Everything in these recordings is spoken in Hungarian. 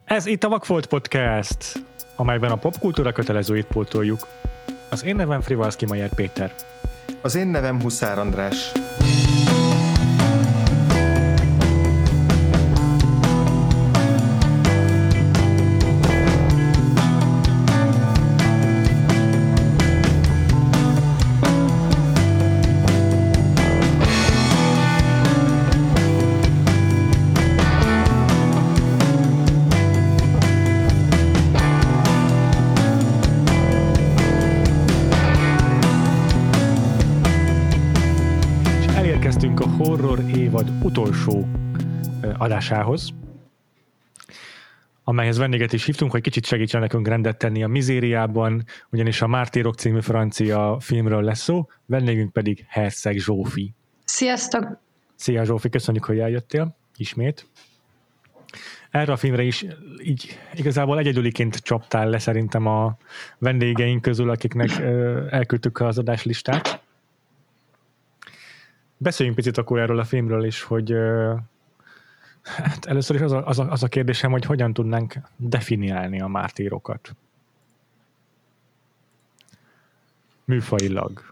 Ez itt a Vakfolt Podcast, amelyben a popkultúra kötelezőit pótoljuk. Az én nevem Frivalszky Mayer Péter. Az én nevem Huszár András. Utolsó adásához, amelyhez vendéget is hívtunk, hogy kicsit segítsen nekünk rendet tenni a mizériában, ugyanis a Mártírok című francia filmről lesz szó, vendégünk pedig Herceg Zsófi. Sziasztok! Szia Zsófi, köszönjük, hogy eljöttél ismét. Erre a filmre is így igazából egyedüliként csaptál le szerintem a vendégeink közül, akiknek elküldtük az adáslistát. Beszéljünk picit akkor erről a filmről is, hogy hát először is az a kérdésem, hogy hogyan tudnánk definiálni a mártírokat. Műfajilag.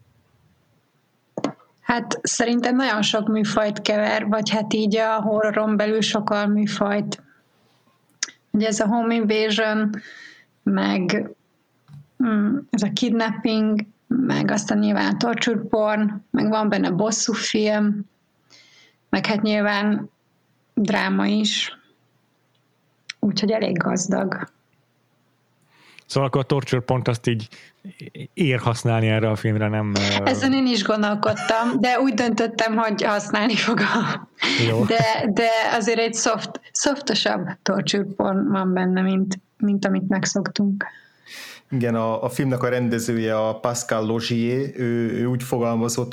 Hát szerintem nagyon sok műfajt kever, vagy hát így a horroron belül sokkal műfajt. Ugye ez a home invasion, meg ez a kidnapping, meg aztán nyilván torture porn, meg van benne bosszúfilm, meg hát nyilván dráma is, úgyhogy elég gazdag. Szóval akkor a torture pornt azt így ér használni erre a filmre, nem? Ezen én is gondolkodtam, de úgy döntöttem, hogy használni fogom. De azért egy softosabb torture porn van benne, mint amit megszoktunk. Igen, a filmnek a rendezője, a Pascal Laugier, ő úgy fogalmazott,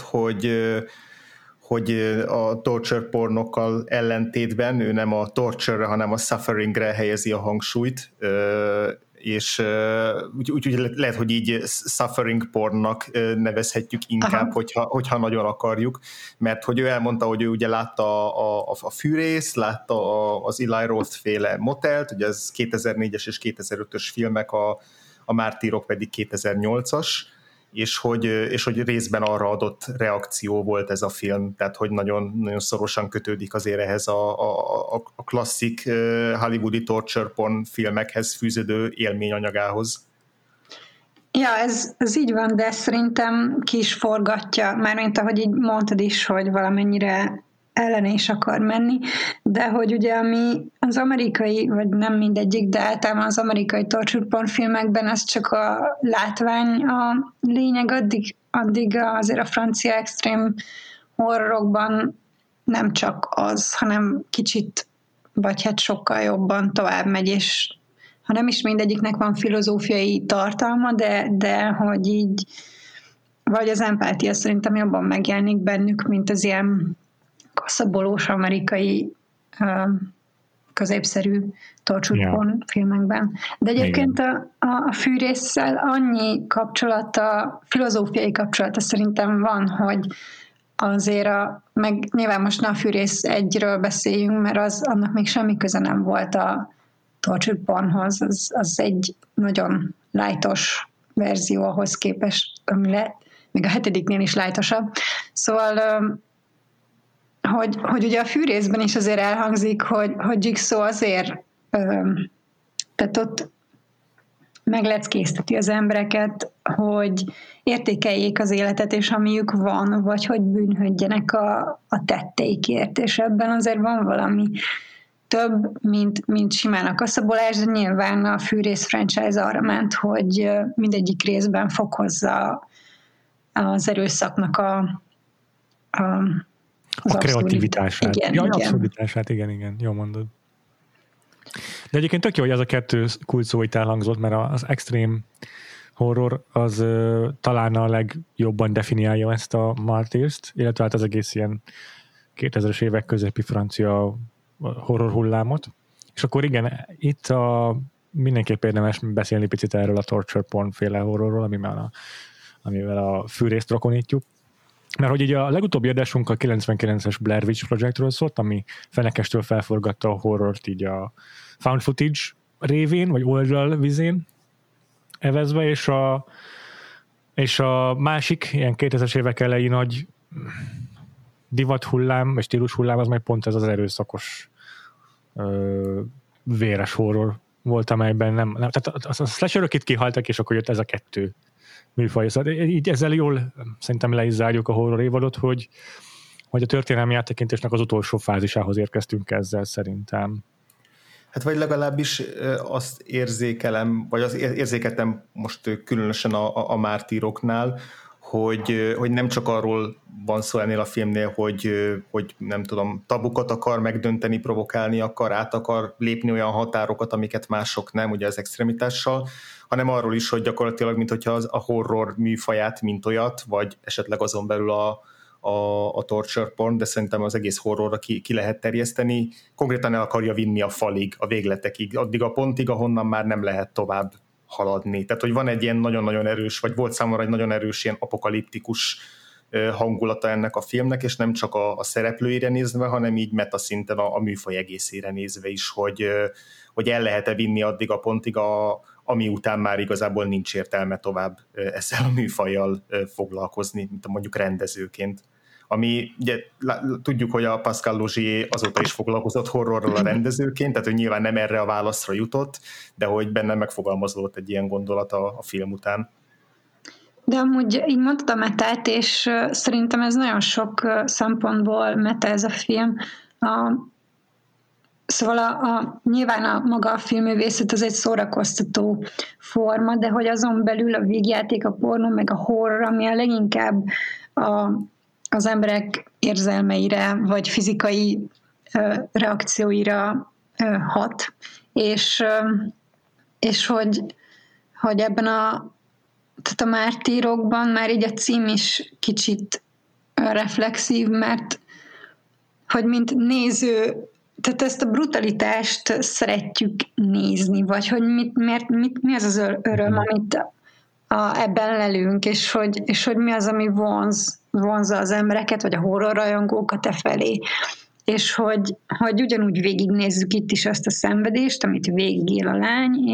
hogy a torture pornokkal ellentétben ő nem a torture-re, hanem a sufferingre helyezi a hangsúlyt, és úgy lehet, hogy így suffering pornnak nevezhetjük inkább, hogyha nagyon akarjuk, mert hogy ő elmondta, hogy ő ugye látta a Fűrész, látta az Eli Roth féle Motelt, ugye ez 2004-es és 2005-ös filmek, a Mártírok pedig 2008-as, és hogy részben arra adott reakció volt ez a film, tehát hogy nagyon, nagyon szorosan kötődik azért ehhez a klasszik hollywoodi torture porn filmekhez fűződő élményanyagához. Ja, ez így van, de szerintem ki is forgatja, mármint ahogy így mondtad is, hogy valamennyire ellene is akar menni, de hogy ugye ami az amerikai, vagy nem mindegyik, de általában az amerikai torture porn filmekben ez csak a látvány a lényeg, addig azért a francia extrém horrorokban nem csak az, hanem kicsit, vagy hát sokkal jobban tovább megy, és ha nem is mindegyiknek van filozófiai tartalma, de hogy így, vagy az empátia szerintem jobban megjelenik bennük, mint az ilyen kaszabolós amerikai középszerű torture porn filmekben. De egyébként a Fűrésszel annyi kapcsolata, filozófiai kapcsolata szerintem van, hogy azért meg nyilván most a Fűrész 1-ről beszéljünk, mert annak még semmi köze nem volt a torture pornhoz. Az egy nagyon lightos verzió ahhoz képest, ami még a 7-nél is lightosabb. Szóval hogy ugye a Fűrészben is azért elhangzik, hogy Jigsaw azért tehát ott megleckézteti az embereket, hogy értékeljék az életet, és amiük van, vagy hogy bűnhődjenek a tetteikért, és ebben azért van valami több, mint simán a kaszabolás, de nyilván a Fűrész franchise arra ment, hogy mindegyik részben fokozza az erőszaknak a kreativitását. Igen. Abszurditását, igen, jól mondod. De egyébként tök jó, hogy az a kettő kult szó itt elhangzott, mert az extrém horror az talán a legjobban definiálja ezt a Martyrs-t, illetve hát az egész ilyen 2000-es évek közepi francia horror hullámot. És akkor igen, itt mindenképp érdemes beszélni picit erről a torture porn féle horrorról, amivel a Fűrészt rokonítjuk. Mert hogy így a legutóbbi adásunk a 99-es Blair Witch Projectről szólt, ami fenekestől felforgatta a horrort így a found footage révén, vagy oldal vizén evezve, és a másik, ilyen 2000-es évek elejé nagy divat hullám, vagy stílus hullám, az meg pont ez az erőszakos véres horror volt, amelyben nem tehát a slasherök itt kihaltak, és akkor jött ez a kettő műfaj. Szóval így ezzel jól szerintem le is zárjuk a horror évadot, hogy a történelmi áttekintésnek az utolsó fázisához érkeztünk ezzel szerintem. Hát vagy legalábbis azt érzékelem, vagy azt érzékeltem most különösen a mártíroknál, hogy nem csak arról van szó ennél a filmnél, hogy nem tudom, tabukat akar megdönteni, provokálni akar, át akar lépni olyan határokat, amiket mások nem, ugye az extremitással, hanem arról is, hogy gyakorlatilag, mint hogyha a horror műfaját, mint olyat, vagy esetleg azon belül a torture porn, de szerintem az egész horrorra ki lehet terjeszteni, konkrétan el akarja vinni a falig, a végletekig, addig a pontig, ahonnan már nem lehet tovább haladni. Tehát, hogy van egy ilyen nagyon-nagyon erős, vagy volt számomra egy nagyon erős ilyen apokaliptikus hangulata ennek a filmnek, és nem csak a szereplőire nézve, hanem így metaszinten a műfaj egészére nézve is, hogy el lehet-e vinni addig a pontig, ami után már igazából nincs értelme tovább ezzel a műfajjal foglalkozni, mint mondjuk rendezőként. Ami ugye tudjuk, hogy a Pascal Laugier azóta is foglalkozott horrorral a rendezőként, tehát hogy nyilván nem erre a válaszra jutott, de hogy benne megfogalmazódott egy ilyen gondolat a film után. De amúgy így mondtad a metát, és szerintem ez nagyon sok szempontból meta ez a film. Szóval nyilván maga a filmművészet az egy szórakoztató forma, de hogy azon belül a vígjáték, a pornó, meg a horror, ami a leginkább az emberek érzelmeire, vagy fizikai reakcióira hat, és hogy ebben tehát a mártírokban már így a cím is kicsit reflexív, mert hogy mint néző, tehát ezt a brutalitást szeretjük nézni, vagy hogy mi az öröm, amit ebben lelünk, és hogy mi az, ami vonzza az embereket, vagy a horror rajongókat felé. És hogy ugyanúgy végignézzük itt is azt a szenvedést, amit végigél a lány,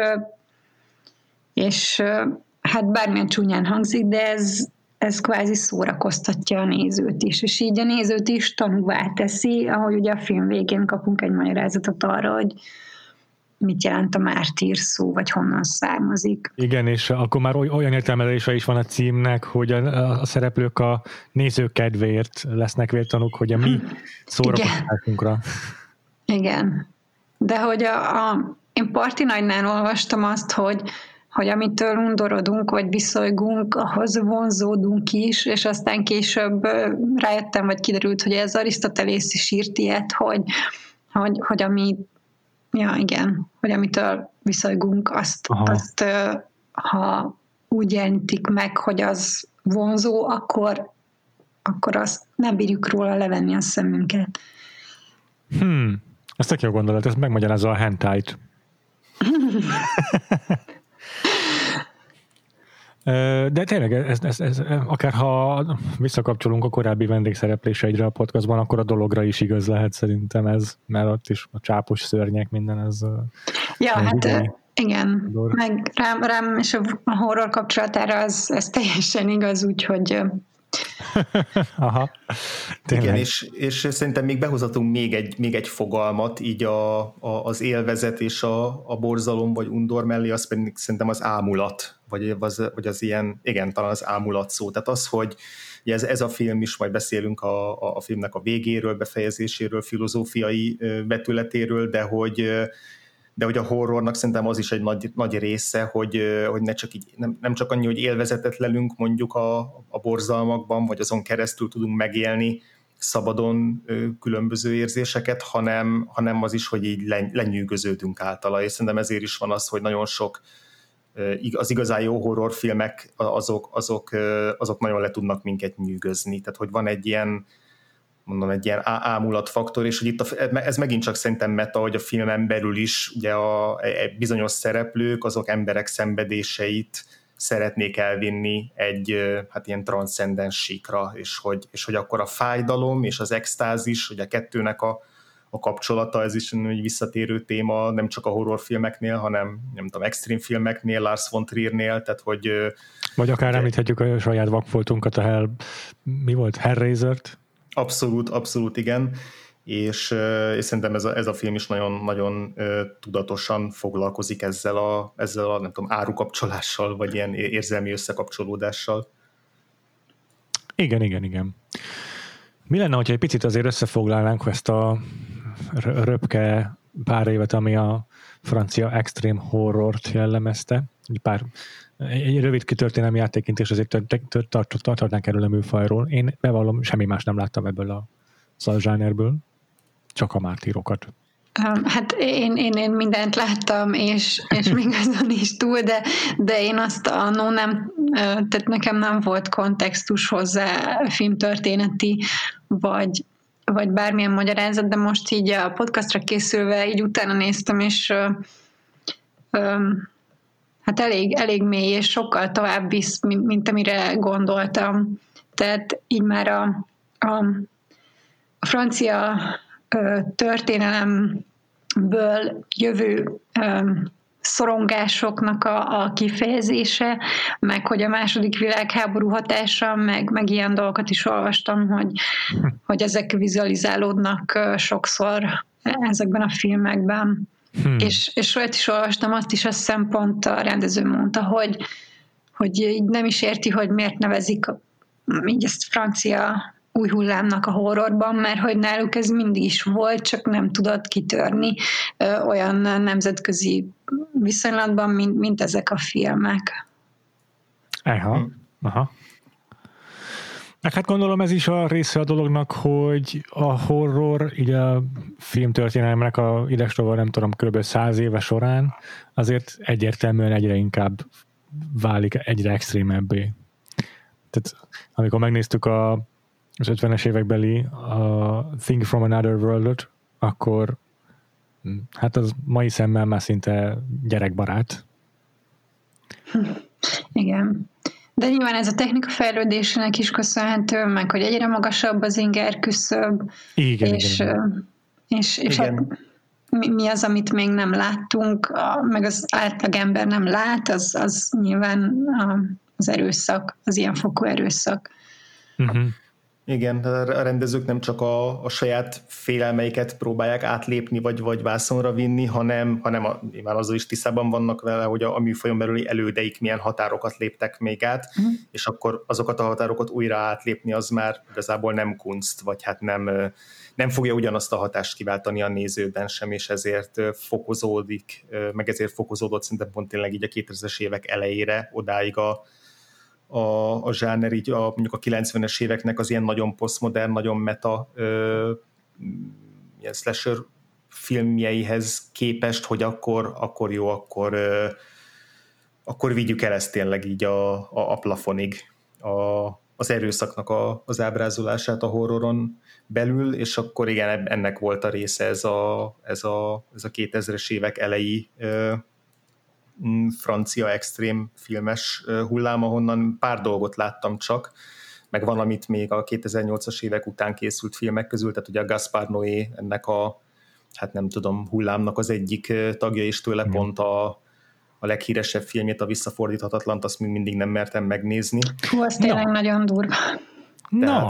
és hát bármilyen csúnyán hangzik, de ez kvázi szórakoztatja a nézőt is, és így a nézőt is tanúvá teszi, ahogy ugye a film végén kapunk egy magyarázatot arra, hogy mit jelent a mártír szó, vagy honnan származik. Igen, és akkor már olyan értelmezése is van a címnek, hogy a szereplők a nézők kedvéért lesznek vértanúk, hogy a mi szórakozásunkra. Igen. De hogy én Parti Nagynál olvastam azt, hogy amitől undorodunk, vagy viszolygunk, ahhoz vonzódunk is, és aztán később rájöttem, vagy kiderült, hogy ez Arisztotelész is írt ilyet, hogy ami hogy amitől viszolygunk, azt ha úgy jelentik meg, hogy az vonzó, akkor azt nem bírjuk róla levenni a szemünket. Ez tök jó gondolat, ez megmagyarázza a hentájt. De tényleg, ez akár ha visszakapcsolunk a korábbi vendégszerepléseidre a podcastban, akkor a dologra is igaz lehet szerintem ez, mert ott is a csápos szörnyek, minden ez... Igen, meg rám és a horror kapcsolatára ez teljesen igaz, úgyhogy... Aha, igen, és szerintem még behozhatunk még egy fogalmat, így az élvezet és a borzalom vagy undor mellé, az pedig szerintem az ámulat, vagy az ilyen, igen, talán az ámulat szó. Tehát az, hogy ez a film is, majd beszélünk a filmnek a végéről, befejezéséről, filozófiai vetületéről, de hogy a horrornak szerintem az is egy nagy része, hogy nem csak annyi, hogy élvezetet lelünk mondjuk a borzalmakban, vagy azon keresztül tudunk megélni szabadon különböző érzéseket, hanem az is, hogy így lenyűgöződünk általa, és szerintem ezért is van az, hogy nagyon sok az igazán jó horrorfilmek, azok nagyon le tudnak minket nyűgözni, tehát hogy van egy ilyen ámulatfaktor, és hogy itt ez megint csak szerintem meta, hogy a filmen belül is ugye a bizonyos szereplők, azok emberek szenvedéseit szeretnék elvinni egy hát ilyen transzcendens síkra, és hogy akkor a fájdalom és az extázis, hogy a kettőnek a kapcsolata, ez is egy visszatérő téma, nem csak a horrorfilmeknél, hanem nem tudom, extrém filmeknél, Lars von Triernél, tehát hogy... Vagy akár említhetjük a saját vakfoltunkat, mi volt, Hellraiser-t? Abszolút igen, és szerintem ez a film is nagyon tudatosan foglalkozik ezzel a nem tudom, árukapcsolással, vagy ilyen érzelmi összekapcsolódással. Igen. Mi lenne, hogyha egy picit azért összefoglalnánk ezt a röpke pár évet, ami a francia extrém horrort jellemezte? Egy rövid kitörténelmi játékként, és azért tarthatnánk erről a műfajról. Én bevallom, semmi más nem láttam ebből a szalzsánerből, csak a mártírokat. Hát én mindent láttam, és még azon is túl, de én azt annó nem, tehát nekem nem volt kontextus hozzá filmtörténeti, vagy bármilyen magyarázat, de most így a podcastra készülve így utána néztem, és hát elég mély, és sokkal tovább visz, mint amire gondoltam. Tehát így már a francia történelemből jövő szorongásoknak a kifejezése, meg hogy a második világháború hatása, meg ilyen dolgokat is olvastam, hogy ezek vizualizálódnak sokszor ezekben a filmekben. És olyat is olvastam, azt is azt hiszem pont a rendező mondta, hogy így nem is érti, hogy miért nevezik így ezt francia új hullámnak a horrorban, mert hogy náluk ez mindig is volt, csak nem tudott kitörni olyan nemzetközi viszonylatban, mint ezek a filmek. Aha. Hát gondolom ez is a része a dolognak, hogy a horror így a filmtörténelemnek a idestova, nem tudom, kb. 100 éve során azért egyértelműen egyre inkább válik egyre extrémebbé. Tehát amikor megnéztük az 50-es évekbeli a Thing from Another World-ot, akkor hát az mai szemmel már szinte gyerekbarát. Igen. De nyilván ez a technika fejlődésének is köszönhető, meg hogy egyre magasabb az inger küszöb, és hát mi az, amit még nem láttunk, meg az átlag ember nem lát, az nyilván az erőszak, az ilyen fokú erőszak. Uh-huh. Igen, a rendezők nem csak a saját félelmeiket próbálják átlépni, vagy vászonra vinni, hanem nyilván azzal is tisztában vannak vele, hogy a műfajon belüli elődeik milyen határokat léptek még át, és akkor azokat a határokat újra átlépni az már igazából nem kunst, vagy hát nem fogja ugyanazt a hatást kiváltani a nézőben sem, és ezért fokozódik, meg ezért fokozódott szerintem pont tényleg így a 2000-es évek elejére odáig a zsáner, így mondjuk a 90-es éveknek az ilyen nagyon posztmodern, nagyon meta ilyen slasher filmjeihez képest, hogy akkor jó, akkor vigyük el ezt tényleg így a plafonig, az erőszaknak az ábrázolását a horroron belül, és akkor igen, ennek volt a része ez a 2000-es évek elejé francia extrém filmes hullám, ahonnan pár dolgot láttam csak, meg van, amit még a 2008-as évek után készült filmek közül, tehát ugye a Gaspar Noé ennek hát nem tudom, hullámnak az egyik tagja, és tőle pont a leghíresebb filmjét, a Visszafordíthatatlant, azt még mindig nem mertem megnézni. Hú, az tényleg nagyon durva. Tehát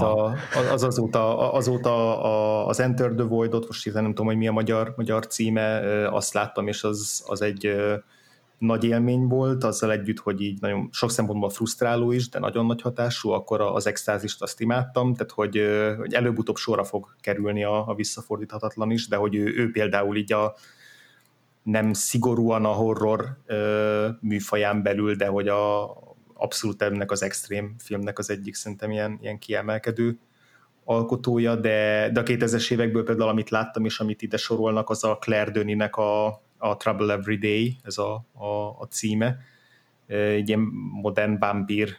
azóta az Enter the Void-ot, most nem tudom, hogy mi a magyar címe, azt láttam, és az egy nagy élmény volt, azzal együtt, hogy így nagyon sok szempontból frusztráló is, de nagyon nagy hatású, akkor az extázist azt imádtam, tehát hogy előbb-utóbb sorra fog kerülni a Visszafordíthatatlan is, de hogy ő például így nem szigorúan a horror műfaján belül, de hogy abszolút ennek az extrém filmnek az egyik szerintem ilyen kiemelkedő alkotója, de a 2000-es évekből például, amit láttam, és amit ide sorolnak, az a Claire Denis-nek a Trouble Every Day, ez a címe. Egy ilyen modern vámpír,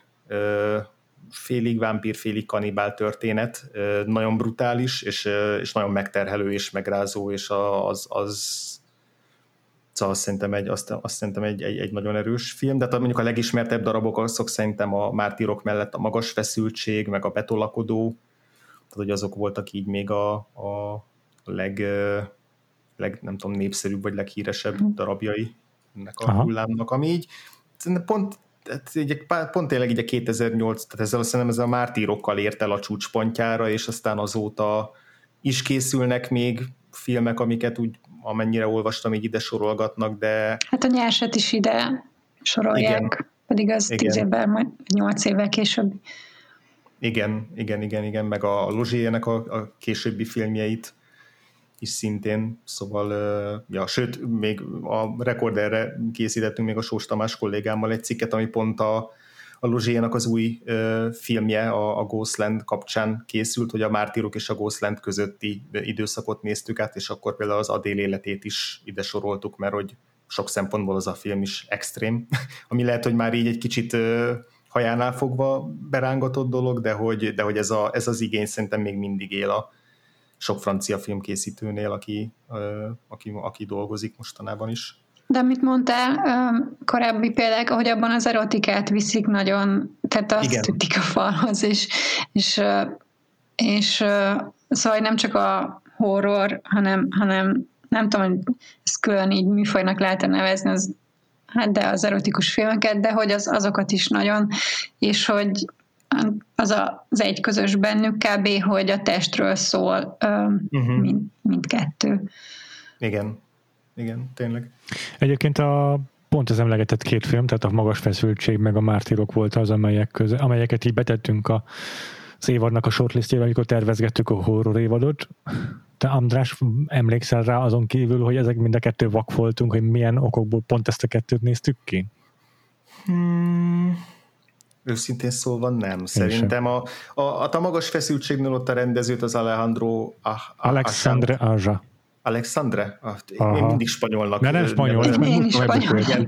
félig kanibál történet. Nagyon brutális, és nagyon megterhelő és megrázó, és Szóval azt szerintem egy nagyon erős film, de mondjuk a legismertebb darabok azok szerintem a Mártírok mellett a Magas feszültség, meg a Betolakodó, tehát hogy azok voltak így még a leg nem tudom, népszerűbb vagy leghíresebb darabjai ennek a hullámnak, ami így pont tényleg így a 2008, tehát szerintem ez a Mártírokkal ért el a csúcspontjára, és aztán azóta is készülnek még filmek, amiket úgy amennyire olvastam, így ide sorolgatnak, de... Hát a Nyerset is ide sorolják, igen. Pedig az 10 évvel, majd 8 évvel később. Igen, meg a Lozsijének a későbbi filmjeit is szintén, szóval, sőt, még a Rekorderre készítettünk még a Sós Tamás kollégámmal egy cikket, ami pont a Lozsijének az új filmje a Ghostland kapcsán készült, hogy a Mártírok és a Ghostland közötti időszakot néztük át, és akkor például az Adél életét is ide soroltuk, mert hogy sok szempontból az a film is extrém, ami lehet, hogy már így egy kicsit hajánál fogva berángatott dolog, de hogy ez az igény szerintem még mindig él a sok francia filmkészítőnél, aki dolgozik mostanában is. De amit mondtál, korábbi példák, ahogy abban az erotikát viszik nagyon, tehát azt ütik a falhoz, és szóval nem csak a horror, hanem nem tudom, hogy ezt külön így műfajnak lehet nevezni, de az erotikus filmeket, de hogy azokat is nagyon, és hogy az egy közös bennük kb., hogy a testről szól mindkettő. Igen, tényleg. Egyébként pont az emlegetett két film, tehát a Magas feszültség meg a Mártírok volt az, amelyeket így betettünk az évadnak a shortlistjébe, amikor tervezgettük a horror évadot. Te, András, emlékszel rá azon kívül, hogy ezek mind a kettő vak voltunk, hogy milyen okokból pont ezt a kettőt néztük ki? Őszintén szólva nem. Szerintem a Magas feszültségnél ott a rendezőt az Alexandre Aja. Alexandre? Én mindig spanyolnak. De nem spanyol. Én is spanyol.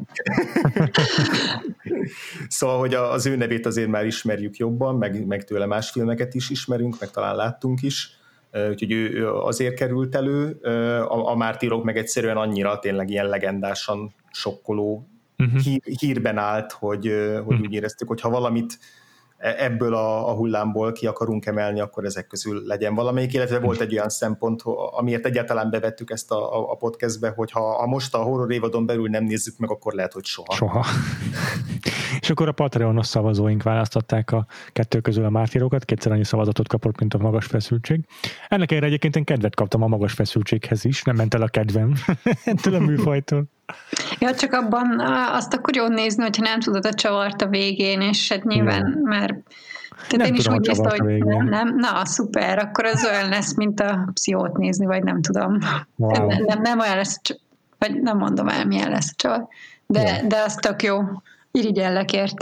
Szóval, hogy az ő nevét azért már ismerjük jobban, meg tőle más filmeket is ismerünk, meg talán láttunk is. Úgyhogy ő azért került elő. A Mártírok meg egyszerűen annyira tényleg ilyen legendásan sokkoló hírben állt, hogy úgy éreztük, hogy ha valamit ebből a hullámból ki akarunk emelni, akkor ezek közül legyen valamelyik, illetve volt egy olyan szempont, amiért egyáltalán bevettük ezt a podcastbe, hogy ha most a horror évadon belül nem nézzük meg, akkor lehet, hogy soha. És akkor a Patreonos szavazóink választották a kettő közül a Mártírokat, kétszer annyi szavazatot kapott, mint a Magas feszültség. Ennek erre egyébként én kedvet kaptam a Magas feszültséghez is, nem ment el a kedvem ettől a műfajtól. Ja, csak abban azt akkor jó nézni, hogyha nem tudod a csavart a végén, és hát nyilván már... Tehát én is úgy néztem, hogy nem, na szuper, akkor az olyan lesz, mint a Pszichót nézni, vagy nem tudom. Wow. Nem olyan lesz, vagy nem mondom el, milyen lesz a csavar, de az tök jó. Irigyellek érte.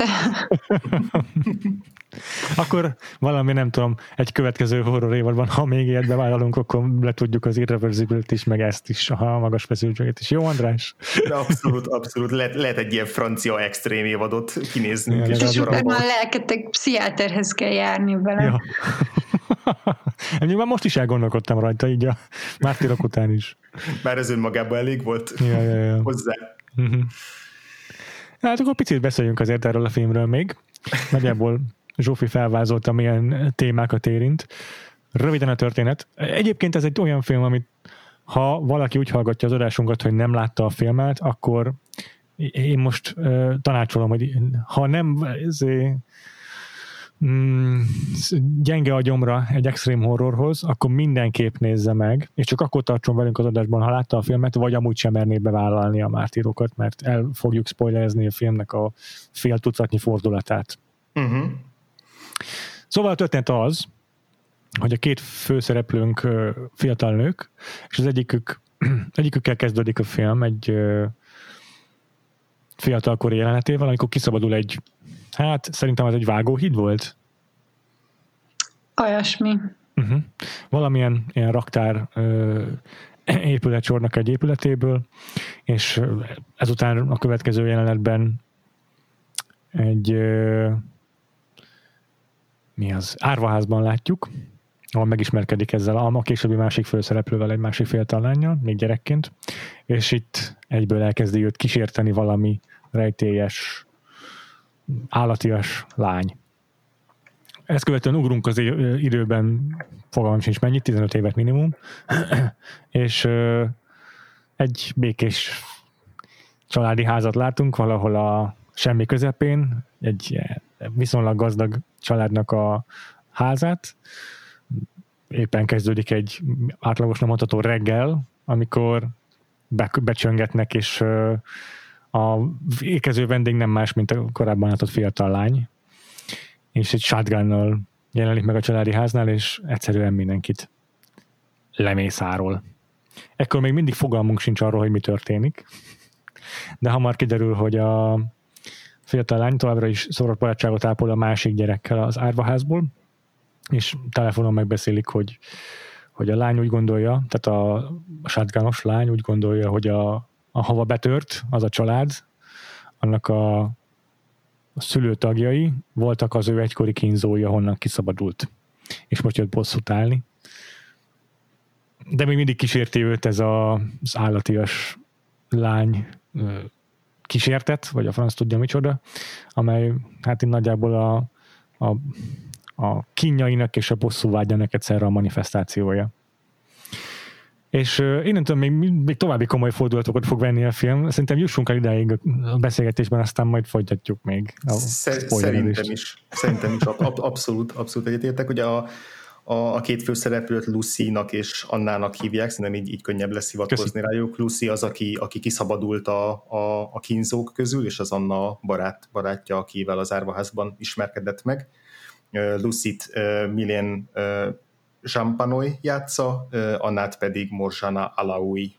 Akkor valami, nem tudom, egy következő horror évadban, ha még ilyet bevállalunk, akkor letudjuk az Irreversible-t is, meg ezt is, a Magas feszültséget is. Jó, András? De abszolút. Lehet egy ilyen francia extrém évadot kinéznünk. És utána a lelketek pszichiáterhez kell járni vele. Ja. Már most is elgondolkodtam rajta, így a Mártírok után is. Már ez önmagában elég volt hozzá. Hát akkor picit beszéljünk azért erről a filmről még. Nagyjából Zsófi felvázolta, milyen témákat érint. Röviden a történet. Egyébként ez egy olyan film, amit ha valaki úgy hallgatja az adásunkat, hogy nem látta a filmet, akkor én most tanácsolom, hogy ha nem gyenge a gyomra egy extrém horrorhoz, akkor mindenképp nézze meg, és csak akkor tartson velünk az adásban, ha látta a filmet, vagy amúgy sem merné bevállalni a Mártírokat, mert el fogjuk spoilerezni a filmnek a fél tucatnyi fordulatát. Szóval a történet az, hogy a két főszereplőnk fiatal nők, és az egyikükkel kezdődik a film egy fiatalkori jelenetével, amikor kiszabadul egy, hát szerintem ez egy vágóhíd volt? Olyasmi. Valamilyen ilyen raktár épületsornak egy épületéből, és ezután a következő jelenetben egy árvaházban látjuk, ahol megismerkedik ezzel a későbbi másik főszereplővel, egy másik fiatal lánnyal, még gyerekként, és itt egyből elkezdi őt kísérteni valami rejtélyes, állatias lány. Ezt követően ugrunk az időben, fogalmam sincs mennyit, 15 évet minimum, és egy békés családi házat látunk valahol a semmi közepén, egy viszonylag gazdag családnak a házát. Éppen kezdődik egy átlagosnak mondható reggel, amikor becsöngetnek, és a ékező vendég nem más, mint a korábban látott fiatal lány, és egy shotgunnal jelenik meg a családi háznál, és egyszerűen mindenkit lemészárol. Ekkor még mindig fogalmunk sincs arról, hogy mi történik, de hamar kiderül, hogy a fiatal lány továbbra is szoros barátságot ápol a másik gyerekkel az árvaházból, és telefonon megbeszélik, hogy a lány úgy gondolja, tehát a shotgunos lány úgy gondolja, hogy ahova betört az a család, annak a szülőtagjai voltak az ő egykori kínzói, ahonnan kiszabadult. És most jött bosszút állni. De még mindig kísérti őt ez az állatias lány kísértet, vagy a franc tudja micsoda, amely hát így nagyjából a kínjainak és a bosszúvágyának egyszerre a manifestációja. És innentől még további komoly fordulatokat fog venni a film. Szerintem jussunk el idáig a beszélgetésben, aztán majd folytatjuk még. Szerintem is abszolút egyetértek. Ugye a két főszereplőt Lucy-nak és Annának hívják, szerintem így könnyebb lesz hivatkozni rájuk. Lucy az, aki kiszabadult a kínzók közül, és az Anna barátja, akivel az árvaházban ismerkedett meg. Lucyt Mylène Jampanoy játsza, Annát pedig Morjana Alaoui.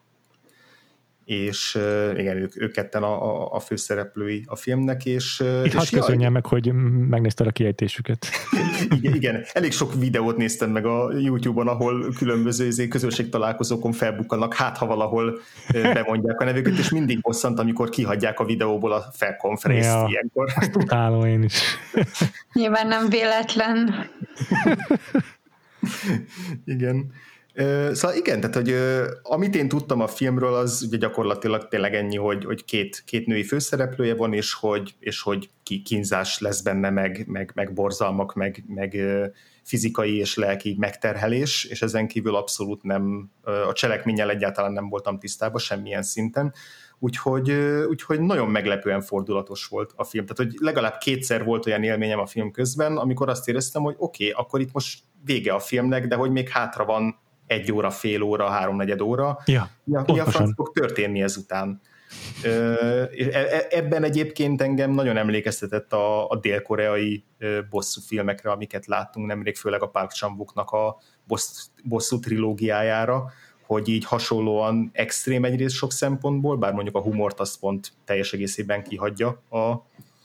És igen, ők ketten a főszereplői a filmnek. És hadd köszönjem meg, hogy megnézted a kiejtésüket. Igen, elég sok videót néztem meg a YouTube-on, ahol különböző közönségtalálkozókon felbukkannak, hát ha valahol bemondják a nevüket, és mindig bosszant, amikor kihagyják a videóból a felkonferészt ilyenkor. Azt utálom én is. Nyilván nem véletlen. Igen. Szóval igen, tehát hogy amit én tudtam a filmről, az ugye gyakorlatilag tényleg ennyi, hogy két női főszereplője van, és hogy kínzás lesz benne, meg borzalmak, meg fizikai és lelki megterhelés, és ezen kívül abszolút nem, a cselekménnyel egyáltalán nem voltam tisztában semmilyen szinten, úgyhogy nagyon meglepően fordulatos volt a film. Tehát, hogy legalább kétszer volt olyan élményem a film közben, amikor azt éreztem, hogy oké, akkor itt most vége a filmnek, de hogy még hátra van 1 óra, fél óra, 3/4 óra. Mi a franc fog történni ezután? Ebben egyébként engem nagyon emlékeztetett a dél-koreai bosszú filmekre, amiket láttunk nemrég, főleg a Park Chan-wooknak a bosszú trilógiájára, hogy így hasonlóan extrém egyrészt sok szempontból, bár mondjuk a humort azt pont teljes egészében kihagyja a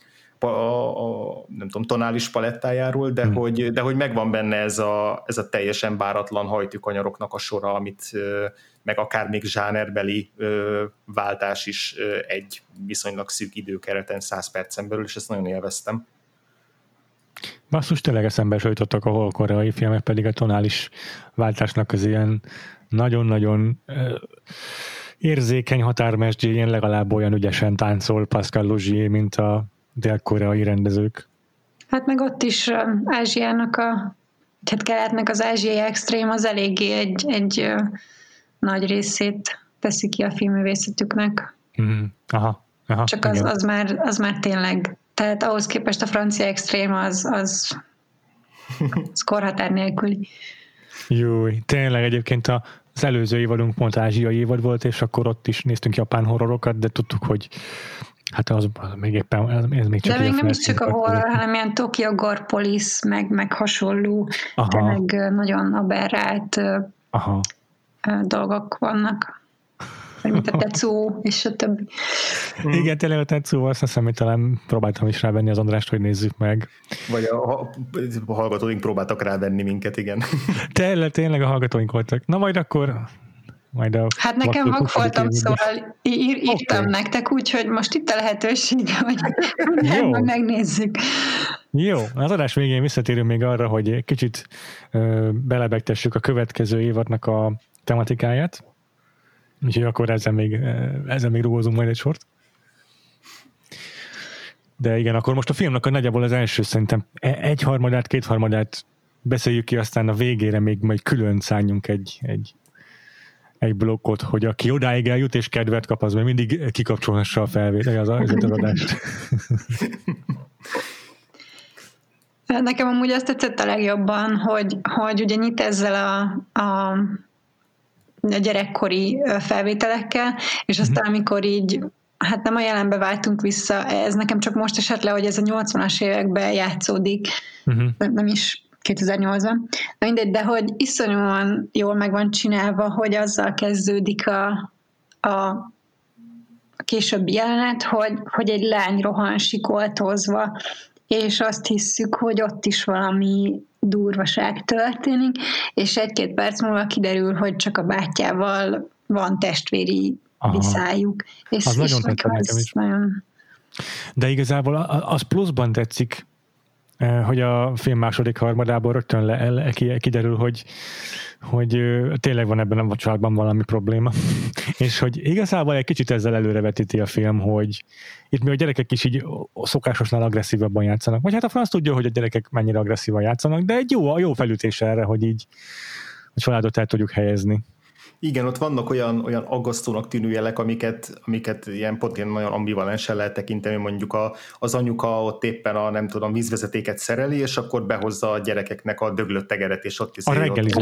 nem tudom, tonális palettájáról, de hogy megvan benne ez a teljesen váratlan hajtűkanyaroknak a sora, amit meg akár még zsánerbeli váltás is egy viszonylag szűk időkereten 100 percen belül, és ezt nagyon élveztem. Basszus, tényleg eszembe is jutottak a koreai filmek, pedig a tonális váltásnak az ilyen nagyon-nagyon érzékeny határmesdjén legalább olyan ügyesen táncol Pascal Laugier, mint a dél-koreai rendezők. Hát meg ott is Ázsiának tehát keletnek az ázsiai extrém az eléggé egy nagy részét teszi ki a filmművészetüknek. Aha, csak az már tényleg, tehát ahhoz képest a francia extrém az korhatár nélküli. Jó, tényleg egyébként az előző évadunk pont ázsiai évad volt, és akkor ott is néztünk japán horrorokat, de tudtuk, hogy hát az még éppen, ez még csak... De még nem is csak a horror, hanem ilyen Tokyo Gore Police, meg hasonló, tényleg nagyon aberrált dolgok vannak. Mint a Tetsuo, és a többi. Igen, tényleg a Tetsuo, azt hiszem, hogy talán próbáltam is rávenni az Andrást, hogy nézzük meg. Vagy a hallgatóink próbáltak rávenni minket, igen. Tényleg a hallgatóink voltak. Na majd akkor... Hát nekem vakfoltam, szóval írtam nektek, úgyhogy most itt a lehetőség, hogy megnézzük. Jó, az adás végén visszatérünk még arra, hogy kicsit belebegtessük a következő évadnak a tematikáját. Úgyhogy akkor ezzel még rugózunk majd egy sort. De igen, akkor most a filmnek a nagyjából az első szerintem egyharmadát, kétharmadát beszéljük ki, aztán a végére még majd külön szálljunk egy blokkot, hogy aki odáig eljut és kedvet kap, az még mindig kikapcsolhassa a az adást. Nekem amúgy azt tetszett a legjobban, hogy ugye nyit ezzel a gyerekkori felvételekkel, és aztán amikor így, hát nem a jelenbe váltunk vissza, ez nekem csak most esett le, hogy ez a 80-as években játszódik, nem is 2008-ban, de mindegy, de hogy iszonyúan jól meg van csinálva, hogy azzal kezdődik a későbbi jelenet, hogy egy lány rohan sikoltozva, és azt hisszük, hogy ott is valami durvaság történik, és egy-két perc múlva kiderül, hogy csak a bátyával van testvéri viszályuk. És az nagyon tetszett nekem is. Nagyon... De igazából az pluszban tetszik, hogy a film második harmadából rögtön kiderül, hogy tényleg van ebben a családban valami probléma. És hogy igazából egy kicsit ezzel előrevetíti a film, hogy itt még a gyerekek is így szokásosnál agresszívabban játszanak. Vagy hát a franc tudja, hogy a gyerekek mennyire agresszívan játszanak, de egy jó felütés erre, hogy így a családot el tudjuk helyezni. Igen, ott vannak olyan aggasztónak tűnő jelek, amiket ilyen pontként nagyon ambivalensen lehet tekinteni, mondjuk az anyuka ott éppen a vízvezetéket szereli, és akkor behozza a gyerekeknek a döglött tegeret, és ott a reggeli.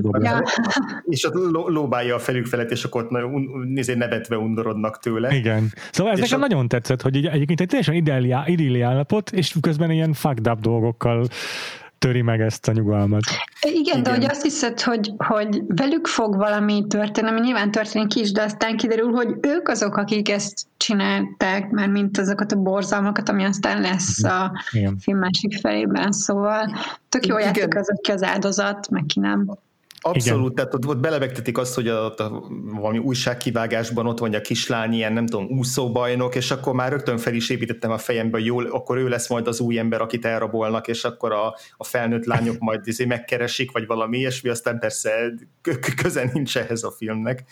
És ott lóbálja a felük felett, és akkor ott nevetve undorodnak tőle. Igen. Szóval ez nekem nagyon tetszett, hogy így, egyébként egy teljesen idilli állapot, és közben ilyen fucked up dolgokkal töri meg ezt a nyugalmat. Igen, de hogy azt hiszed, hogy velük fog valami történni, ami nyilván történik is, de aztán kiderül, hogy ők azok, akik ezt csinálták, már mint azokat a borzalmakat, ami aztán lesz a film másik felében, szóval tök jó játszik az, aki az áldozat, meg ki nem. Abszolút, igen. Tehát ott belebegtetik azt, hogy valami újságkivágásban ott van a kislány, ilyen nem tudom, úszóbajnok, és akkor már rögtön fel is építettem a fejembe, hogy jól, akkor ő lesz majd az új ember, akit elrabolnak, és akkor a felnőtt lányok majd megkeresik, vagy valami ilyesmi, aztán persze köze nincs ehhez a filmnek.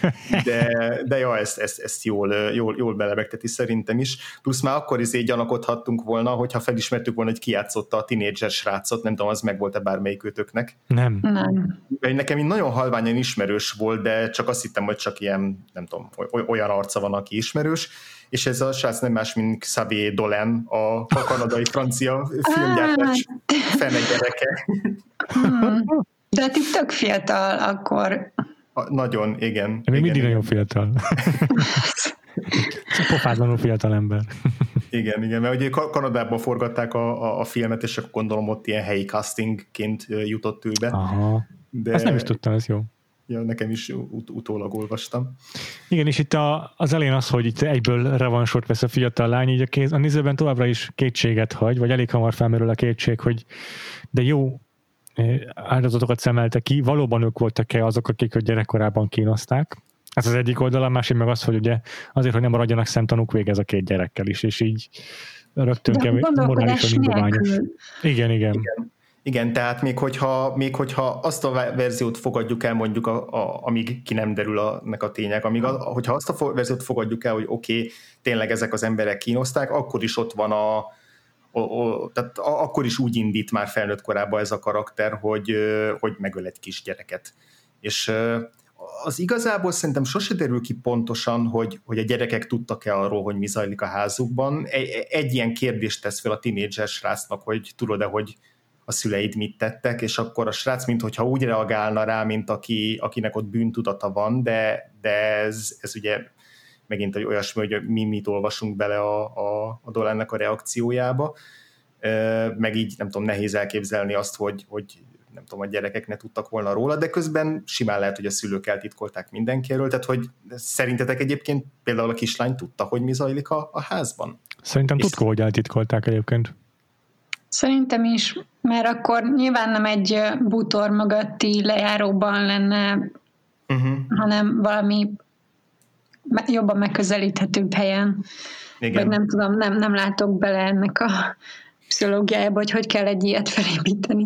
De ja, ezt jól belebegteti szerintem is. Plusz már akkor gyanakodhattunk volna, hogyha felismertük volna, hogy ki játszotta a tinédzser srácot, nem tudom, az meg volt-e bármelyikőtöknek. Nem. Nekem így nagyon halványan ismerős volt, de csak azt hittem, hogy csak ilyen, nem tudom, olyan arca van, aki ismerős, és ez a srác nem más, mint Xavier Dolan, a kanadai francia filmgyártás fene gyereke. De hát itt tök fiatal akkor. Nagyon, igen. Még mindig nagyon fiatal. Pofátlanul fiatal ember. Igen, mert ugye Kanadában forgatták a filmet, és akkor gondolom ott ilyen helyi castingként jutott ő be. Aha. De... Ezt nem is tudtam, ez jó. Ja, nekem is utólag olvastam. Igen, és itt az elején az, hogy itt egyből revansot vesz a fiatal lány, így a nézőben továbbra is kétséget hagy, vagy elég hamar felmerül a kétség, hogy de jó áldozatokat szemelte ki, valóban ők voltak-e azok, akik a gyerekkorában kínozták. Ez az egyik oldala, másik meg az, hogy ugye azért, hogy nem maradjanak szemtanúk, végez a két gyerekkel is, és így rögtön morálisan indulványos. Igen. Igen, tehát még hogyha azt a verziót fogadjuk el, mondjuk amíg ki nem derül a tények, hogyha azt a verziót fogadjuk el, hogy oké, tényleg ezek az emberek kínozták, akkor is ott van tehát akkor is úgy indít már felnőtt korában ez a karakter, hogy megöl egy kisgyereket. És az igazából szerintem sose derül ki pontosan, hogy a gyerekek tudtak-e arról, hogy mi zajlik a házukban. Egy ilyen kérdést tesz fel a tinédzser srácnak, hogy tudod-e, hogy a szüleid mit tettek, és akkor a srác, minthogyha úgy reagálna rá, mint akinek ott bűntudata van, de ez ugye megint olyasmi, hogy mi mit olvasunk bele a Dolannek a reakciójába, meg így nem tudom, nehéz elképzelni azt, hogy nem tudom, a gyerekek ne tudtak volna róla, de közben simán lehet, hogy a szülők eltitkolták mindenkiről, tehát hogy szerintetek egyébként például a kislány tudta, hogy mi zajlik a házban? Szerintem tudta, hogy eltitkolták egyébként. Szerintem is, mert akkor nyilván nem egy bútor mögötti lejáróban lenne, hanem valami jobban megközelíthetőbb helyen. Igen. Vagy nem tudom, nem látok bele ennek a pszichológiájába, hogy kell egy ilyet felépíteni.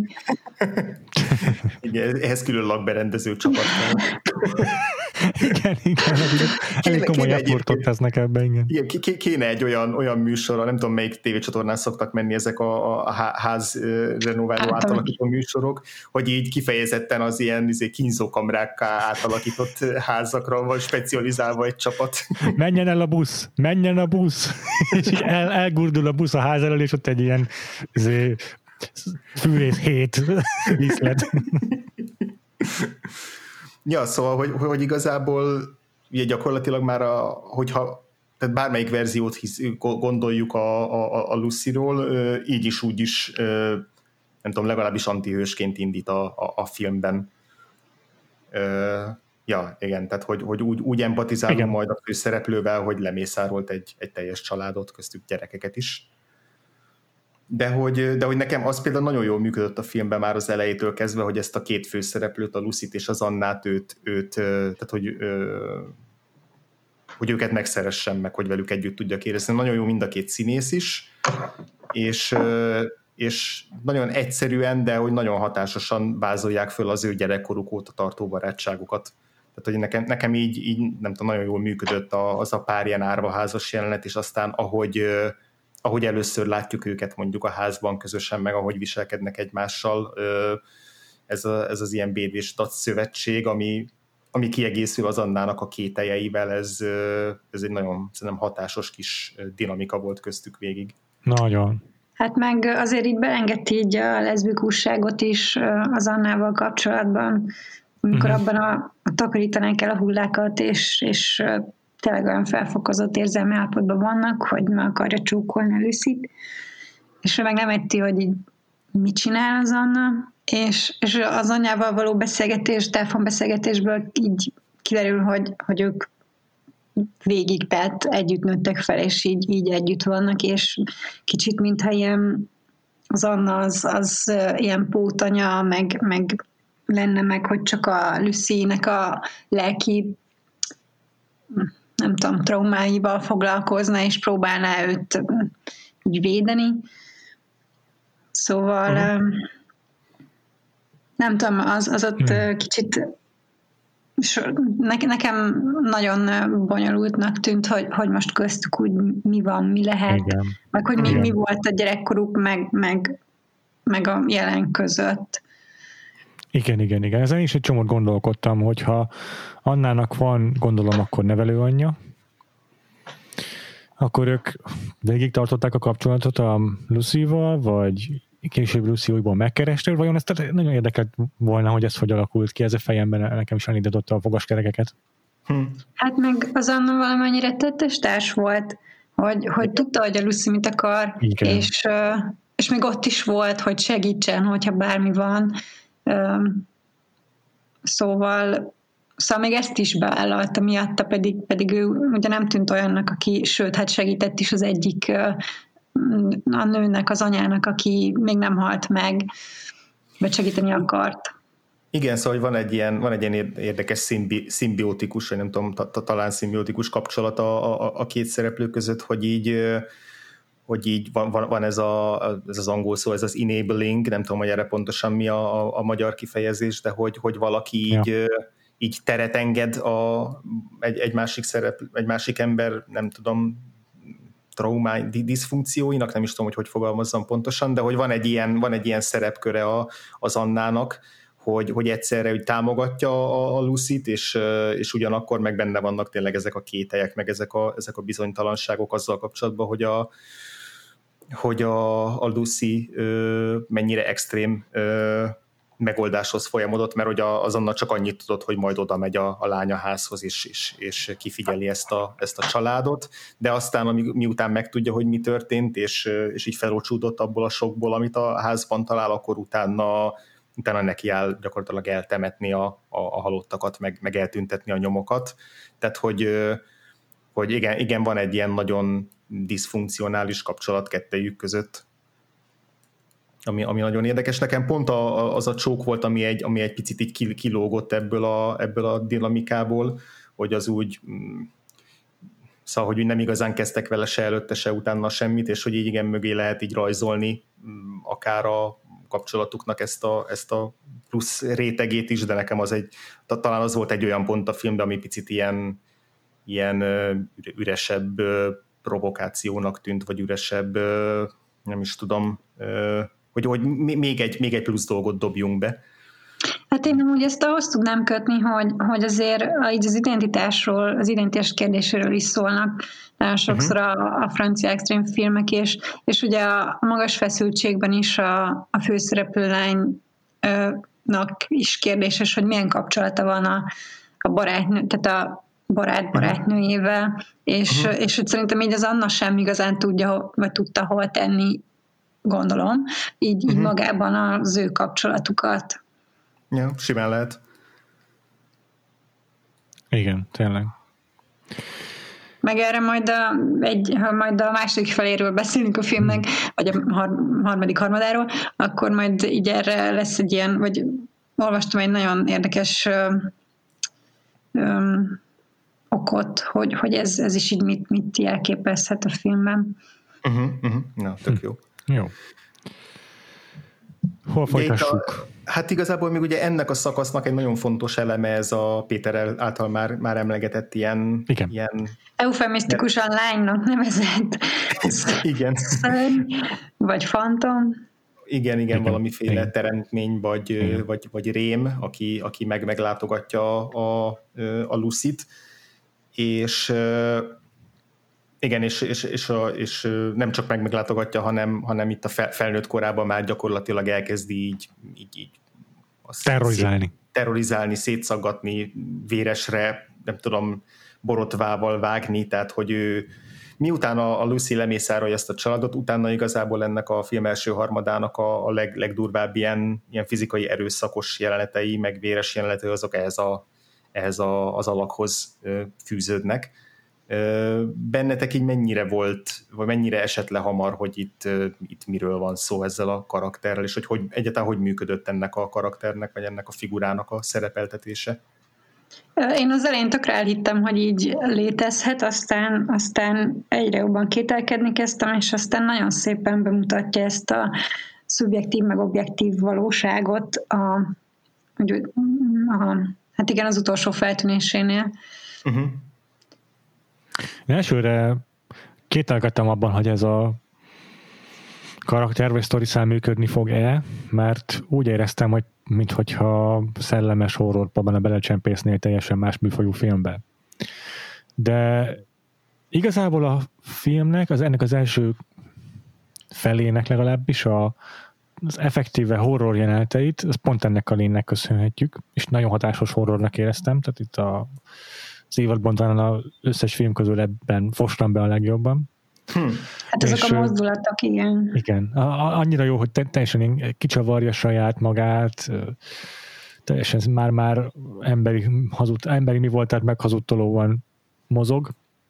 Igen, ehhez külön lakberendező csapat kell. Igen, elég komoly effortot tesznek ebbe, igen. Kéne egy olyan műsorra, nem tudom melyik tévécsatornán szoktak menni ezek a ház renováló átalakító műsorok, hogy így kifejezetten az ilyen kínzókamrákká átalakított házakra van specializálva egy csapat. Menjen a busz! És így elgurdul a busz a ház elől, és ott egy ilyen fűrész 7 viszlet. Ja, szóval, hogy igazából ugye gyakorlatilag már tehát bármelyik verziót gondoljuk a Lucyról, így is úgy is, nem tudom, legalábbis antihősként indít a filmben. Ja, igen, tehát hogy úgy empatizálunk majd a főszereplővel, hogy lemészárolt egy teljes családot, köztük gyerekeket is. De hogy nekem az például nagyon jól működött a filmben már az elejétől kezdve, hogy ezt a két főszereplőt, a Lucyt és az Annát, tehát hogy őket megszeressem meg, hogy velük együtt tudjak érezni. Nagyon jó mind a két színész is, és nagyon egyszerűen, de hogy nagyon hatásosan vázolják föl az ő gyerekkoruk óta tartó barátságukat. Tehát, hogy nekem így nem tudom, nagyon jól működött az a pár ilyen árvaházas jelenet, és aztán ahogy először látjuk őket mondjuk a házban közösen, meg ahogy viselkednek egymással, ez az ilyen BD-s szövetség, ami kiegészül az Annának a kételjeivel, ez egy nagyon szerintem hatásos kis dinamika volt köztük végig. Nagyon. Hát meg azért így beengedti így a leszbikusságot is az Annával kapcsolatban, amikor abban a takarítanánk el a hullákat, és tényleg olyan felfokozott érzelmi állapotban vannak, hogy meg akarja csúkolni a Lucyt, és ő meg nem érti, hogy így mit csinál az Anna, és az anyával való telefonbeszélgetésből így kiderül, hogy ők végig együtt nőttek fel, és így együtt vannak, és kicsit mintha ilyen az Anna az ilyen pótanya, meg lenne meg, hogy csak a Lucy-nek a lelki nem tudom, traumáival foglalkozna, és próbálná őt így védeni. Szóval nem tudom, az ott kicsit nekem nagyon bonyolultnak tűnt, hogy most köztük úgy mi van, mi lehet, igen. Meg hogy mi volt a gyerekkoruk, meg a jelen között. Igen. Ezen is egy csomót gondolkodtam, hogyha Annának van, gondolom, akkor nevelőanyja, akkor ők végig tartották a kapcsolatot a Lucy-val, vagy később Lucy újból megkereste, vajon ezt nagyon érdekelt volna, hogy ez hogy alakult ki, ez a fejemben nekem is elindította a fogaskerekeket. Hát meg az Anna valamennyire tettes társ volt, hogy tudta, hogy a Lucy mit akar, és még ott is volt, hogy segítsen, hogyha bármi van. Szóval még ezt is bevállalta miatta, pedig ő ugye nem tűnt olyannak, aki, sőt, hát segített is az egyik a nőnek, az anyának, aki még nem halt meg, vagy segíteni akart. Igen, szóval van egy ilyen érdekes szimbiotikus, vagy nem tudom, talán szimbiotikus kapcsolat a két szereplő között, hogy így van ez az angol szó, ez az enabling, nem tudom, hogy erre pontosan mi a magyar kifejezés, de hogy valaki így teret enged egy másik ember, nem tudom, traumái, diszfunkcióinak, nem is tudom, hogy fogalmazzam pontosan, de hogy van egy ilyen szerepköre az Annának, hogy egyszerre úgy támogatja a Lucyt, és ugyanakkor meg benne vannak tényleg ezek a kételyek, meg ezek a bizonytalanságok azzal kapcsolatban, hogy a Lucy mennyire extrém megoldáshoz folyamodott, mert hogy az Anna csak annyit tudott, hogy majd oda megy a lányaházhoz, és kifigyeli ezt a családot, de aztán miután megtudja, hogy mi történt, és így felocsúdott abból a sokból, amit a házban talál, akkor utána neki áll gyakorlatilag eltemetni a halottakat, meg eltüntetni a nyomokat. Tehát, hogy igen, van egy ilyen nagyon diszfunkcionális kapcsolat kettejük között, ami nagyon érdekes. Nekem pont az a csók volt, ami egy picit így kilógott ebből a dinamikából, hogy az úgy Szóval, hogy nem igazán kezdtek vele se előtte, se utána semmit, és hogy így igen mögé lehet így rajzolni akár a kapcsolatuknak ezt a plusz rétegét is, de nekem talán az volt egy olyan pont a filmben, ami picit ilyen üresebb provokációnak tűnt, vagy üresebb, nem is tudom, hogy még egy plusz dolgot dobjunk be. Hát én amúgy ezt ahhoz tudnám kötni, hogy azért így az identitásról, az identitás kérdéséről is szólnak nagyon sokszor a francia extrém filmek, és ugye a magas feszültségben is a főszereplő lánynak is kérdéses, hogy milyen kapcsolata van a barátnő, tehát a barátnőjével, és hogy szerintem így az Anna sem igazán tudja, vagy tudta hol tenni, gondolom, így magában az ő kapcsolatukat. Ja, simán lehet. Igen, tényleg. Meg erre ha majd a második feléről beszélünk a filmnek, vagy a harmadik harmadáról, akkor majd így erre lesz egy ilyen, vagy olvastam egy nagyon érdekes okot, hogy ez is így mit jelképezhet a filmben. Na, tök jó. Jó. Hol folytassuk? Hát igazából még ugye ennek a szakasznak egy nagyon fontos eleme ez a Péter által már emlegetett ilyen eufemisztikusan lánynak nevezett. Igen. Vagy fantom. Igen, valamiféle teremtmény, vagy rém, aki meglátogatja a Lucit, és igen, és nem csak meglátogatja, hanem itt a felnőtt korában már gyakorlatilag elkezdi így terrorizálni, szétszaggatni, véresre, nem tudom, borotvával vágni, tehát hogy ő miután a Lucy lemészárolja ezt a családot, utána igazából ennek a film első harmadának a legdurvább ilyen fizikai erőszakos jelenetei, meg véres jelenetei azok ehhez az alakhoz fűződnek. Bennetek így mennyire volt, vagy mennyire esett le hamar, hogy itt miről van szó ezzel a karakterrel, és hogy egyáltalán hogy működött ennek a karakternek, vagy ennek a figurának a szerepeltetése? Én az elején tökre elhittem, hogy így létezhet, aztán egyre jobban kételkedni kezdtem, és aztán nagyon szépen bemutatja ezt a szubjektív meg objektív valóságot hát igen, az utolsó feltűnésénél. Elsőre kételkedtem abban, hogy ez a karakter vagy sztoriszál működni fog-e, mert úgy éreztem, hogy minthogyha szellemes horrorba belecsempésznél teljesen más műfajú filmbe. De igazából a filmnek, ennek az első felének legalábbis az effektíve horror jeleneteit, az pont ennek a lénynek köszönhetjük, és nagyon hatásos horrornak éreztem, tehát itt az évadban talán az összes film közül ebben fostam be a legjobban. Hát ezek a mozdulatok, igen. Igen. Annyira jó, hogy teljesen kicsavarja saját magát, teljesen már emberi mi volt, tehát meghazudtolóan mozog.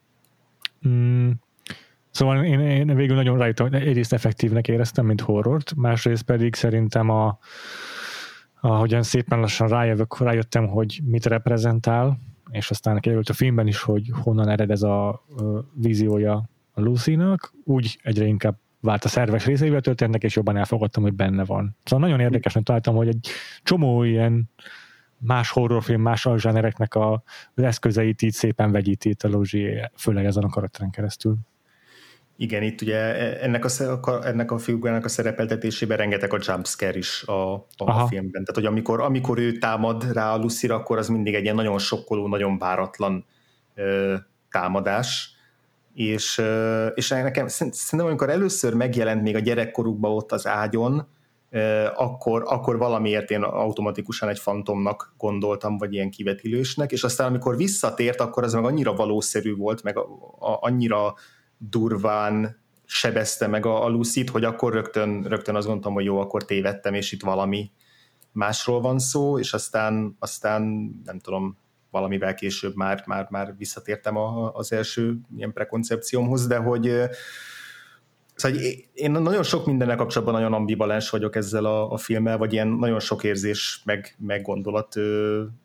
Szóval én végül nagyon rájöttem, egyrészt effektívnek éreztem, mint horrort, másrészt pedig szerintem ahogyan szépen lassan rájöttem, hogy mit reprezentál, és aztán kiderült a filmben is, hogy honnan ered ez a víziója a Lucy-nak, úgy egyre inkább vált a szerves részeivel történnek, és jobban elfogadtam, hogy benne van. Szóval nagyon érdekesnek találtam, hogy egy csomó ilyen más horrorfilm, más alzsánereknek az eszközeit így szépen vegyíti itt a Laugier, főleg ezen a karakteren keresztül. Igen, itt ugye ennek a figurának a szerepeltetésében rengeteg a jumpscare is a filmben. Tehát, hogy amikor ő támad rá a Lucyra, akkor az mindig egy ilyen nagyon sokkoló, nagyon váratlan támadás. És nekem szerintem, amikor először megjelent még a gyerekkorukban ott az ágyon, akkor valamiért én automatikusan egy fantomnak gondoltam, vagy ilyen kivetülősnek, és aztán amikor visszatért, akkor az meg annyira valószerű volt, meg annyira durván sebezte meg a Lucy-t, hogy akkor rögtön azt gondoltam, hogy jó, akkor tévedtem, és itt valami másról van szó, és aztán nem tudom, valamivel később már visszatértem az első ilyen prekoncepciómhoz, de hogy szóval én nagyon sok mindennel kapcsolatban nagyon ambivalens vagyok ezzel a filmmel, vagy ilyen nagyon sok érzés meg gondolat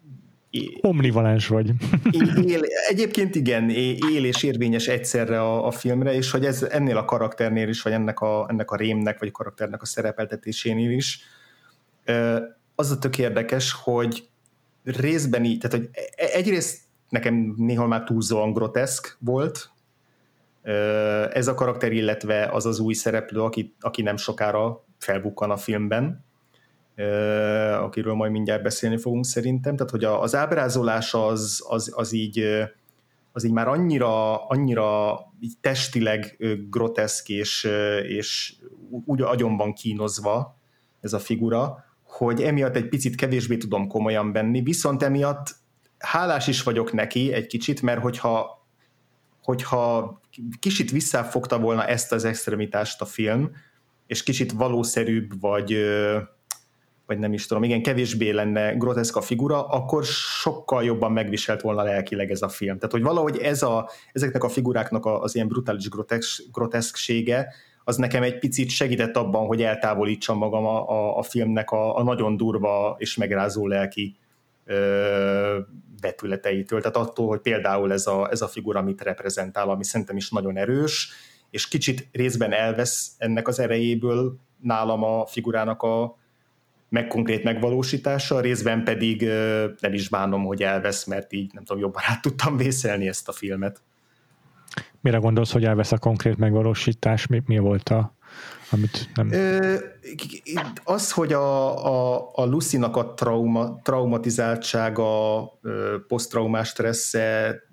Omnivalens vagy. Egyébként igen, él és érvényes egyszerre a filmre, és hogy ez ennél a karakternél is, vagy ennek a rémnek, vagy a karakternek a szerepeltetésénél is, az a tök érdekes, hogy részben így, tehát hogy egyrészt nekem néha már túlzóan groteszk volt ez a karakter, illetve az az új szereplő, aki nem sokára felbukkan a filmben, akiről majd mindjárt beszélni fogunk szerintem. Tehát, hogy az ábrázolás az így már annyira így testileg groteszk, és úgy agyonban kínozva ez a figura, hogy emiatt egy picit kevésbé tudom komolyan venni, viszont emiatt hálás is vagyok neki egy kicsit, mert hogyha kicsit visszafogta volna ezt az extremitást a film, és kicsit valószerűbb, vagy nem is tudom, igen, kevésbé lenne groteszk a figura, akkor sokkal jobban megviselt volna lelkileg ez a film. Tehát, hogy valahogy ezeknek a figuráknak az ilyen brutális groteszksége, az nekem egy picit segített abban, hogy eltávolítsam magam a filmnek a nagyon durva és megrázó lelki vetületeitől. Tehát attól, hogy például ez a figura, amit reprezentál, ami szerintem is nagyon erős, és kicsit részben elvesz ennek az erejéből nálam a figurának a konkrét megvalósítása, részben pedig nem is bánom, hogy elvesz, mert így nem tudom, jobban át tudtam vészelni ezt a filmet. Mire gondolsz, hogy elvesz a konkrét megvalósítás? Mi volt amit nem... Az, hogy a Lucy-nak a traumatizáltsága, posztraumás stressze,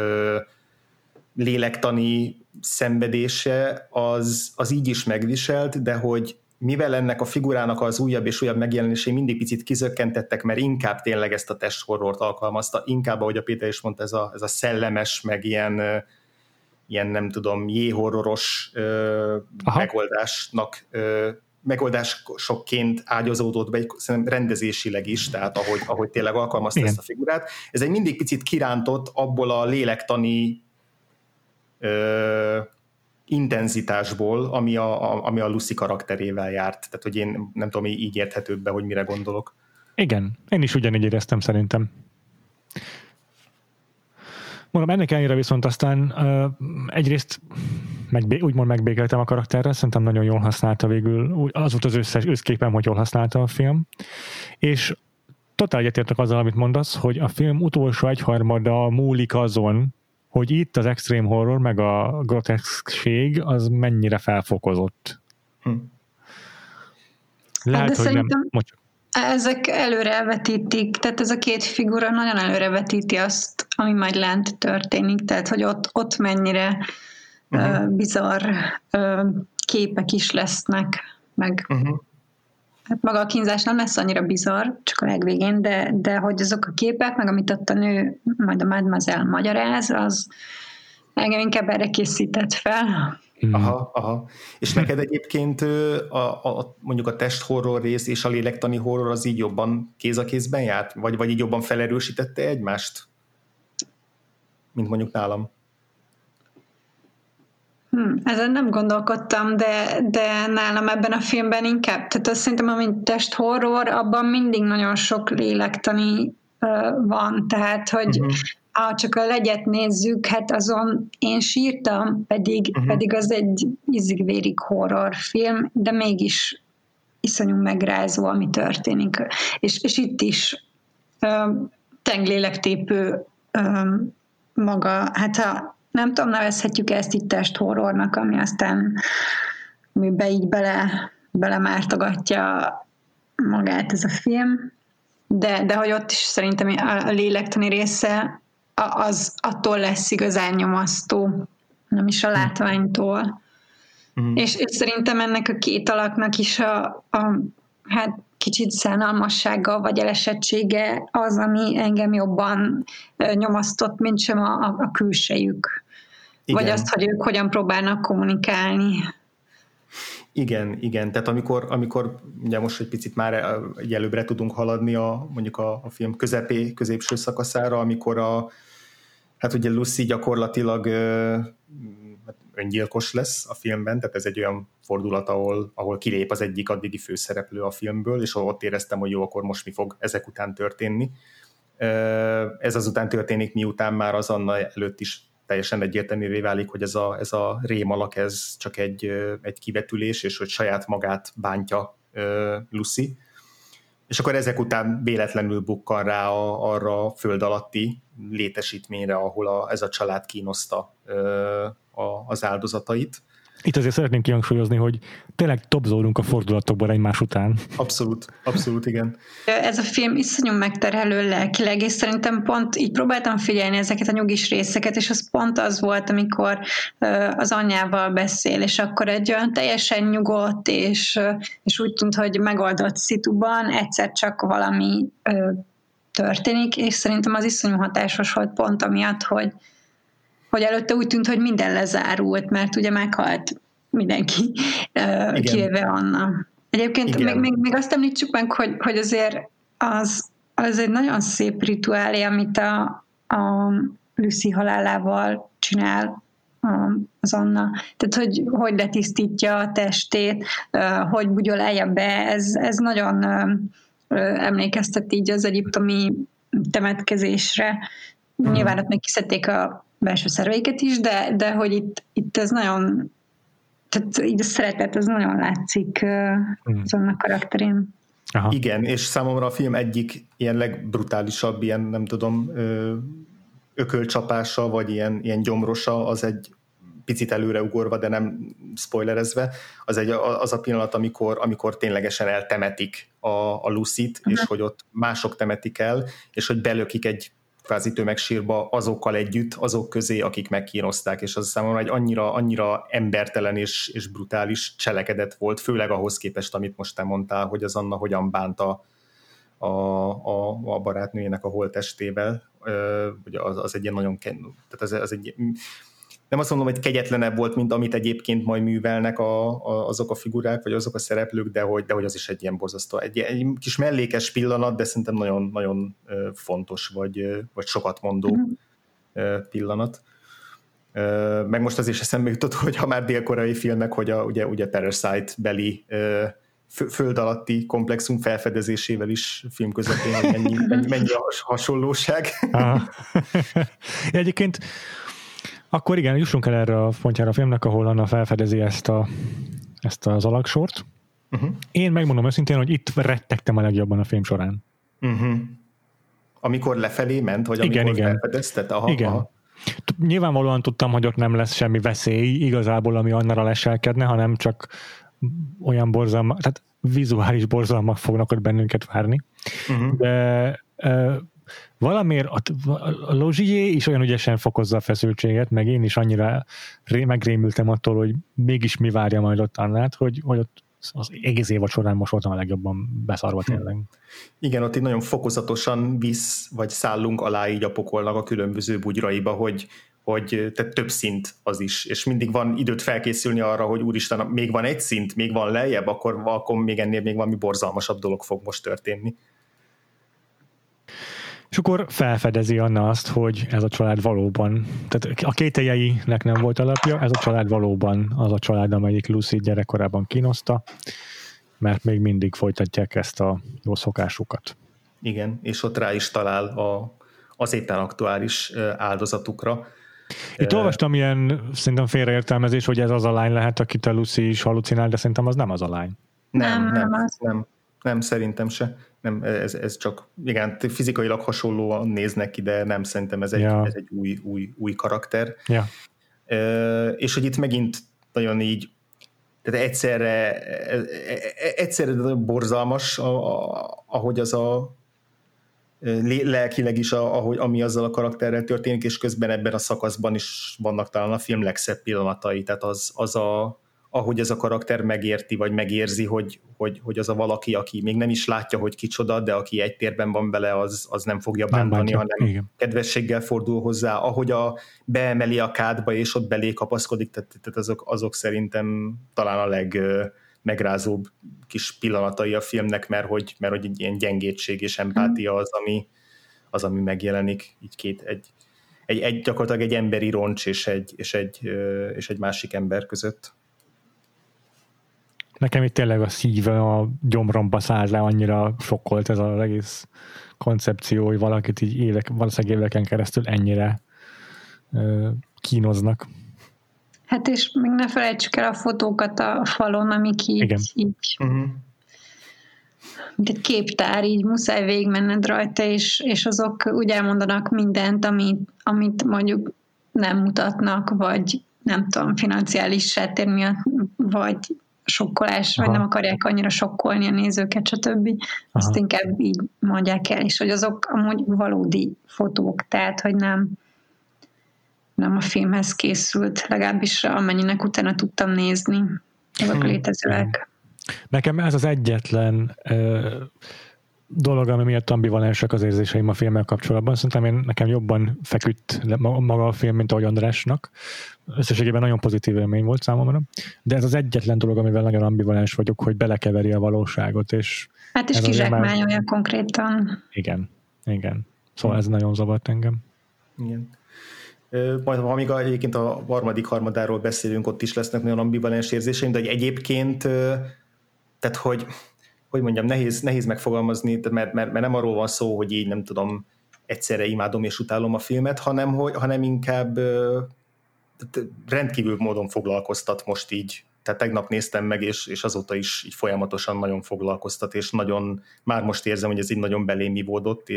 lélektani szenvedése, az így is megviselt, de hogy mivel ennek a figurának az újabb és újabb megjelenései mindig picit kizökkentettek, mert inkább tényleg ezt a testhorrort alkalmazta, inkább, ahogy a Péter is mondta, ez a szellemes, meg ilyen nem tudom, J-horroros megoldásokként ágyazódott be, szerintem rendezésileg is, tehát ahogy tényleg alkalmazta ezt a figurát. Ez egy mindig picit kirántott abból a lélektani intenzitásból, ami a Lucy karakterével járt. Tehát, hogy én nem tudom, így érthetőbb be, hogy mire gondolok. Igen, én is ugyanígy éreztem szerintem. Mondom, ennek ellenére viszont aztán egyrészt úgymond megbékeltem a karakterrel, szerintem nagyon jól használta végül, az volt az összképem, hogy jól használta a film, és totál egyetértek azzal, amit mondasz, hogy a film utolsó egyharmada múlik azon, hogy itt az extreme horror, meg a groteszkség az mennyire felfokozott. Lehet, hogy nem... Ezek előre elvetítik, tehát ez a két figura nagyon előrevetíti azt, ami majd lent történik, tehát hogy ott mennyire bizarr képek is lesznek, meg hát maga a kínzás nem lesz annyira bizarr, csak a legvégén, de hogy azok a képek, meg amit ott a nő, majd a Mademoiselle magyaráz, az engem inkább erre készített fel. Aha. És neked egyébként mondjuk a testhorror rész és a lélektani horror az így jobban kéz a kézben járt? Vagy így jobban felerősítette egymást? Mint mondjuk nálam. Ezen nem gondolkodtam, de nálam ebben a filmben inkább. Tehát azt szerintem, amint testhorror, abban mindig nagyon sok lélektani van. Tehát, hogy ha csak a legyet nézzük, hát azon én sírtam, pedig az egy ízig-vérig horrorfilm, de mégis iszonyú megrázó, ami történik. És itt is tenglélekhtépő maga, hát ha nem tudom, nevezhetjük ezt itt testhorrornak, ami aztán amiben így belemártogatja magát ez a film, de hogy ott is szerintem a lélektani része az attól lesz igazán nyomasztó, nem is a látványtól. És szerintem ennek a két alaknak is hát kicsit szánalmassága vagy elesettsége az, ami engem jobban nyomasztott, mint sem a külsejük. Igen. Vagy azt, hogy ők hogyan próbálnak kommunikálni. Igen. Tehát amikor ugye most egy picit már előbbre tudunk haladni mondjuk a film középső szakaszára, amikor hát ugye Lucy gyakorlatilag öngyilkos lesz a filmben, tehát ez egy olyan fordulat, ahol kilép az egyik addigi főszereplő a filmből, és ott éreztem, hogy jó, akkor most mi fog ezek után történni. Ez azután történik, miután már az Anna előtt is teljesen egyértelművé válik, hogy ez a rémalak, ez csak egy kivetülés, és hogy saját magát bántja Lucy. És akkor ezek után véletlenül bukkan rá arra a föld alatti létesítményre, ahol ez a család kínoszta az áldozatait. Itt azért szeretném kihangsúlyozni, hogy tényleg topzolunk a fordulatokban egymás után. Abszolút, igen. Ez a film iszonyú megterhelő lelkileg, és szerintem pont így próbáltam figyelni ezeket a nyugis részeket, és az pont az volt, amikor az anyjával beszél, és akkor egy olyan teljesen nyugodt, és úgy tűnt, hogy megoldott szituban egyszer csak valami történik, és szerintem az iszonyú hatásos volt pont amiatt, hogy előtte úgy tűnt, hogy minden lezárult, mert ugye meghalt mindenki, kivéve Anna. Egyébként még azt említsük meg, hogy azért az egy nagyon szép rituálé, amit a Lucy halálával csinál az Anna. Tehát, hogy letisztítja a testét, hogy bugyolálja be, ez nagyon emlékeztet így az egyiptomi temetkezésre. Nyilván ott még kiszedték a belső szerveiket is, de hogy itt ez nagyon, tehát így a szeretet, az nagyon látszik az annak karakterén. Aha. Igen, és számomra a film egyik ilyen legbrutálisabb, ilyen nem tudom, ökölcsapása, vagy ilyen gyomrosa, az egy picit előreugorva, de nem spoilerezve, az a pillanat, amikor ténylegesen eltemetik a Lucyt, és hogy ott mások temetik el, és hogy belökik egy kvázi tömegsírba azokkal együtt, azok közé, akik megkínozták, és az számomra egy annyira embertelen és brutális cselekedet volt, főleg ahhoz képest, amit most te mondtál, hogy az Anna hogyan bánta a barátnőjének a holttestével, ugye az egy ilyen nagyon, tehát az egy, nem azt mondom, hogy kegyetlenebb volt, mint amit egyébként majd művelnek azok a figurák, vagy azok a szereplők, de hogy az is egy ilyen borzasztó, egy kis mellékes pillanat, de szerintem nagyon, nagyon fontos, vagy sokat mondó pillanat. Meg most az is eszembe jutott, hogy ha már dél-koreai filmek, hogy ugye Parasite beli föld alatti komplexum felfedezésével is film közepén, hogy mennyi a hasonlóság. Egyébként akkor igen, jussunk el erre a pontjára a filmnek, ahol Anna felfedezi ezt az alaksort. Én megmondom őszintén, hogy itt rettegtem a legjobban a film során. Amikor lefelé ment, vagy amikor felfedezted? Igen. Nyilvánvalóan tudtam, hogy ott nem lesz semmi veszély igazából, ami Annára leselkedne, hanem csak olyan borzalmak, tehát vizuális borzalmak fognak ott bennünket várni. De valamiért a Logier is olyan ügyesen fokozza a feszültséget, meg én is annyira megrémültem attól, hogy mégis mi várja majd ott Annát, hogy ott az egész évad során most voltam a legjobban beszarva tényleg. Igen, ott így nagyon fokozatosan vagy szállunk alá így a pokolnak a különböző bugyraiba, hogy tehát több szint az is, és mindig van időt felkészülni arra, hogy úristen, még van egy szint, még van lejjebb, akkor még ennél még valami borzalmasabb dolog fog most történni. És akkor felfedezi Anna azt, hogy ez a család valóban, tehát a kételjeinek nem volt alapja, ez a család valóban az a család, amelyik Lucy gyerekkorában kínoszta, mert még mindig folytatják ezt a jó szokásukat. Igen, és ott rá is talál az éppen aktuális áldozatukra. Itt olvastam ilyen szerintem félreértelmezés, hogy ez az a lány lehet, akit a Lucy is halucinál, de szerintem az nem az a lány. Nem, szerintem se. Nem, ez csak, igen, fizikailag hasonlóan néznek ki, de nem, szerintem ez egy új karakter. Ja. És hogy itt megint nagyon így, tehát egyszerre borzalmas, ahogy az a lelkileg is, ami azzal a karakterrel történik, és közben ebben a szakaszban is vannak talán a film legszebb pillanatai, tehát ahogy ez a karakter megérti, vagy megérzi, hogy az a valaki, aki még nem is látja, hogy kicsoda, de aki egy térben van vele, az nem fogja bántani, hanem igen, kedvességgel fordul hozzá, ahogy beemeli a kádba, és ott belé kapaszkodik, tehát azok szerintem talán a legmegrázóbb kis pillanatai a filmnek, mert hogy egy ilyen gyengétség és empátia az, ami megjelenik így gyakorlatilag egy emberi roncs és egy másik ember között. Nekem itt tényleg a szíve a gyomromba szállt le, annyira sokkolt ez az egész koncepció, hogy valakit így valószínűleg éveken keresztül ennyire kínoznak. Hát és még ne felejtsük el a fotókat a falon, amik így mint egy képtár, így muszáj végigmenned rajta, és azok úgy elmondanak mindent, amit mondjuk nem mutatnak, vagy nem tudom, financiális sáttér miatt, vagy sokkolás, vagy nem akarják annyira sokkolni a nézőket, stb. Azt inkább így mondják el, és hogy azok amúgy valódi fotók, tehát, hogy nem a filmhez készült, legalábbis amennyinek utána tudtam nézni. Azok létezőek. Nekem ez az egyetlen dolog, ami miatt ambivalensak az érzéseim a filmmel kapcsolatban. Szerintem nekem jobban feküdt maga a film, mint ahogy Andrásnak. Összességében nagyon pozitív élmény volt számomra. De ez az egyetlen dolog, amivel nagyon ambivalens vagyok, hogy belekeveri a valóságot. És hát és kizsákmányolja konkrétan. Igen. Szóval ez nagyon zavart engem. Igen. Majd amíg egyébként a harmadáról beszélünk, ott is lesznek nagyon ambivalens érzéseim, de egyébként tehát hogy mondjam, nehéz megfogalmazni, mert nem arról van szó, hogy így nem tudom, egyszerre imádom és utálom a filmet, hanem inkább rendkívül módon foglalkoztat most így. Tehát tegnap néztem meg, és azóta is így folyamatosan nagyon foglalkoztat, és nagyon, már most érzem, hogy ez így nagyon belém ivódott,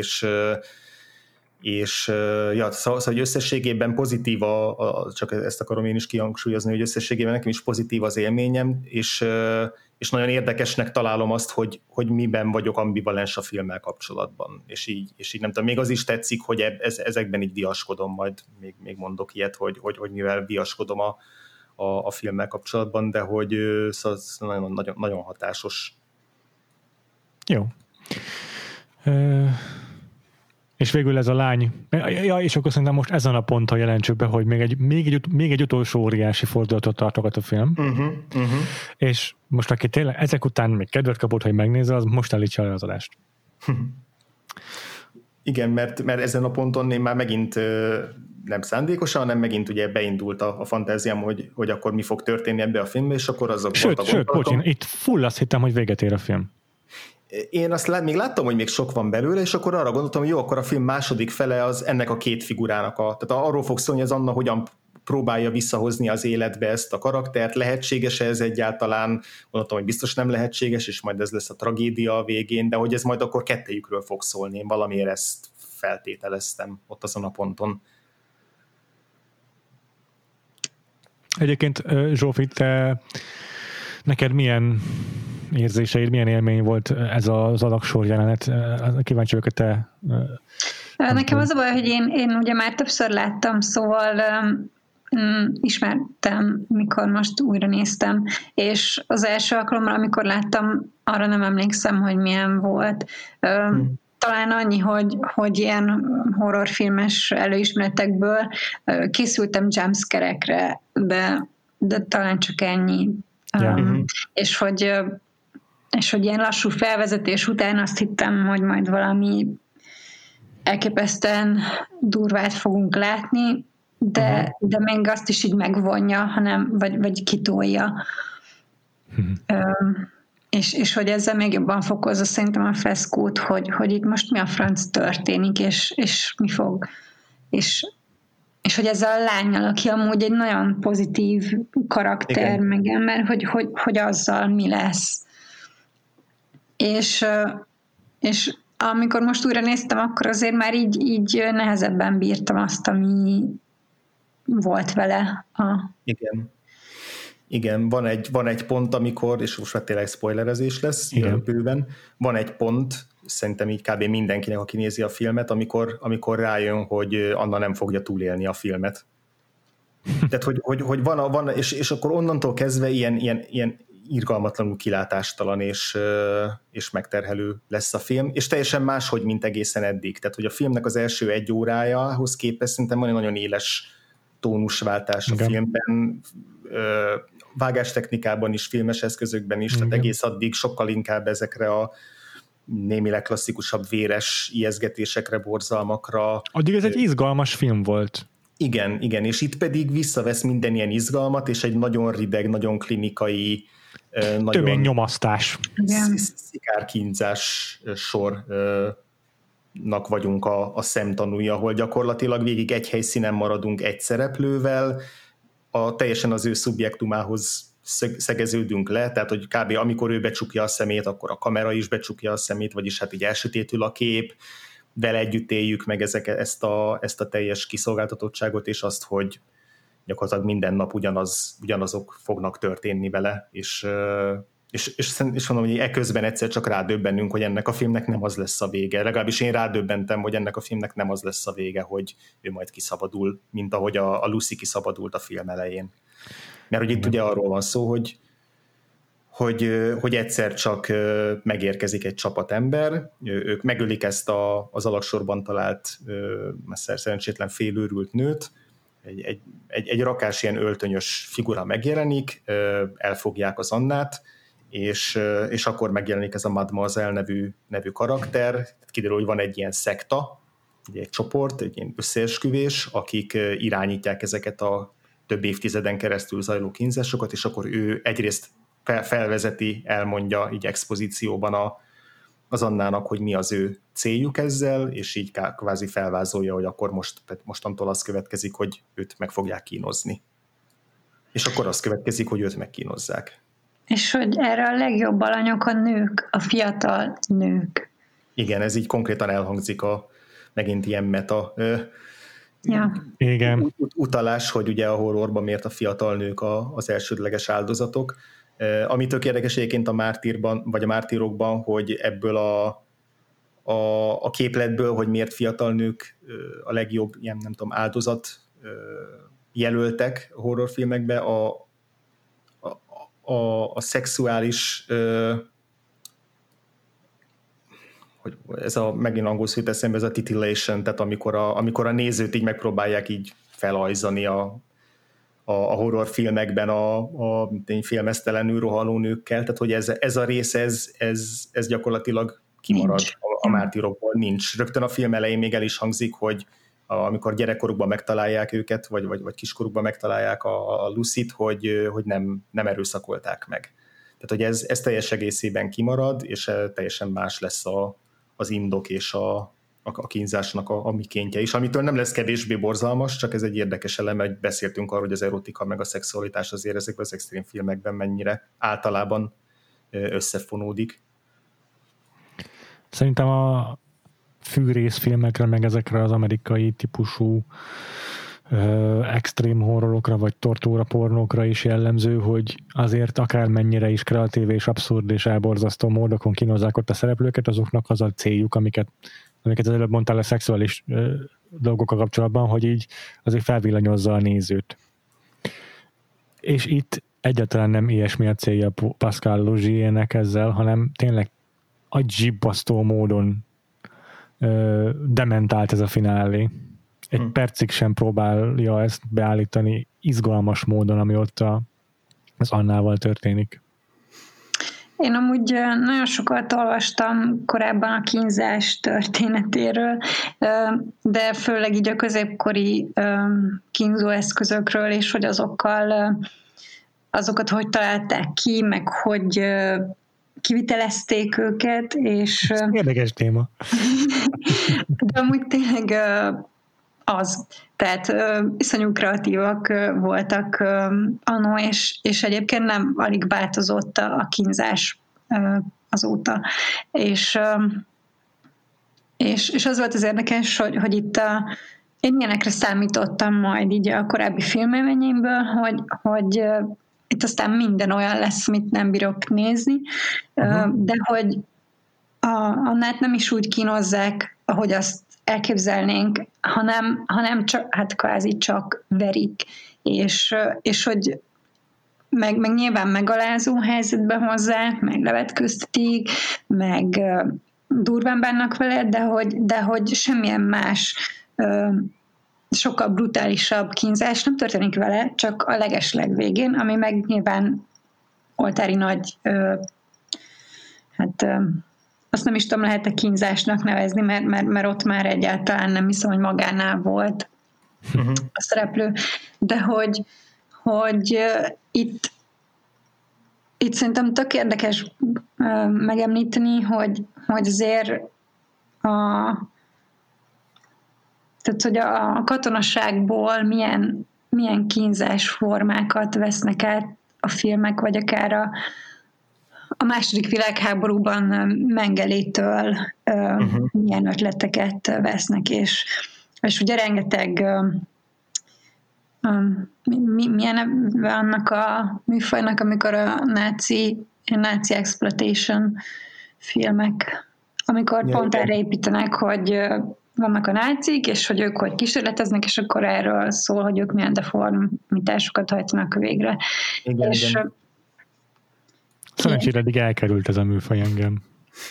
és szóval, hogy összességében pozitív, csak ezt akarom én is kihangsúlyozni, hogy összességében nekem is pozitív az élményem, és nagyon érdekesnek találom azt, hogy miben vagyok ambivalens a filmmel kapcsolatban. És így nem tudom, még az is tetszik, hogy ezekben így viaskodom, majd még mondok ilyet, hogy mivel viaskodom a filmmel kapcsolatban, de hogy szóval nagyon, nagyon, nagyon hatásos. Jó. És végül ez a lány, és akkor szerintem most ezen a ponton jelentsük be, hogy még egy utolsó óriási fordulatot tartogat a film, és most aki tényleg ezek után még kedvet kapott, hogy megnézze, az most állítsa le az adást. Igen, mert ezen a ponton én már megint nem szándékosan, hanem megint ugye beindult a fantáziám, hogy akkor mi fog történni ebbe a filmbe, és akkor azok Sőt, bocs, itt full azt hittem, hogy véget ér a film. Én azt még láttam, hogy még sok van belőle, és akkor arra gondoltam, hogy jó, akkor a film második fele az ennek a két figurának tehát arról fog szólni, hogy az Anna hogyan próbálja visszahozni az életbe ezt a karaktert, lehetséges-e ez egyáltalán, gondoltam, hogy biztos nem lehetséges, és majd ez lesz a tragédia a végén, de hogy ez majd akkor kettejükről fog szólni, én valamiért ezt feltételeztem ott azon a ponton. Egyébként Zsófi, neked milyen érzéseid, milyen élmény volt ez az alaksor jelenet? Kíváncsi vagyok, hogy te... Nekem az a baj, hogy én ugye már többször láttam, szóval ismertem, mikor most újra néztem, és az első alkalommal, amikor láttam, arra nem emlékszem, hogy milyen volt. Talán annyi, hogy ilyen horrorfilmes előismeretekből készültem jumpscare-ekre, de talán csak ennyi. És hogy ilyen lassú felvezetés után azt hittem, hogy majd valami elképesztően durvát fogunk látni, de még azt is így megvonja, vagy kitolja. És hogy ezzel még jobban fokozza szerintem a feszkót, hogy itt most mi a franc történik, és mi fog, és hogy ezzel a lánnyal, aki amúgy egy nagyon pozitív karakter, mert hogy azzal mi lesz. És amikor most újra néztem, akkor azért már így nehezebben bírtam azt, ami volt vele. Igen, van egy pont, amikor, és most már tényleg spoilerezés lesz, bőven, van egy pont, szerintem így kb. Mindenkinek, aki nézi a filmet, amikor rájön, hogy Anna nem fogja túlélni a filmet. Tehát, hogy van és akkor onnantól kezdve ilyen irgalmatlanul kilátástalan és megterhelő lesz a film, és teljesen máshogy, mint egészen eddig. Tehát, hogy a filmnek az első egy órájához képest szerintem van egy nagyon éles tónusváltás a filmben, vágástechnikában is, filmes eszközökben is, tehát egész addig sokkal inkább ezekre a némileg klasszikusabb véres ijeszgetésekre, borzalmakra. Addig ez egy izgalmas film volt. Igen, és itt pedig visszavesz minden ilyen izgalmat, és egy nagyon rideg, nagyon klinikai Tömény nyomasztás. Szikárkínzás sornak vagyunk a szemtanúi, ahol gyakorlatilag végig egy helyszínen maradunk egy szereplővel, teljesen az ő szubjektumához szegeződünk le, tehát hogy kb. Amikor ő becsukja a szemét, akkor a kamera is becsukja a szemét, vagyis hát így elsötétül a kép, vele együtt éljük meg ezt a teljes kiszolgáltatottságot, és azt, hogy gyakorlatilag minden nap ugyanazok fognak történni vele, és mondom, hogy eközben egyszer csak rádöbbennünk, hogy ennek a filmnek nem az lesz a vége. Legalábbis én rádöbbentem, hogy ennek a filmnek nem az lesz a vége, hogy ő majd kiszabadul, mint ahogy a Lucy kiszabadult a film elején. Mert hogy itt ugye arról van szó, hogy egyszer csak megérkezik egy csapat ember, ők megölik ezt az alagsorban talált szerencsétlen félőrült nőt, egy rakás ilyen öltönyös figura megjelenik, elfogják az Annát, és akkor megjelenik ez a Mademoiselle nevű karakter. Kiderül, hogy van egy ilyen szekta, egy csoport, egy ilyen összeesküvés, akik irányítják ezeket a több évtizeden keresztül zajló kínzásokat, és akkor ő egyrészt felvezeti, elmondja így expozícióban az Annának, hogy mi az ő céljuk ezzel, és így kvázi felvázolja, hogy akkor mostantól az következik, hogy őt meg fogják kínozni. És akkor az következik, hogy őt megkínozzák. És hogy erre a legjobb alanyok a nők, a fiatal nők. Igen, ez így konkrétan elhangzik megint ilyen meta igen. Utalás, hogy ugye a horrorban miért a fiatal nők az elsődleges áldozatok. Ami tök érdekes egyébként a Mártírban, vagy a Mártírokban, hogy ebből a képletből, hogy miért fiatal nők a legjobb ilyen, nem tudom, áldozat jelöltek horrorfilmekbe, a szexuális hogy ez megint angol szó jut eszembe, ez a titillation, tehát amikor a nézőt így megpróbálják így felajzani a horrorfilmekben a filmesztelenül rohanó nőkkel, tehát hogy ez a rész, ez gyakorlatilag kimarad a Mártírokból, nincs. Rögtön a film elején még el is hangzik, hogy amikor gyerekkorukban megtalálják őket, vagy kiskorukban megtalálják a Lucyt, hogy nem erőszakolták meg. Tehát, hogy ez teljes egészében kimarad, és teljesen más lesz az indok és a kínzásnak a mikéntje is, amitől nem lesz kevésbé borzalmas, csak ez egy érdekes eleme, hogy beszéltünk arról, hogy az erotika meg a szexualitás azért ezekben az extrém filmekben mennyire általában összefonódik. Szerintem a fűrészfilmekre, meg ezekre az amerikai típusú extrém horrorokra, vagy tortúra pornókra is jellemző, hogy azért akármennyire is kreatív és abszurd és elborzasztó módokon kínozzák ott a szereplőket, azoknak az a céljuk, amiket az előbb mondtál a szexuális dolgokkal kapcsolatban, hogy így azért felvillanyozza a nézőt. És itt egyáltalán nem ilyesmi a célja Pascal Laugier-nek ezzel, hanem tényleg agyibbasztó módon dementált ez a finálé. Egy percig sem próbálja ezt beállítani izgalmas módon, ami ott az Annával történik. Én amúgy nagyon sokat olvastam korábban a kínzás történetéről, de főleg így a középkori kínzóeszközökről, és hogy azokat hogy találták ki, meg hogy kivitelezték őket, és... Ez érdekes téma. De amúgy tényleg az. Tehát iszonyú kreatívak voltak annó, és egyébként nem alig változott a kínzás azóta. És az volt az érdekes, hogy itt én ilyenekre számítottam majd így a korábbi filmélményeimből, hogy itt aztán minden olyan lesz, amit nem bírok nézni, de hogy Annát nem is úgy kínozzák, ahogy azt elképzelnénk, hanem csak, hát kvázi csak verik, és hogy meg nyilván megalázó helyzetbe hozzák, meg levetköztetik, meg durván bánnak vele, de hogy semmilyen más sokkal brutálisabb kínzás nem történik vele, csak a legesleg végén, ami meg nyilván oltári nagy azt nem is tudom, lehet-e kínzásnak nevezni, mert ott már egyáltalán nem hiszem, hogy magánál volt a szereplő, de hogy itt itt szerintem tök érdekes megemlíteni, hogy azért tehát, hogy a katonaságból milyen kínzás formákat vesznek át a filmek, vagy akár a második világháborúban Mengelétől milyen ötleteket vesznek, és ugye rengeteg milyen annak a műfajnak, amikor a náci exploitation filmek, amikor pont erre építenek, hogy vannak a nácik, és hogy ők hogy kísérleteznek, és akkor erről szól, hogy ők milyen deformitásokat hajtanak végre. Igen, és igen. Szerencsére eddig elkerült ez a műfaj engem.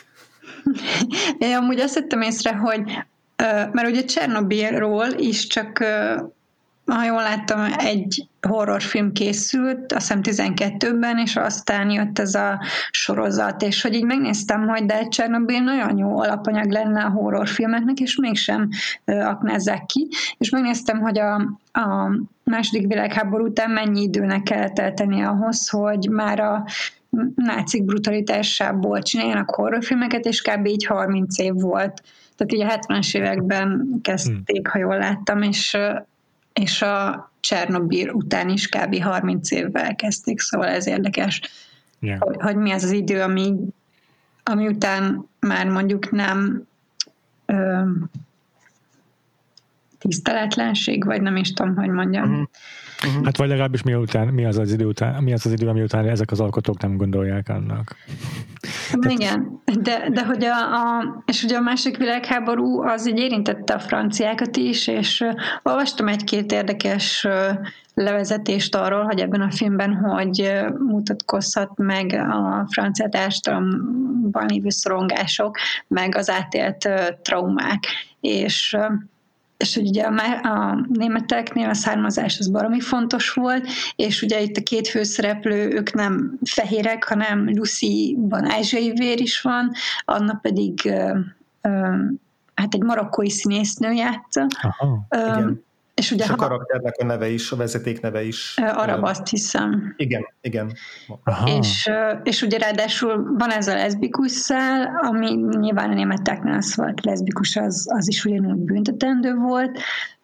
Én amúgy azt vettem észre, hogy mert ugye Csernobilról is csak, ha jól láttam, egy horrorfilm készült, azt hiszem 12-ben, és aztán jött ez a sorozat, és hogy így megnéztem, hogy de Csernobil nagyon jó alapanyag lenne a horrorfilmeknek, és mégsem aknázzák ki, és megnéztem, hogy a második világháború után mennyi időnek kellett eltenni ahhoz, hogy már a nácik brutalitásából csináljanak horrorfilmeket, és kb. Így 30 év volt. Tehát így a 70-es években kezdték, ha jól láttam, és a Csernobil után is kb. 30 évvel kezdték, szóval ez érdekes, hogy mi az idő, ami után már mondjuk nem tiszteletlenség, vagy nem is tudom, hogy mondjam. Hát vagy legalábbis mi az az idő, ami után ezek az alkotók nem gondolják annak. Igen, de hogy és ugye a második világháború az így érintette a franciákat is, és olvastam egy-két érdekes levezetést arról, hogy ebben a filmben hogy mutatkozhat meg a francia társadalomban lévő szorongások, meg az átélt traumák, és hogy ugye a németeknél a származás az baromi fontos volt, és ugye itt a két főszereplő, ők nem fehérek, hanem Lucy-ban ázsiai vér is van, Anna pedig hát egy marokkói színésznő játsza. Igen. És ugye a karakternek a neve is, a vezeték neve is. Arab, azt hiszem. Igen. És ugye ráadásul van ez a leszbikus szál, ami nyilván a németeknél szóval leszbikus az is ugyanúgy büntetendő volt.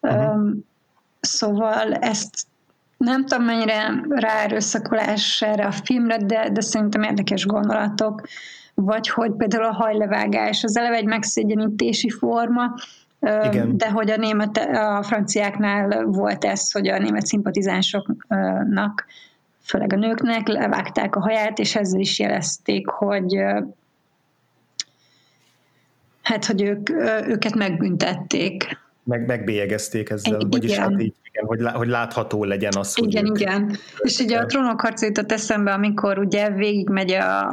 Szóval ezt nem tudom mennyire ráerőszakolás erre a filmre, de szerintem érdekes gondolatok, vagy hogy például a hajlevágás, az eleve egy megszégyenítési forma, igen. De hogy a franciáknál volt ez, hogy a német szimpatizánsoknak, főleg a nőknek levágták a haját, és ezzel is jelezték, hogy hogy őket megbüntették. Megbélyegezték ezzel, vagyis hát így, igen, hogy látható legyen az, hogy igen. És ugye a Trónok harca jutott eszembe, amikor ugye végigmegy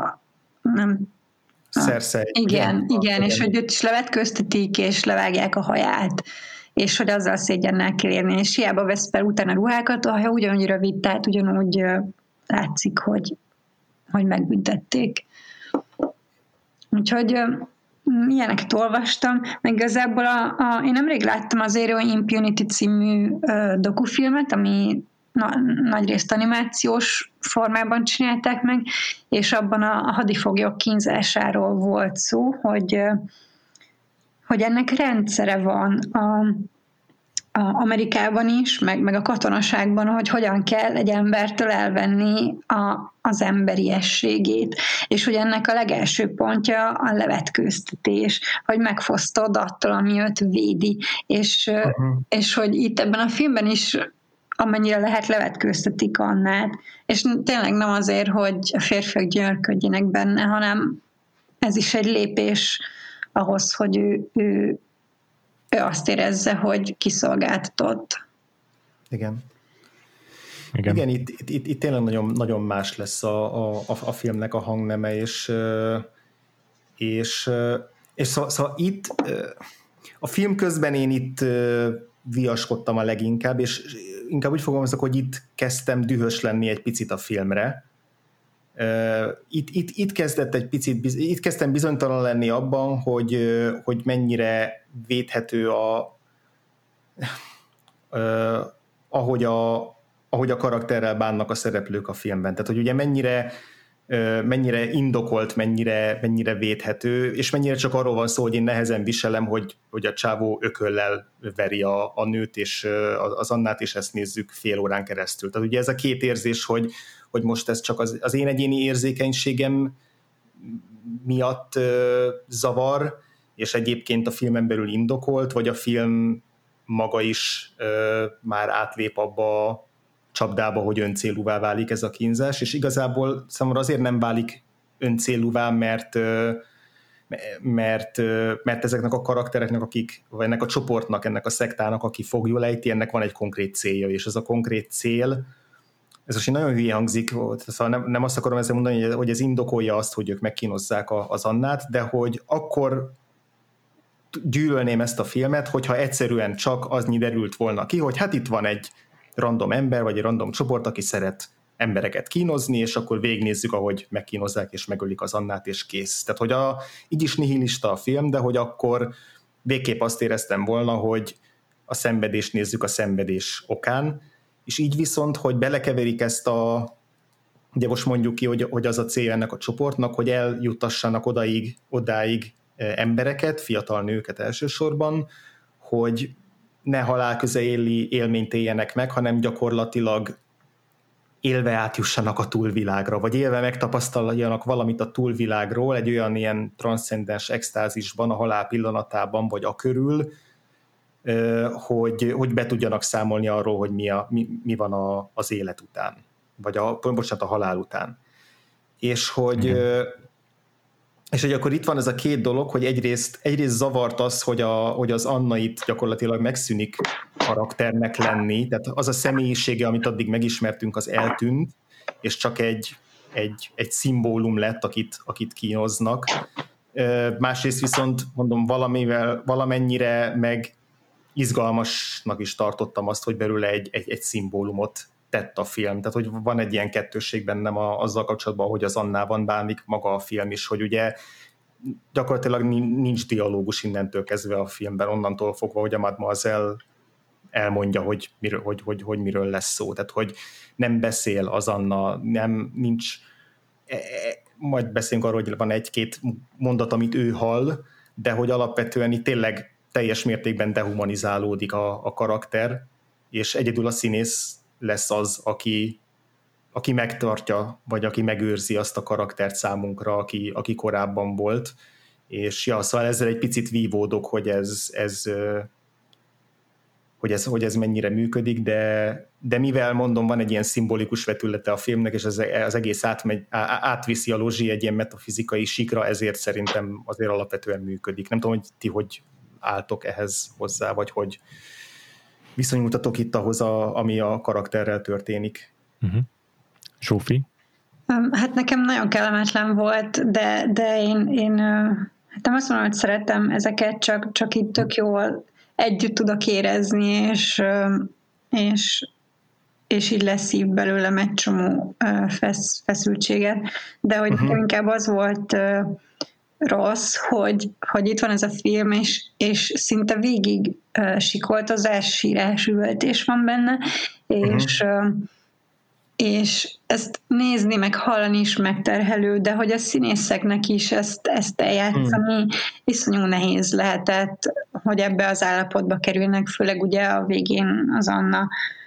Cersei. Igen, és hogy őt is levetköztetik, és levágják a haját, és hogy azzal szégyennel kell érni, és hiába vesz fel utána ruhákat, a haja ugyanúgy rövid, tehát ugyanúgy látszik, hogy megbüntették. Úgyhogy ilyeneket olvastam, meg igazából én nemrég láttam az Zero Impunity című dokufilmet, ami nagyrészt animációs formában csinálták meg, és abban a hadifoglyok kínzásáról volt szó, hogy ennek rendszere van Amerikában is, meg a katonaságban, hogy hogyan kell egy embertől elvenni az emberiességét, és hogy ennek a legelső pontja a levetkőztetés, hogy megfosztod attól, ami őt védi, és hogy itt ebben a filmben is amennyire lehet levetkőztetik Annát, és tényleg nem azért, hogy a férfiak gyönyörködjenek benne, hanem ez is egy lépés ahhoz, hogy ő azt érezze, hogy kiszolgáltatott. Igen, itt tényleg nagyon, nagyon más lesz a filmnek a hangneme, és szóval itt a film közben én itt viaskodtam a leginkább, és inkább úgy fogalmazok, hogy itt kezdtem dühös lenni egy picit a filmre. Itt kezdtem bizonytalan lenni abban, hogy mennyire védhető ahogy a karakterrel bánnak a szereplők a filmben. Tehát, hogy ugye mennyire mennyire indokolt, mennyire védhető, és mennyire csak arról van szó, hogy én nehezen viselem, hogy a csávó ököllel veri a nőt és az Annát, és ezt nézzük fél órán keresztül. Tehát ugye ez a két érzés, hogy most ez csak az én egyéni érzékenységem miatt zavar, és egyébként a filmen belül indokolt, vagy a film maga is már átlép abba a csapdába, hogy öncélúvá válik ez a kínzás, és igazából számomra azért nem válik öncélúvá, mert ezeknek a karaktereknek, vagy ennek a csoportnak, ennek a szektának, aki fogjul ejti, ennek van egy konkrét célja, és ez a konkrét cél, ez most nagyon hülye hangzik, szóval nem azt akarom ezzel mondani, hogy ez indokolja azt, hogy ők megkínozzák az Annát, de hogy akkor gyűlölném ezt a filmet, hogyha egyszerűen csak az derült volna ki, hogy hát itt van egy random ember, vagy egy random csoport, aki szeret embereket kínozni, és akkor végignézzük, ahogy megkínozzák, és megölik az Annát, és kész. Tehát, hogy így is nihilista a film, de hogy akkor végképp azt éreztem volna, hogy a szenvedést nézzük a szenvedés okán, és így viszont, hogy belekeverik ezt ugye most mondjuk ki, hogy az a cél ennek a csoportnak, hogy eljuttassanak odáig embereket, fiatal nőket elsősorban, hogy ne halálközeli élményt éljenek meg, hanem gyakorlatilag élve átjussanak a túlvilágra, vagy élve megtapasztaljanak valamit a túlvilágról, egy olyan ilyen transzcendens extázisban, a halál pillanatában, vagy a körül, hogy be tudjanak számolni arról, hogy mi van az élet után, vagy a halál után. És hogy akkor itt van ez a két dolog, hogy egyrészt zavart az, hogy az Anna itt gyakorlatilag megszűnik karakternek lenni, tehát az a személyisége, amit addig megismertünk, az eltűnt, és csak egy szimbólum lett, akit kínoznak. Másrészt viszont, mondom, valamennyire meg izgalmasnak is tartottam azt, hogy belőle egy szimbólumot tett a film. Tehát, hogy van egy ilyen kettősség bennem azzal kapcsolatban, hogy az Annában bánik maga a film is, hogy ugye gyakorlatilag nincs dialógus innentől kezdve a filmben, onnantól fogva, hogy a Mademoiselle elmondja, hogy miről lesz szó. Tehát, hogy nem beszél az Anna, nincs, majd beszélünk arról, hogy van egy-két mondat, amit ő hall, de hogy alapvetően itt tényleg teljes mértékben dehumanizálódik a karakter, és egyedül a színész lesz az, aki megtartja, vagy aki megőrzi azt a karaktert számunkra, aki korábban volt. És szóval ezzel egy picit vívódok, hogy ez mennyire működik, de mivel mondom, van egy ilyen szimbolikus vetülete a filmnek, és az egész átviszi a Logis egy ilyen metafizikai síkra, ezért szerintem azért alapvetően működik. Nem tudom, hogy ti hogy álltok ehhez hozzá, vagy hogy viszonyultatok itt ahhoz, ami a karakterrel történik. Zsófi? Hát nekem nagyon kellemetlen volt, de én hát nem azt mondom, hogy szeretem ezeket, csak itt tök jól együtt tudok érezni, és így leszív belőlem egy csomó feszültséget, de hogy inkább az volt rossz, hogy itt van ez a film, és szinte végig sikoltozás, sírás, üvöltés van benne, és ezt nézni, meg hallani is megterhelő, de hogy a színészeknek is ezt eljátszani iszonyú nehéz lehetett, hogy ebbe az állapotba kerülnek, főleg ugye a végén az Anna.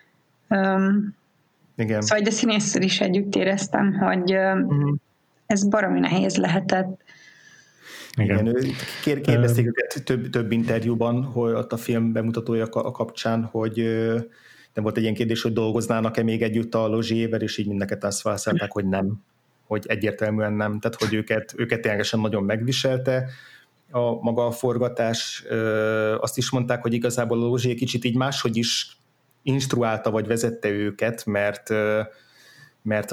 Igen. Szóval de színésszel is együtt éreztem, hogy ez baromi nehéz lehetett. Igen, kérdezték őket több interjúban, hogy ott a film bemutatója kapcsán, hogy nem volt egy ilyen kérdés, hogy dolgoznának-e még együtt a Logis-ével, és így mindeket azt válaszolták, hogy nem, hogy egyértelműen nem, tehát hogy őket ténylegesen nagyon megviselte maga a forgatás. Azt is mondták, hogy igazából a Logis kicsit így máshogy is instruálta, vagy vezette őket, mert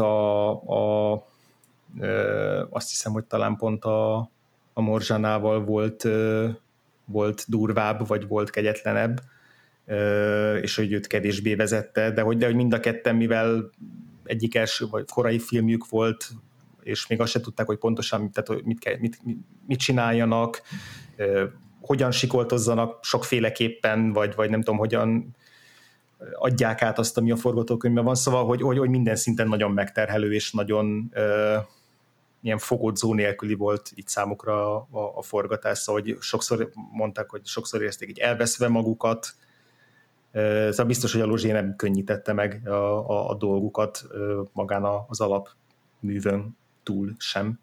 azt hiszem, hogy talán pont a Morzsanával volt durvább, vagy volt kegyetlenebb, és hogy őt kevésbé vezette, de hogy mind a ketten, mivel egyik első vagy korai filmjük volt, és még azt se tudták, hogy pontosan tehát, mit csináljanak, hogyan sikoltozzanak sokféleképpen, vagy nem tudom, hogyan adják át azt, ami a forgatókönyvben van, szóval, hogy minden szinten nagyon megterhelő, és nagyon ilyen fogodzó nélküli volt így számukra a forgatás, szóval hogy sokszor mondták, hogy sokszor érezték így elveszve magukat, szóval biztos, hogy a Losier nem könnyítette meg a dolgukat magán az alapművön túl sem.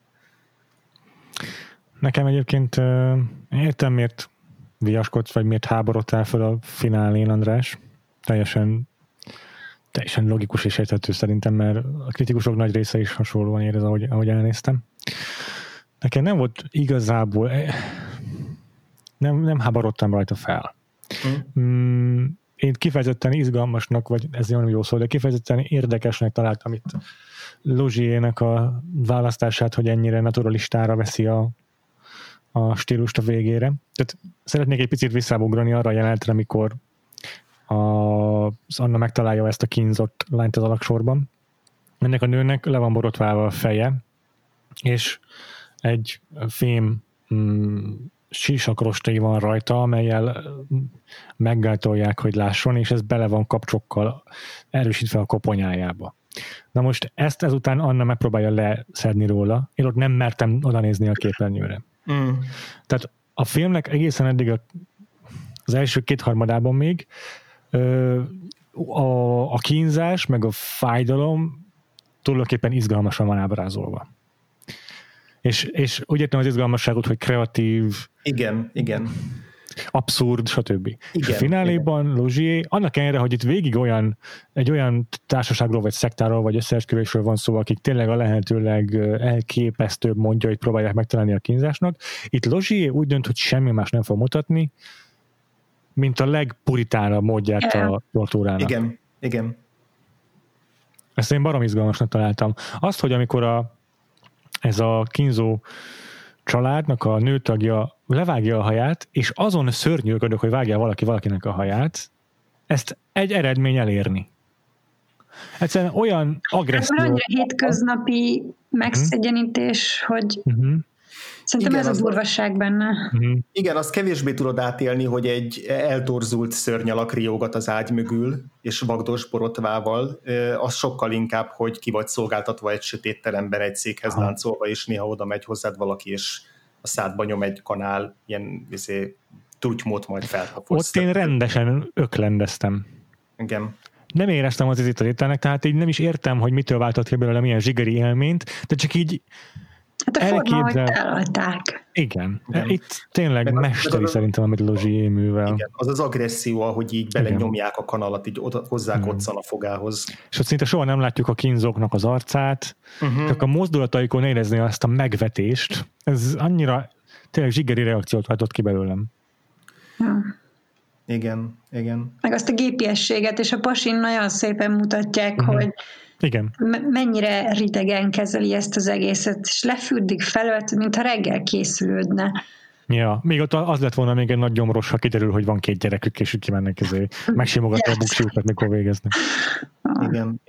Nekem egyébként értem, miért viaskodsz, vagy miért háborodtál fel a finálén, András. Teljesen logikus és érthető szerintem, mert a kritikusok nagy része is hasonlóan érez, ahogy elnéztem. Nekem nem volt igazából, nem háborodtam rajta fel. Én kifejezetten izgalmasnak, vagy ez nem jó szó, de kifejezetten érdekesnek találtam itt Losiernek a választását, hogy ennyire naturalistára veszi a stílust a végére. Tehát szeretnék egy picit visszaugrani arra a jelenetre, amikor az Anna megtalálja ezt a kínzott lányt az alaksorban. Ennek a nőnek le van borotválva a feje, és egy fém sísakrostai van rajta, amellyel meggátolják, hogy lásson, és ez bele van kapcsokkal erősítve a koponyájába. Na most ezt ezután Anna megpróbálja leszedni róla, én ott nem mertem oda nézni a képernyőre. Tehát a filmnek egészen eddig az első kétharmadában még a kínzás, meg a fájdalom tulajdonképpen izgalmasan van ábrázolva. És úgy értem az izgalmasságot, hogy kreatív, igen. abszurd, stb. Igen, és a fináléban Losier, annak ellenére, hogy itt végig egy olyan társaságról, vagy szektáról, vagy összeesküvésről van szó, akik tényleg a lehetőleg elképesztőbb mondjait próbálják megtalálni a kínzásnak, itt Losier úgy dönt, hogy semmi más nem fog mutatni, mint a legpuritánabb módját a tortúrának. Igen. Ezt én barom izgalmasnak találtam. Azt, hogy amikor ez a kínzó családnak a nőtagja levágja a haját, és azon szörnyűködök, hogy vágja valakinek a haját, ezt egy eredmény elérni. Egyszerűen olyan agresszió. Ez annyira hétköznapi megszegyenítés, hogy szerintem igen, ez a durvasság benne. Igen, azt kevésbé tudod átélni, hogy egy eltorzult szörnyalak riogat az ágy mögül, és vagdos borotvával, az sokkal inkább, hogy ki vagy szolgáltatva egy sötét teremben, egy székhez láncolva, és néha oda megy hozzád valaki, és a szádba nyom egy kanál, ilyen trutymót majd felhapoz. Ott én rendesen öklendeztem. Igen. Nem éreztem az ízét az ételnek, tehát így nem is értem, hogy mitől váltott ki belőle milyen zsigeri élményt, de csak így hát a forma, hogy elalták. Igen. Itt tényleg mesteri szerintem, amit Losier művel. Igen, az az agresszió, ahogy így belenyomják a kanalat, így hozzá koccan a fogához. És ott szinte soha nem látjuk a kínzóknak az arcát, csak a mozdulataikon érezni azt a megvetést. Ez annyira tényleg zsigeri reakciót váltott ki belőlem. Ja. Igen. Meg azt a gépiességet, és a pasin nagyon szépen mutatják, hogy igen. Mennyire ridegen kezeli ezt az egészet, és lefürdik felőtt, mintha reggel készülődne. Ja, még ott az lett volna még egy nagy gyomros, ha kiderül, hogy van 2 gyerekük, és úgy kimennek megsimogatni a buksiukat, mikor végeznek. Igen.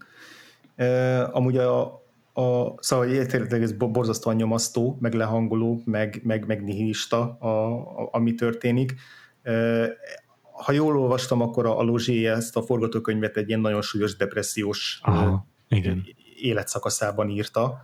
Amúgy szóval tényleg ez borzasztóan nyomasztó, meg lehangoló, meg nihilista, ami történik. Ha jól olvastam, akkor a Losier ezt a forgatókönyvet egy ilyen nagyon súlyos depressziós életszakaszában írta,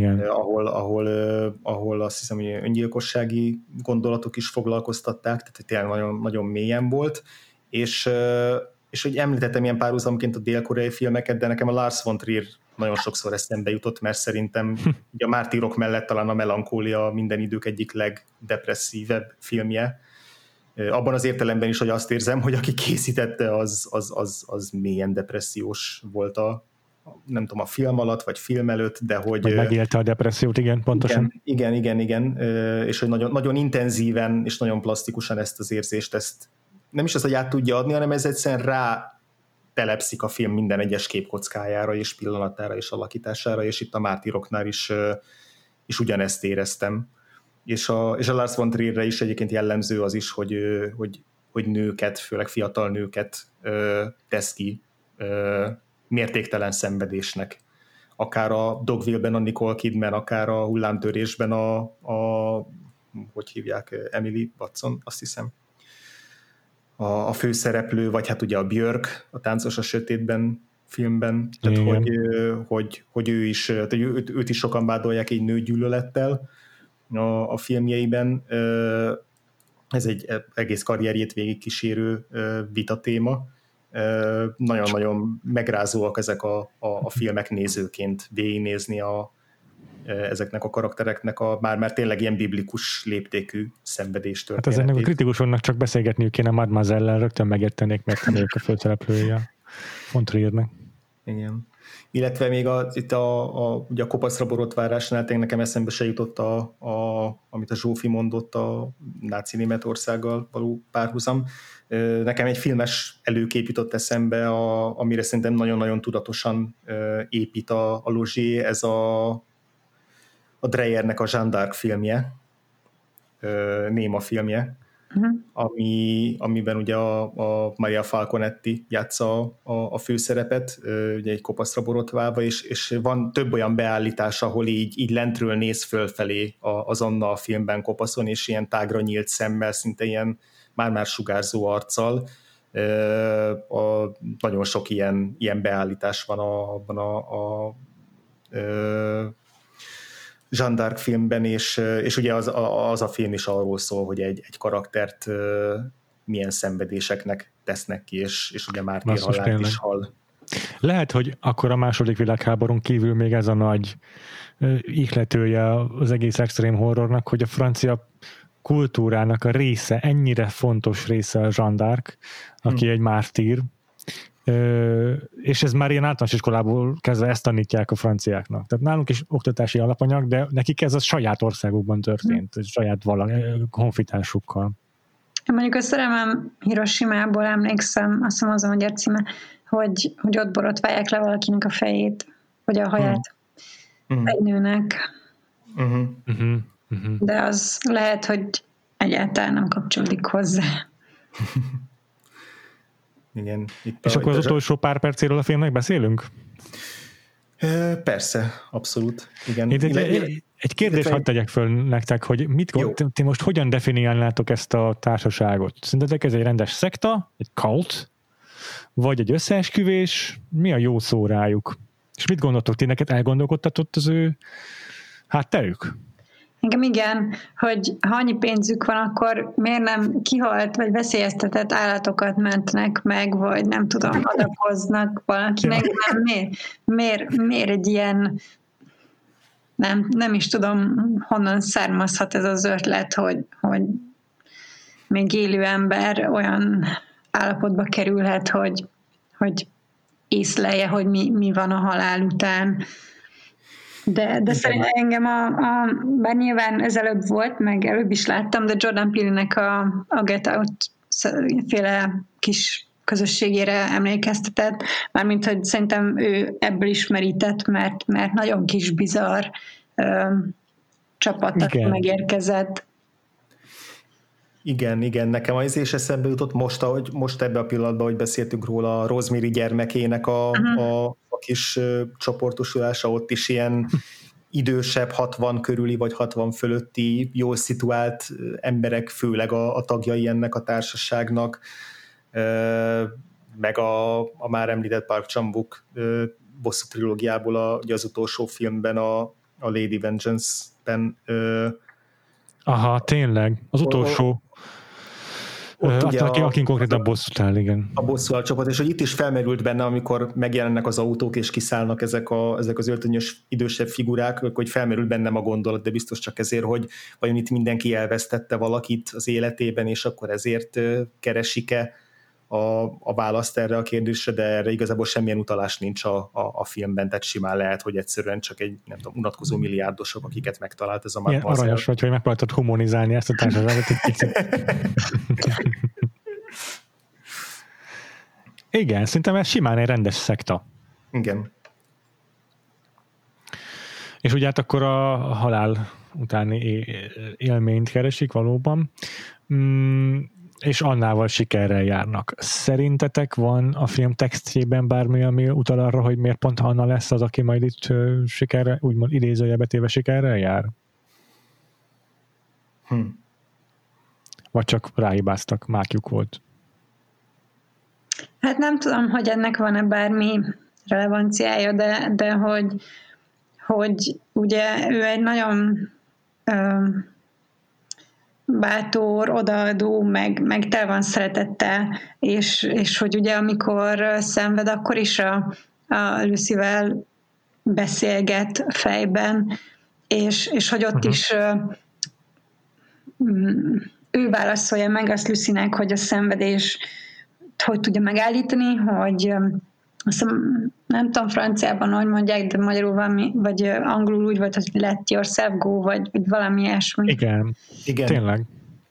ahol azt hiszem, hogy öngyilkossági gondolatok is foglalkoztatták, tehát tényleg nagyon, nagyon mélyen volt, és hogy említettem ilyen párhuzamként a dél-koreai filmeket, de nekem a Lars von Trier nagyon sokszor eszembe jutott, mert szerintem ugye a Mártírok mellett talán a Melankólia minden idők egyik legdepresszívebb filmje. Abban az értelemben is, hogy azt érzem, hogy aki készítette, az mélyen depressziós volt nem tudom, a film alatt, vagy film előtt, de hogy... Vagy megélte a depressziót, igen, pontosan. Igen, és hogy nagyon, nagyon intenzíven és nagyon plastikusan ezt az érzést, ezt nem is az, hogy át tudja adni, hanem ez egyszerűen rá telepszik a film minden egyes képkockájára, és pillanatára, és alakítására, és itt a Mártíroknál is ugyanezt éreztem. És a Lars von Trierre is egyébként jellemző az is, hogy nőket, főleg fiatal nőket tesz ki mértéktelen szenvedésnek. Akár a Dogville-ben a Nicole Kidman, akár a Hullámtörésben hogy hívják, Emily Watson, azt hiszem. A főszereplő, vagy hát ugye a Björk, a Táncos a sötétben filmben, tehát hogy ő is, tehát őt is sokan vádolják egy nőgyűlölettel a filmjeiben. Ez egy egész karrierjét végigkísérő vita téma. Nagyon-nagyon megrázóak ezek a filmek nézőként végignézni ezeknek a karaktereknek már tényleg ilyen biblikus léptékű szenvedés történetét. Hát ezeknek a kritikusoknak csak beszélgetniük kéne Mademoiselle-lel, rögtön megértenék, mert ők a főszereplője von Triernek. Igen. Illetve még ugye a kopaszra borotvárásnál tényleg nekem eszembe se jutott amit a Zsófi mondott a náci Németországgal való párhuzam. Nekem egy filmes előkép jutott eszembe, amire szerintem nagyon-nagyon tudatosan épít a Losier, ez a Dreyernek a Jeanne d'Arc filmje, néma filmje, amiben ugye a Maria Falconetti játsza a főszerepet, ugye egy kopaszra borotválva, és van több olyan beállítás, ahol így lentről néz fölfelé az Anna a filmben kopaszon, és ilyen tágra nyílt szemmel, szinte ilyen már-már sugárzó arccal. Nagyon sok ilyen beállítás van abban a Jeanne d'Arc filmben, és ugye az a film is arról szól, hogy egy karaktert milyen szenvedéseknek tesznek ki, és ugye mártírhalált is hal. Lehet, hogy akkor a második világháborún kívül még ez a nagy ihletője az egész extrém horrornak, hogy a francia kultúrának a része, ennyire fontos része a Jeanne d'Arc, aki egy mártír, és ez már ilyen általános iskolából kezdve ezt tanítják a franciáknak. Tehát nálunk is oktatási alapanyag, de nekik ez a saját országukban történt, saját honfitársukkal. Mondjuk a Szerelmem Hiroshimából emlékszem, azt hiszem az a magyar címe, hogy ott borotválják le valakinek a fejét, vagy a haját egy nőnek. De az lehet, hogy egyáltalán nem kapcsolódik hozzá. Igen. És akkor az utolsó pár percéről a filmnek beszélünk? Persze, abszolút. Igen. Egy kérdést hadd tegyek föl nektek, hogy ti most hogyan definiálnátok ezt a társaságot? Szerintetek ez egy rendes szekta, egy cult, vagy egy összeesküvés? Mi a jó szó rájuk? És mit gondoltok, ti neked elgondolkodtatott az ő hátterük? Engem igen, hogy ha annyi pénzük van, akkor miért nem kihalt vagy veszélyeztetett állatokat mentnek meg, vagy nem tudom, adakoznak valakinek, miért egy ilyen, nem is tudom, honnan származhat ez az ötlet, hogy még élő ember olyan állapotba kerülhet, hogy észlelje, hogy mi van a halál után. De szerintem engem bár nyilván ez előbb volt, meg előbb is láttam, de Jordan Peele-nek a Get Out féle kis közösségére emlékeztetett, mármint, hogy szerintem ő ebből is merített, mert nagyon kis bizarr csapat, aki megérkezett. Igen, nekem az is eszembe jutott most ebbe a pillanatban, hogy beszéltünk róla, a Rosemary gyermekének a kis csoportosulása, ott is ilyen idősebb, 60 körüli vagy 60 fölötti jól szituált emberek, főleg a tagjai ennek a társaságnak, meg a már említett Park Chan-wook bosszú trilógiából ugye az utolsó filmben, a Lady Vengeance-ben. Aha, tényleg. Az utolsó. Akin konkrétan bosszút áll, igen. A bosszú csapat, és hogy itt is felmerült benne, amikor megjelennek az autók, és kiszállnak ezek az öltönyös idősebb figurák, hogy felmerült bennem a gondolat, de biztos csak ezért, hogy vajon itt mindenki elvesztette valakit az életében, és akkor ezért keresik-e a választ erre a kérdésre, de erre igazából semmilyen utalás nincs a filmben, tehát simán lehet, hogy egyszerűen csak egy, nem tudom, unatkozó milliárdosok, akiket megtalált ez a Mademoiselle. Ilyen aranyos vagy, hogy megpróbáltad humanizálni ezt a társaságot egy picit. Igen, szerintem ez simán egy rendes szekta. Igen. És ugye hát akkor a halál utáni élményt keresik valóban. És annával sikerrel járnak. Szerintetek van a film textjében bármi, ami utal arra, hogy miért pont Anna lesz az, aki majd itt sikerrel, úgymond idézőjelbe téve sikerrel jár? Vagy csak ráhibáztak, mákjuk volt? Hát nem tudom, hogy ennek van-e bármi relevanciája, de hogy ugye ő egy nagyon bátor, odaadó, meg tel van szeretettel, és hogy ugye amikor szenved, akkor is a Lucy-vel beszélget fejben, és hogy ott is ő válaszolja meg azt Lucy-nek, hogy a szenvedés hogy tudja megállítani, hogy azt hiszem, nem tudom franciában, hogy mondják, de magyarul valami, vagy angolul úgy volt, hogy let yourself go, vagy hogy ilyesmi. Igen, tényleg.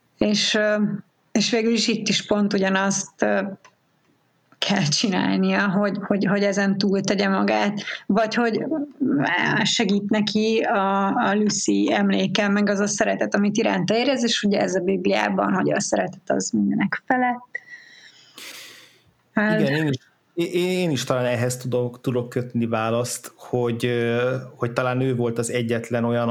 És végül is itt is pont ugyanazt kell csinálnia, hogy ezen túl tegye magát, vagy hogy segít neki a Lucy emléke, meg az a szeretet, amit iránta érez, és ugye ez a Bibliában, hogy a szeretet az mindenek felett. Igen, én is talán ehhez tudok kötni választ, hogy talán ő volt az egyetlen olyan,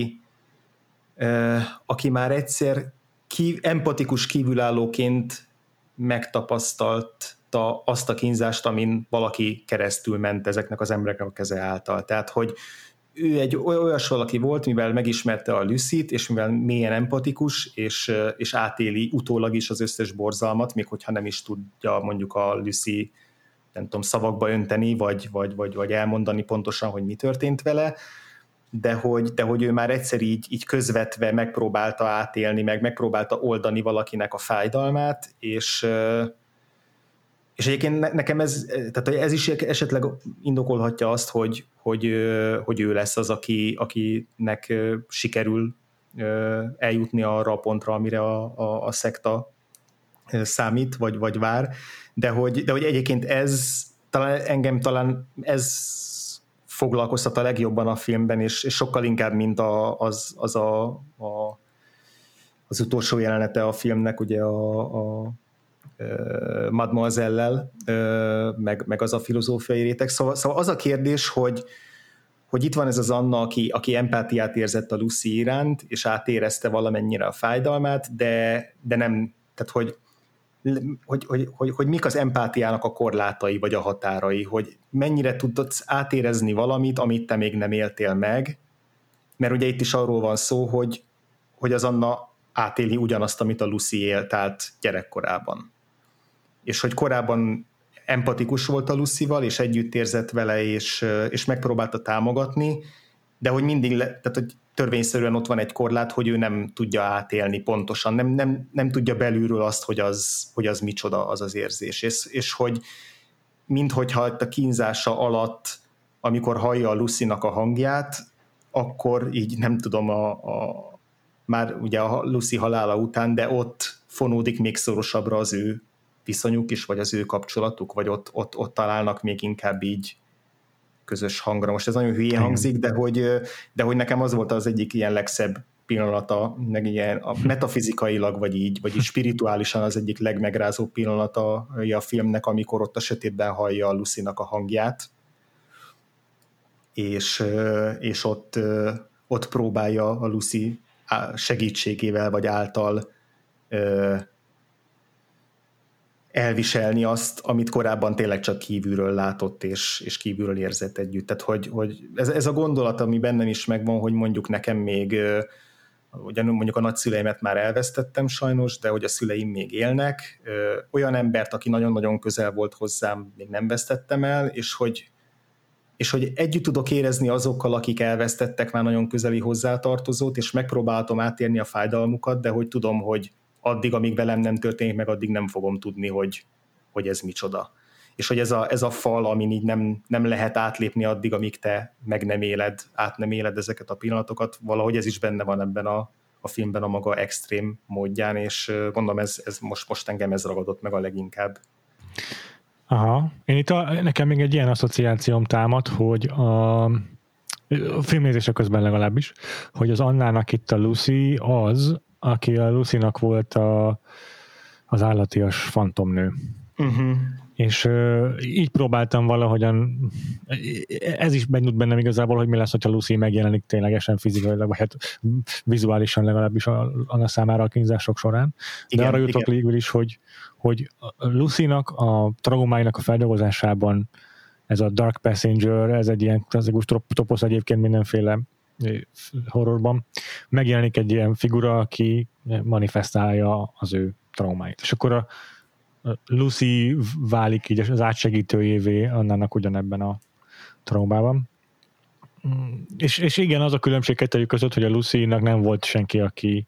aki már egyszer empatikus kívülállóként megtapasztalta azt a kínzást, amin valaki keresztül ment ezeknek az embereknek a keze által. Tehát, hogy ő egy olyas valaki volt, mivel megismerte a Lucy-t, és mivel mélyen empatikus, és átéli utólag is az összes borzalmat, még hogyha nem is tudja mondjuk a Lucy, nem tudom, szavakba önteni, vagy elmondani pontosan, hogy mi történt vele, de hogy ő már egyszer így közvetve megpróbálta átélni, megpróbálta oldani valakinek a fájdalmát, és egyébként nekem ez is esetleg indokolhatja azt, hogy ő lesz az, akinek sikerül eljutni arra a pontra, amire a szekta számít, vagy vár, de hogy egyébként engem talán ez foglalkoztat a legjobban a filmben, és sokkal inkább, mint az utolsó jelenete a filmnek, ugye a Mademoiselle-lel, meg az a filozófiai réteg. Szóval az a kérdés, hogy itt van ez az Anna, aki empátiát érzett a Lucy iránt, és átérezte valamennyire a fájdalmát, de nem, tehát hogy mik az empátiának a korlátai, vagy a határai, hogy mennyire tudsz átérezni valamit, amit te még nem éltél meg, mert ugye itt is arról van szó, hogy az Anna átéli ugyanazt, amit a Lucy élt át gyerekkorában. És hogy korábban empatikus volt a Lucyval, és együtt érzett vele, és megpróbálta támogatni, de hogy mindig, tehát hogy törvényszerűen ott van egy korlát, hogy ő nem tudja átélni pontosan, nem tudja belülről azt, hogy az micsoda az az érzés. És hogy minthogyha a kínzása alatt, amikor hallja a Lucy-nak a hangját, akkor így nem tudom, már ugye a Lucy halála után, de ott fonódik még szorosabbra az ő viszonyuk is, vagy az ő kapcsolatuk, vagy ott találnak még inkább így közös hangra. Most ez nagyon hülyén hangzik, de hogy nekem az volt az egyik ilyen legszebb pillanata, meg ilyen a metafizikailag, vagy így spirituálisan az egyik legmegrázó pillanata a filmnek, amikor ott a sötétben hallja a Lucy-nak a hangját, és ott próbálja a Lucy segítségével, vagy által elviselni azt, amit korábban tényleg csak kívülről látott, és kívülről érzett együtt. Tehát, hogy ez a gondolat, ami bennem is megvan, hogy mondjuk nekem még, ugye mondjuk a nagyszüleimet már elvesztettem sajnos, de hogy a szüleim még élnek, olyan embert, aki nagyon-nagyon közel volt hozzám, még nem vesztettem el, és hogy együtt tudok érezni azokkal, akik elvesztettek már nagyon közeli hozzátartozót, és megpróbáltam átérni a fájdalmukat, de hogy tudom, hogy addig, amíg velem nem történik meg, addig nem fogom tudni, hogy ez micsoda. És hogy ez a fal, amin így nem lehet átlépni addig, amíg te át nem éled ezeket a pillanatokat, valahogy ez is benne van ebben a filmben a maga extrém módján, és gondolom ez most engem ez ragadott meg a leginkább. Aha. Nekem még egy ilyen asszociációm támad, hogy a filmnézése közben legalábbis, hogy az Annának itt a Lucy az, aki a Lucy-nak volt az állatias fantomnő. Uh-huh. És így próbáltam valahogyan, ez is benyújt bennem igazából, hogy mi lesz, hogyha Lucy megjelenik ténylegesen fizikailag, vagy hát vizuálisan legalábbis Anna számára a kínzások során. De arra jutok végül is, hogy Lucy-nak a traumáinak a feldolgozásában ez a Dark Passenger, ez egy ilyen klasszikus toposz egyébként mindenféle horrorban. Megjelenik egy ilyen figura, aki manifestálja az ő traumáit. És akkor a Lucy válik így az átsegítőjévé annának ugyanebben a traumában. És igen, az a különbség kettőjük között, hogy a Lucy-nak nem volt senki, aki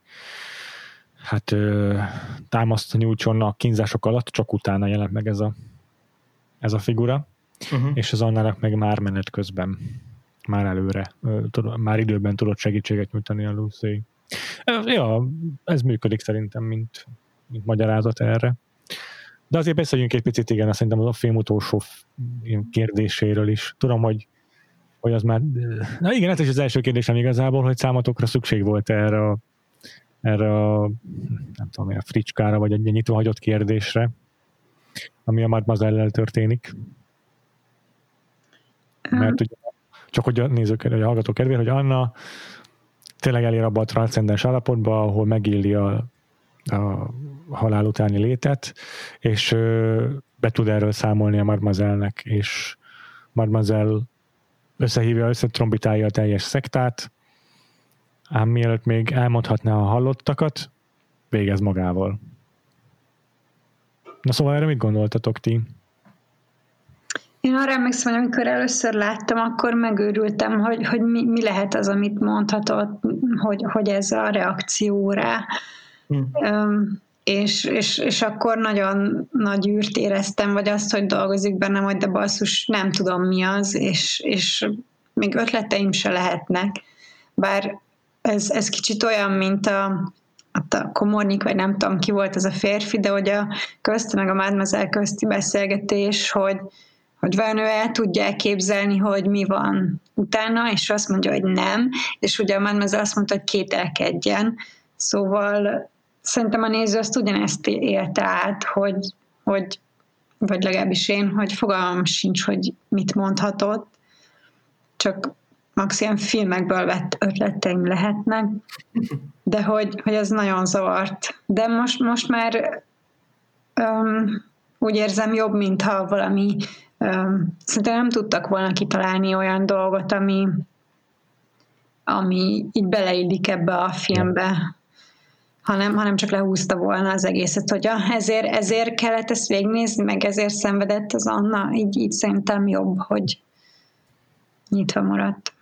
támaszt nyújtson a kínzások alatt, csak utána jelent meg ez a figura, és az Annának meg már menet közben, már előre, már időben tudott segítséget nyújtani a Lucy. Ja, ez működik szerintem, mint magyarázat erre. De azért beszéljünk egy picit, igen, szerintem az a film utolsó kérdéséről is. Tudom, hogy az már... Na igen, ez is az első kérdésem igazából, hogy számotokra szükség volt erre a nem tudom, a fricskára, vagy egy nyitva hagyott kérdésre, ami a Mademoiselle-lel történik. Mert ugye, csak hogy a nézők, a hallgatók kedvére, hogy Anna tényleg elér abba a transzcendens állapotba, ahol megéli a halál utáni létet, és be tud erről számolni a Mademoiselle-nek, és Mademoiselle összetrombitálja a teljes szektát, ám mielőtt még elmondhatná a hallottakat, végez magával. Na szóval erre mit gondoltatok ti? Én arra emlékszem, hogy amikor először láttam, akkor megőrültem, hogy mi lehet az, amit mondhatott, hogy ez a reakció rá. És akkor nagyon nagy űrt éreztem, vagy azt, hogy dolgozik bennem, hogy de basszus, nem tudom mi az, és még ötleteim se lehetnek. Bár ez kicsit olyan, mint a Komornyik, vagy nem tudom ki volt az a férfi, de hogy a közte meg a Mademoiselle közti beszélgetés, hogy vajon ő el tudja elképzelni, hogy mi van utána, és azt mondja, hogy nem, és ugye a Mademoiselle azt mondta, hogy kételkedjen. Szóval szerintem a néző azt ugyanezt élte át, hogy vagy legalábbis én, hogy fogalmam sincs, hogy mit mondhatott, csak max ilyen filmekből vett ötleteim lehetnek, de hogy ez nagyon zavart. De most már úgy érzem jobb, mintha valami szerintem nem tudtak volna kitalálni olyan dolgot, ami így beleillik ebbe a filmbe, hanem csak lehúzta volna az egészet, hogy ezért kellett ezt végignézni, meg ezért szenvedett az Anna, így szerintem jobb, hogy nyitva maradt.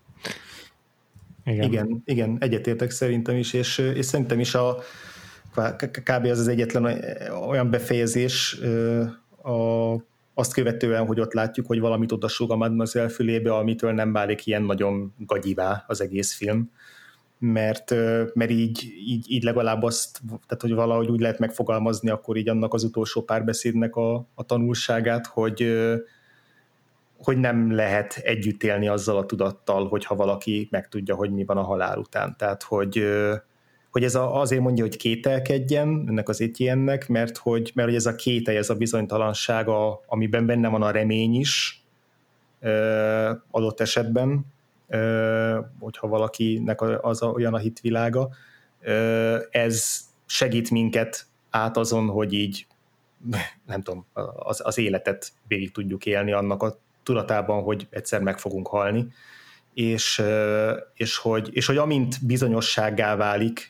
Igen, egyetértek szerintem is, és szerintem is kb. Az egyetlen olyan befejezés azt követően, hogy ott látjuk, hogy valamit odasúg a Mademoiselle fülébe, amitől nem válik ilyen nagyon gagyivá az egész film, mert így legalább azt, tehát hogy valahogy úgy lehet megfogalmazni akkor így annak az utolsó párbeszédnek a tanulságát, hogy nem lehet együtt élni azzal a tudattal, hogyha valaki megtudja, hogy mi van a halál után. Tehát, hogy ez azért mondja, hogy kételkedjen ennek az Etienne-nek, mert hogy ez a kételj, ez a bizonytalanság, amiben benne van a remény is adott esetben, hogyha valakinek olyan a hitvilága, ez segít minket át azon, hogy így nem tudom, az életet végig tudjuk élni annak a tudatában, hogy egyszer meg fogunk halni, és hogy amint bizonyossággá válik,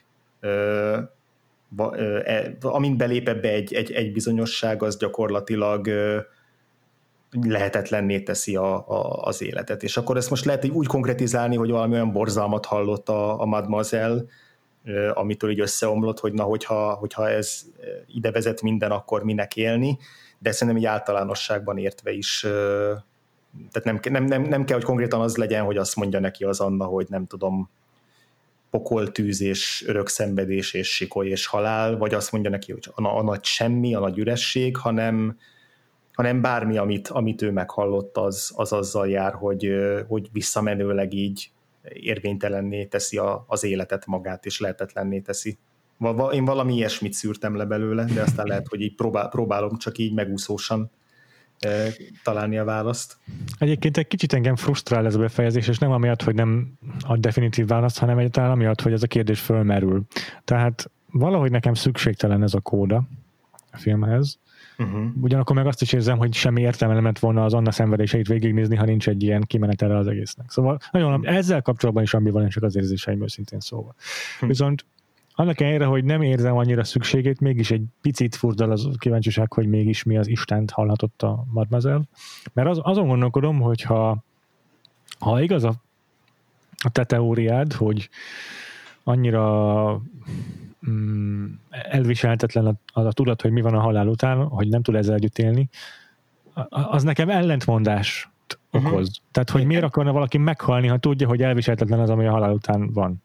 amint belép ebbe egy bizonyosság, az gyakorlatilag lehetetlenné teszi az életet. És akkor ezt most lehet úgy konkretizálni, hogy valami olyan borzalmat hallott a Mademoiselle, amitől így összeomlott, hogy na, hogyha ez ide vezet minden, akkor minek élni, de szerintem így általánosságban értve is, tehát nem kell, hogy konkrétan az legyen, hogy azt mondja neki az Anna, hogy nem tudom, pokoltűz és örök szenvedés és sikoly és halál, vagy azt mondja neki, hogy a nagy semmi, a nagy üresség, hanem bármi, amit ő meghallott, az azzal jár, hogy visszamenőleg így érvénytelenné teszi az életet magát, és lehetetlenné teszi. Én valami ilyesmit szűrtem le belőle, de aztán lehet, hogy így próbálom csak így megúszósan találni a választ. Egyébként egy kicsit engem frusztrál ez a befejezés, és nem amiatt, hogy nem a definitív választ, hanem egyáltalán amiatt, hogy ez a kérdés fölmerül. Tehát valahogy nekem szükségtelen ez a kóda a filmhez, Ugyanakkor meg azt is érzem, hogy semmi értelme nem lett volna az Anna szenvedéseit végignézni, ha nincs egy ilyen kimenetele az egésznek. Szóval nagyon ezzel kapcsolatban is ambivalensek az érzéseim, őszintén szóval. Viszont annak ellenére, hogy nem érzem annyira szükségét, mégis egy picit furdal az kíváncsiság, hogy mégis mi az Istent hallhatott a Mademoiselle. Mert azon gondolkodom, hogy ha igaz a te teóriád, hogy annyira elviselhetetlen az a tudat, hogy mi van a halál után, hogy nem tud ezzel együtt élni, az nekem ellentmondást okoz. Tehát, hogy miért akarna valaki meghalni, ha tudja, hogy elviselhetetlen az, ami a halál után van.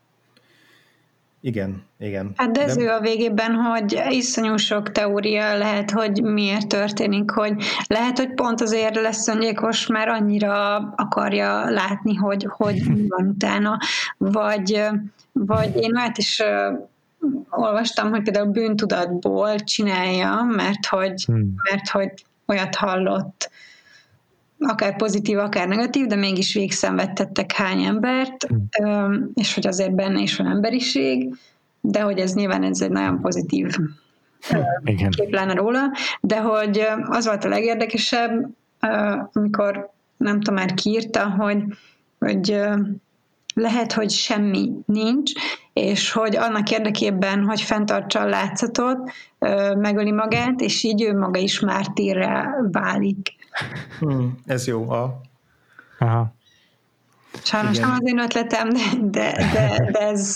Igen. Hát de ez ő a végében, hogy iszonyú sok teória lehet, hogy miért történik, hogy lehet, hogy pont azért lesz öngyilkos, mert annyira akarja látni, hogy mi van utána, vagy én olyat is olvastam, hogy például bűntudatból csinálja, mert hogy olyat hallott, akár pozitív, akár negatív, de mégis végszenvedtettek hány embert, és hogy azért benne is van emberiség, de hogy ez nyilván ez egy nagyon pozitív kép lenne róla, de hogy az volt a legérdekesebb, amikor nem tudom, már kiírta, hogy lehet, hogy semmi nincs, és hogy annak érdekében, hogy fenntartsa a látszatot, megöli magát, és így ő maga is mártírrá válik. Ez jó. Aha. Sajnos nem az én ötletem, de ez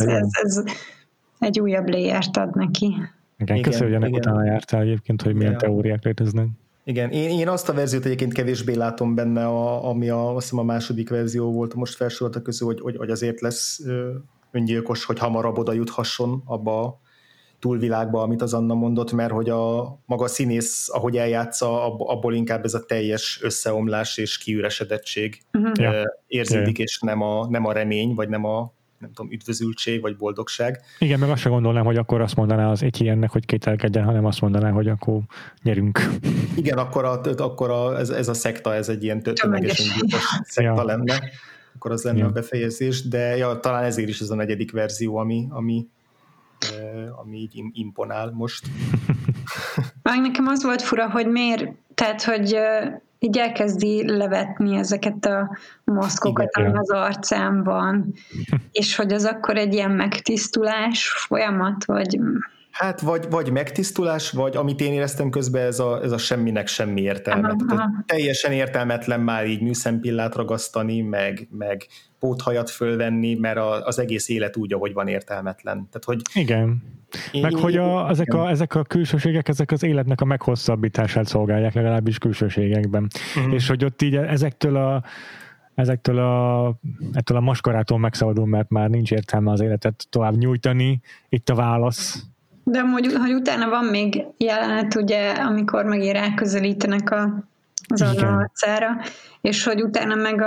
egy újabb layert ad neki. Igen, köszönöm, hogy ennek utána jártál egyébként, hogy milyen teóriák léteznek. Igen, én azt a verziót egyébként kevésbé látom benne, ami azt hiszem a második verzió volt most felsoroltak közül, hogy azért lesz öngyilkos, hogy hamarabb oda juthasson abba a túlvilágba, amit az Anna mondott, mert hogy a maga színész, ahogy eljátsza, abból inkább ez a teljes összeomlás és kiüresedettség érződik, és nem a remény, vagy nem tudom, üdvözültség, vagy boldogság. Igen, meg azt sem gondolnám, hogy akkor azt mondaná az Etienne-nek, hogy kételkedjen, hanem azt mondaná, hogy akkor nyerünk. Igen, akkor ez a szekta, ez egy ilyen tömegesen gyilkos szekta lenne, akkor az lenne a befejezés, de talán ezért is ez a negyedik verzió, ami így imponál most. Meg nekem az volt fura, hogy miért, tehát, hogy így elkezdi levetni ezeket a maszkokat, ami az arcán van, és hogy az akkor egy ilyen megtisztulás folyamat, vagy... Hát vagy megtisztulás, vagy amit én éreztem közben, ez a semminek semmi értelme. Teljesen értelmetlen már így műszempillát ragasztani, meg póthajat fölvenni, mert az egész élet úgy, ahogy van, értelmetlen. Tehát, hogy igen. Hogy ezek a külsőségek, ezek az életnek a meghosszabbítását szolgálják, legalábbis külsőségekben. És hogy ott így ettől a maskarától megszabadul, mert már nincs értelme az életet tovább nyújtani. Itt a válasz. De hogy utána van még jelenet, ugye, amikor megint ráközelítenek az Anna arcára, és hogy utána meg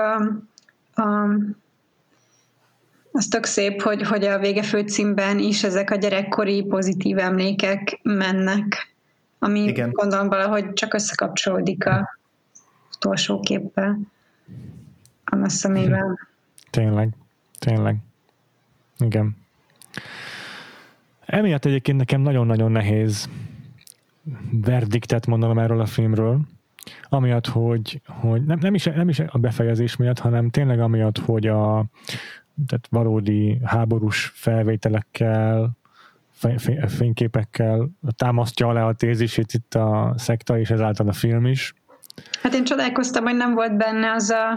az tök szép, hogy a vége főcímben is ezek a gyerekkori pozitív emlékek mennek, ami gondolom valahogy csak összekapcsolódik az utolsó képpel, a szemével. Tényleg. Igen. Emiatt egyébként nekem nagyon-nagyon nehéz verdiktet mondanom erről a filmről, amiatt, hogy nem is a befejezés miatt, hanem tényleg amiatt, hogy tehát valódi háborús felvételekkel, fényképekkel támasztja alá a tézisét itt a szekta, és ezáltal a film is. Hát én csodálkoztam, hogy nem volt benne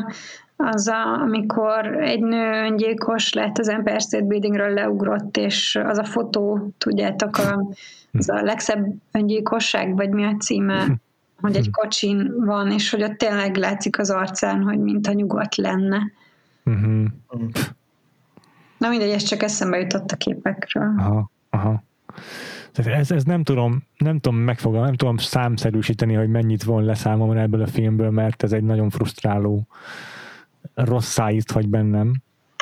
amikor egy nő öngyilkos lett, az Empire State Buildingről leugrott, és az a fotó, tudjátok, az a legszebb öngyilkosság, vagy mi a címe, hogy egy kocsin van, és hogy ott tényleg látszik az arcán, hogy mintha nyugodt lenne. Na mindegy, ez csak eszembe jutott a képekről. Aha. Ez nem tudom megfogalmazni, nem tudom számszerűsíteni, hogy mennyit von le számomra ebből a filmből, mert ez egy nagyon frusztráló rossz szájízt hagy bennem.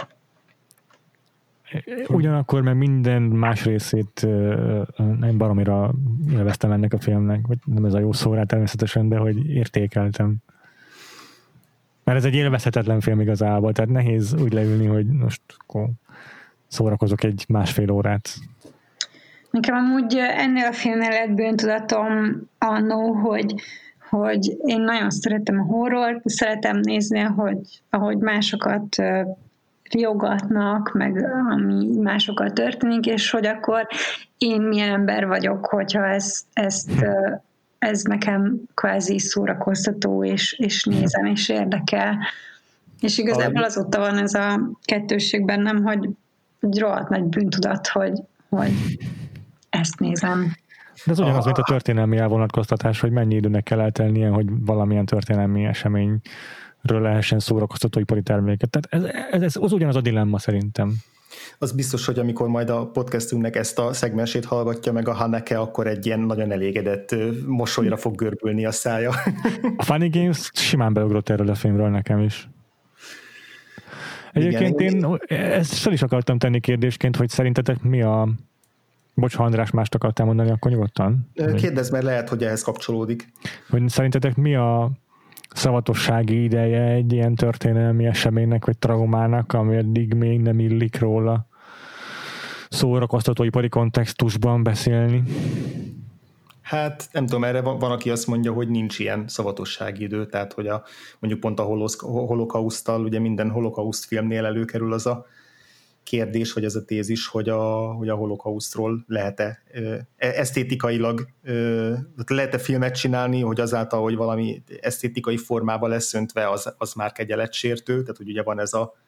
Ugyanakkor mert minden más részét nem baromira élveztem ennek a filmnek, vagy nem ez a jó szó rá természetesen, de hogy értékeltem. Mert ez egy élvezhetetlen film igazából, tehát nehéz úgy leülni, hogy most akkor szórakozok egy másfél órát. Nekem amúgy ennél a filmnél lett bűntudatom annó, hogy én nagyon szeretem a horrort, szeretem nézni, ahogy másokat riogatnak, meg ami másokkal történik, és hogy akkor én milyen ember vagyok, hogyha ez nekem kvázi szórakoztató, és nézem, és érdekel. És igazából azóta van ez a kettősség bennem, hogy rohadt nagy bűntudat, hogy ezt nézem. De ez ugyanaz, mint a történelmi elvonatkoztatás, hogy mennyi időnek kell eltelnie, hogy valamilyen történelmi eseményről lehessen szórakoztató ipari terméket. Tehát ez ugyanaz a dilemma szerintem. Az biztos, hogy amikor majd a podcastünknek ezt a szegmensét hallgatja meg a Haneke, akkor egy ilyen nagyon elégedett mosolyra fog görbülni a szája. A Funny Games simán beugrott erről a filmről nekem is. Egyébként én ezt fel is akartam tenni kérdésként, hogy szerintetek mi a... Bocs, ha András, mást akartál mondani, akkor nyugodtan. Kérdezz, mert lehet, hogy ehhez kapcsolódik. Hogy szerintetek mi a szavatossági ideje egy ilyen történelmi eseménynek, vagy traumának, ami eddig még nem illik róla szórakoztatóipari kontextusban beszélni? Hát nem tudom, erre van, aki azt mondja, hogy nincs ilyen szavatossági idő, tehát hogy mondjuk pont a holokauszttal, ugye minden holokauszt filmnél előkerül az a kérdés, vagy ez a tézis, hogy a holokausztról lehet-e esztétikailag, lehet-e filmet csinálni, hogy azáltal, hogy valami esztétikai formában lesz öntve, az már kegyeletsértő, tehát hogy ugye van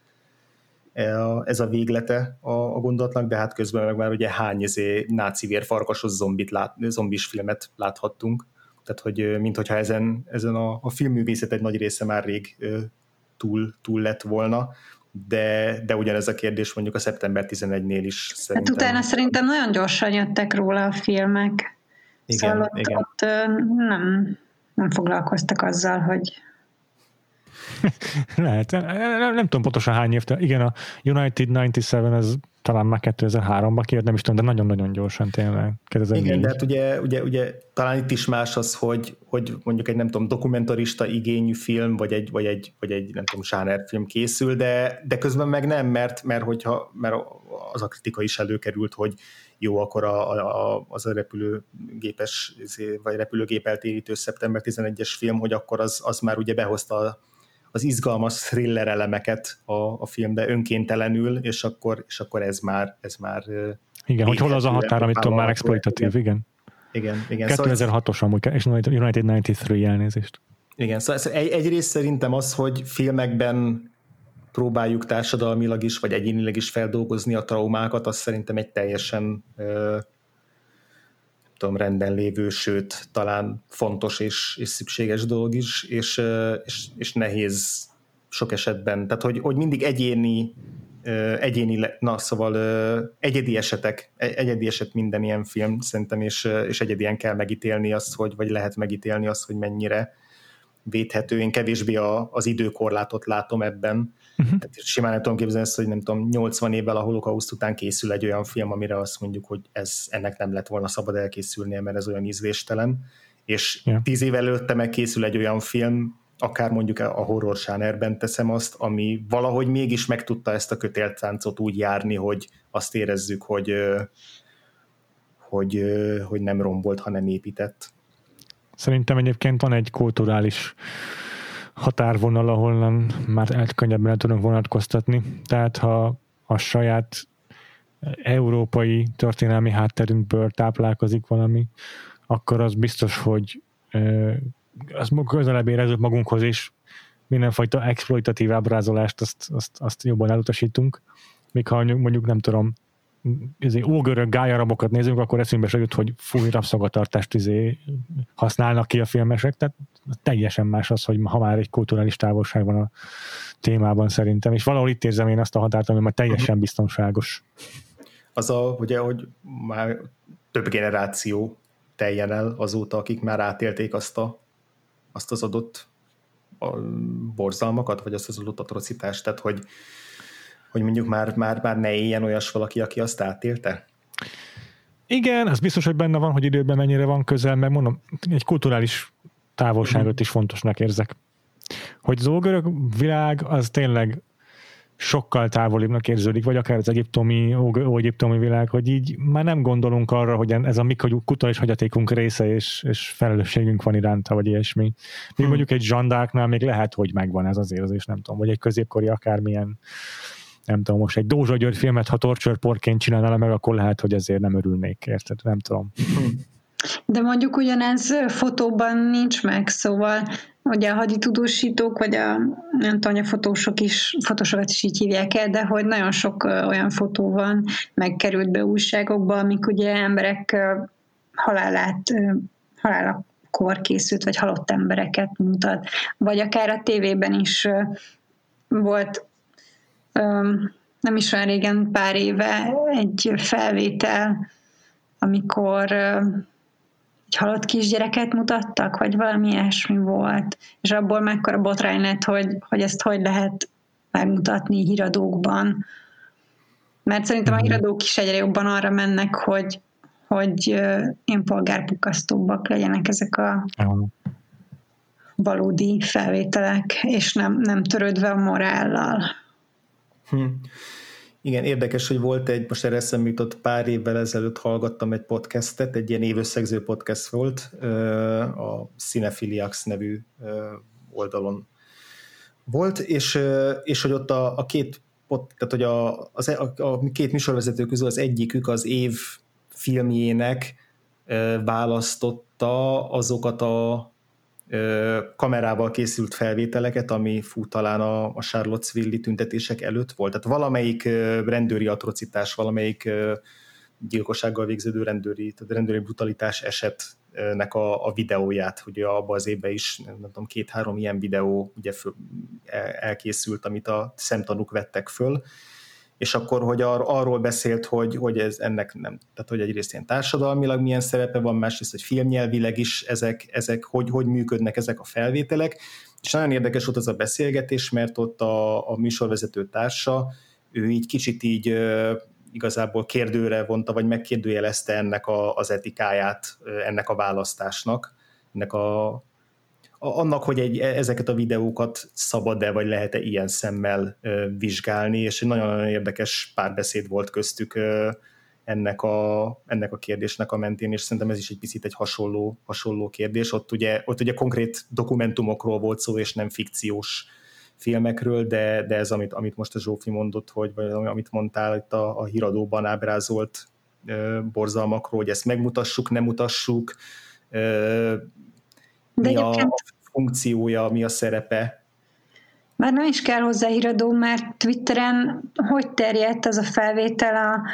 ez a véglete a gondolatnak, de hát közben meg már ugye hány náci vérfarkasos zombis filmet láthattunk, tehát hogy minthogyha ezen a filmművészet egy nagy része már rég túl lett volna, de ugyanez a kérdés mondjuk a szeptember 11-nél is szerintem. Hát utána szerintem nagyon gyorsan jöttek róla a filmek. Igen, szóval ott nem foglalkoztak azzal, hogy... Lehet. Nem tudom pontosan hány év. Igen, a United 97 ez talán már 2003-ban kijött, nem is tudom, de nagyon-nagyon gyorsan tényleg. 2004. Igen, de hát ugye talán itt is más az, hogy mondjuk egy nem tudom, dokumentarista igényű film, vagy egy nem tudom, zsánerfilm készül, de közben meg nem, mert az a kritika is előkerült, hogy jó, akkor az a repülőgépes, vagy repülőgép eltérítő szeptember 11-es film, hogy akkor az már ugye behozta az izgalmas thriller elemeket a filmbe önkéntelenül, és akkor ez már igen, hogy hol az a határ, amit már exploitatív, igen. Igen. 2006-os amúgy, és United 93 elnézést. Igen, szóval egyrészt szerintem az, hogy filmekben próbáljuk társadalmilag is, vagy egyénileg is feldolgozni a traumákat, az szerintem egy teljesen rendben lévő, sőt, talán fontos és szükséges dolog is, és nehéz sok esetben. Tehát, hogy mindig egyéni, egyedi eset minden ilyen film, szerintem, és egyedien kell megítélni azt, vagy lehet megítélni azt, hogy mennyire védhető. Én kevésbé az időkorlátot látom ebben. Tehát simán nem tudom képzelni ezt, hogy nem tudom, 80 évvel a holokauszt után készül egy olyan film, amire azt mondjuk, hogy ennek nem lett volna szabad elkészülnie, mert ez olyan ízléstelen. És 10 év előtte megkészül egy olyan film, akár mondjuk a horror zsánerben teszem azt, ami valahogy mégis meg tudta ezt a kötéltáncot úgy járni, hogy azt érezzük, hogy nem rombolt, hanem épített. Szerintem egyébként van egy kulturális határvonal, ahonnan már könnyebben el tudunk vonatkoztatni. Tehát ha a saját európai történelmi hátterünkből táplálkozik valami, akkor az biztos, hogy az közelebb érezzük magunkhoz is, mindenfajta exploitatív ábrázolást azt jobban elutasítunk. Míg ha mondjuk nem tudom, ógörög gályarabokat nézünk, akkor eszünkbe se jut, hogy fúj, rabszolgatartást használnak ki a filmesek, tehát teljesen más az, hogy ha már egy kulturális távolság van a témában szerintem, és valahol itt érzem én azt a határt, ami már teljesen biztonságos. Ugye, hogy már több generáció teljen el azóta, akik már átélték azt az adott borzalmakat, vagy azt az adott atrocitást, tehát hogy mondjuk már ne éljen olyas valaki, aki azt átélte? Igen, ez biztos, hogy benne van, hogy időben mennyire van közel, mert mondom, egy kulturális távolságot is fontosnak érzek. Hogy az ógörög világ az tényleg sokkal távolibbnak érződik, vagy akár az egyiptomi világ, hogy így már nem gondolunk arra, hogy ez a mi kuta és hagyatékunk része, és felelősségünk van iránta, vagy ilyesmi. Még mondjuk egy zsandáknál még lehet, hogy megvan ez az érzés, nem tudom, vagy egy középkori akármilyen, nem tudom, most egy Dózsa György filmet, ha torture pornként csinálna meg, akkor lehet, hogy ezért nem örülnék, érted? Nem tudom. De mondjuk ugyanez fotóban nincs meg, szóval ugye a haditudósítók, vagy nem tudom, a fotósokat is így hívják el, de hogy nagyon sok olyan fotó van, megkerült be újságokba, amik ugye emberek halálakor készült, vagy halott embereket mutat. Vagy akár a tévében is volt nem is olyan régen, pár éve egy felvétel, amikor egy halott kisgyereket mutattak, vagy valami ilyesmi volt, és abból mekkora botrány lett, hogy ezt hogy lehet megmutatni híradókban. Mert szerintem a híradók is egyre jobban arra mennek, hogy ilyen polgárpukkasztóbbak legyenek ezek a valódi felvételek, és nem törődve a morállal. Igen, érdekes, hogy volt most erre eszembe jutott, pár évvel ezelőtt hallgattam egy podcastet, egy ilyen évösszegző podcast volt, a Cinephiliacs nevű oldalon volt, és hogy ott a két tehát, hogy a két műsorvezető közül az egyikük az év filmjének választotta azokat a kamerával készült felvételeket, ami talán a Charlottesville-i tüntetések előtt volt. Tehát valamelyik rendőri atrocitás, valamelyik gyilkossággal végződő rendőri brutalitás esetnek a videóját, ugye abban az évben is, nem tudom, 2-3 ilyen videó ugye elkészült, amit a szemtanúk vettek föl, és akkor, hogy arról beszélt, hogy ez ennek nem, tehát hogy egyrészt ilyen társadalmilag milyen szerepe van, másrészt, hogy filmnyelvileg is ezek hogy működnek ezek a felvételek, és nagyon érdekes volt az a beszélgetés, mert ott a műsorvezető társa, ő így kicsit így igazából kérdőre vonta, vagy megkérdőjelezte ennek az etikáját, ennek a választásnak, annak, hogy ezeket a videókat szabad-e, vagy lehet-e ilyen szemmel vizsgálni, és egy nagyon érdekes párbeszéd volt köztük ennek a kérdésnek a mentén, és szerintem ez is egy picit egy hasonló kérdés. Ott ugye konkrét dokumentumokról volt szó, és nem fikciós filmekről, de ez, amit most a Zsófi mondott, vagy amit mondtál itt a híradóban ábrázolt borzalmakról, hogy ezt megmutassuk, nem mutassuk, mi a funkciója, mi a szerepe. Már nem is kell hozzá híradó, mert Twitteren hogy terjedt az a felvétel,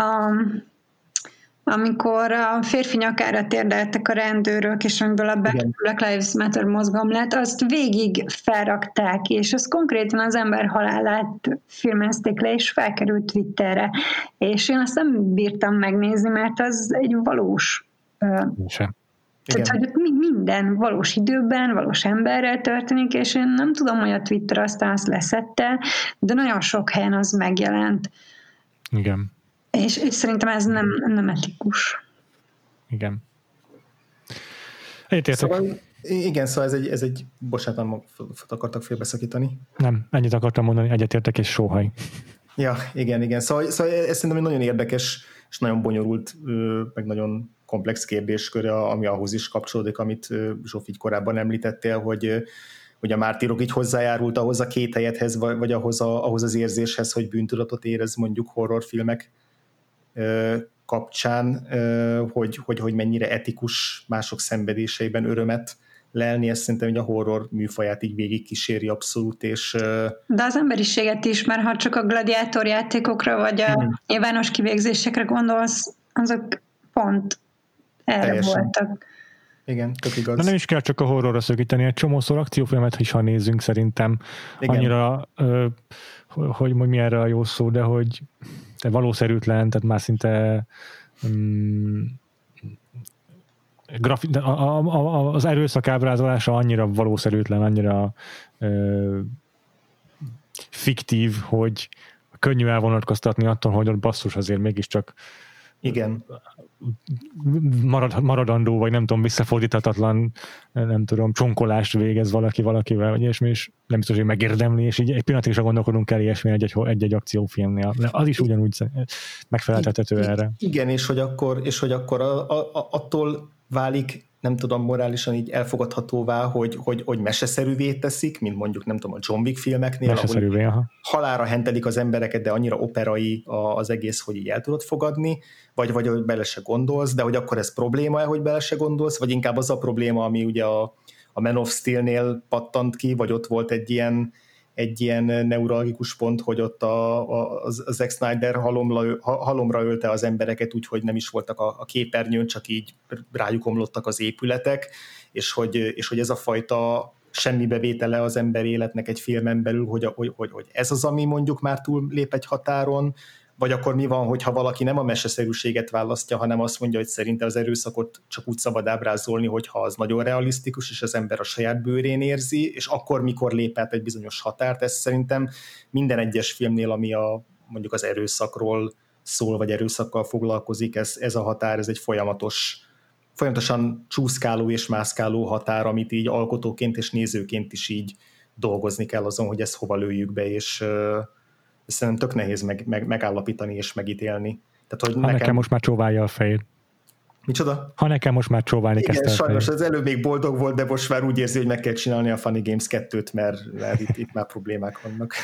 amikor a férfi nyakára térdeltek a rendőrök, és amiből a Black Lives Matter mozgalom lett, azt végig felrakták, és az konkrétan az ember halálát filmezték le, és felkerült Twitterre. És én azt nem bírtam megnézni, mert az egy valós... Tehát, hogy minden valós időben, valós emberrel történik, és én nem tudom, hogy a Twitter aztán azt leszette, de nagyon sok helyen az megjelent. Igen. És szerintem ez nem etikus. Igen. Egyetértek. Szóval ez egy bocsánat, akartak félbeszakítani. Nem, ennyit akartam mondani, egyetértek és sóhaj. Ja, igen. Szóval ez szerintem egy nagyon érdekes és nagyon bonyolult, meg nagyon komplex kérdéskör, ami ahhoz is kapcsolódik, amit Zsófi korábban említettél, hogy a mártírok így hozzájárult ahhoz a kételjedhez, vagy ahhoz az érzéshez, hogy bűntudatot érez mondjuk horrorfilmek kapcsán, hogy mennyire etikus mások szenvedéseiben örömet lelni, ezt szerintem, hogy a horror műfaját így végig kíséri abszolút, és... De az emberiséget is, mert ha csak a gladiátor játékokra, vagy a nyilvános kivégzésekre gondolsz, azok pont erre teljesen voltak. Igen, tök igaz. De nem is kell csak a horrorra szökíteni, egy csomószor akciófilmet is, ha nézzünk, szerintem igen. Annyira, hogy mi erre a jó szó, de hogy valószerűtlen, tehát már szinte az erőszak ábrázolása annyira valószerűtlen, annyira fiktív, hogy könnyű elvonatkoztatni attól, hogy ott basszus azért mégiscsak Igen. Maradandó, vagy nem tudom, visszafordíthatatlan, nem tudom, csonkolást végez valakivel, vagy ilyesmi, és nem biztos, hogy megérdemli, és így egy pillanatig is gondolkodunk el ilyesmi egy akciófilmnél. De az is ugyanúgy megfeleltethető erre. Igen, és hogy akkor attól válik, nem tudom, morálisan így elfogadhatóvá, hogy meseszerűvé teszik, mint mondjuk, nem tudom, a John Wick filmeknél, meseszerűvé, ahol halálra hentelik az embereket, de annyira operai az egész, hogy így el tudod fogadni, vagy hogy bele se gondolsz, de hogy akkor ez probléma-e, hogy bele se gondolsz, vagy inkább az a probléma, ami ugye a Man of Steel-nél pattant ki, vagy ott volt egy ilyen neuralgikus pont, hogy ott a Zack Snyder halomra ölte az embereket úgy, hogy nem is voltak a képernyőn, csak így rájuk omlottak az épületek, és hogy ez a fajta semmibevétele az ember életnek egy filmen belül, hogy ez az, ami mondjuk már túl lép egy határon, vagy akkor mi van, hogyha valaki nem a meseszerűséget választja, hanem azt mondja, hogy szerinte az erőszakot csak úgy szabad ábrázolni, hogyha az nagyon realisztikus, és az ember a saját bőrén érzi, és akkor, mikor lép át egy bizonyos határt, ez szerintem minden egyes filmnél, ami mondjuk az erőszakról szól, vagy erőszakkal foglalkozik, ez a határ, ez egy folyamatosan csúszkáló és mászkáló határ, amit így alkotóként és nézőként is így dolgozni kell azon, hogy ezt hova lőjük be, és szerintem tök nehéz megállapítani és megítélni. Tehát, hogy nekem most már csóválja a fejét. Micsoda? Ha nekem most már csóválni kezdte a sajnos az előbb még boldog volt, de most már úgy érzi, hogy meg kell csinálni a Funny Games 2-t, mert itt már problémák vannak.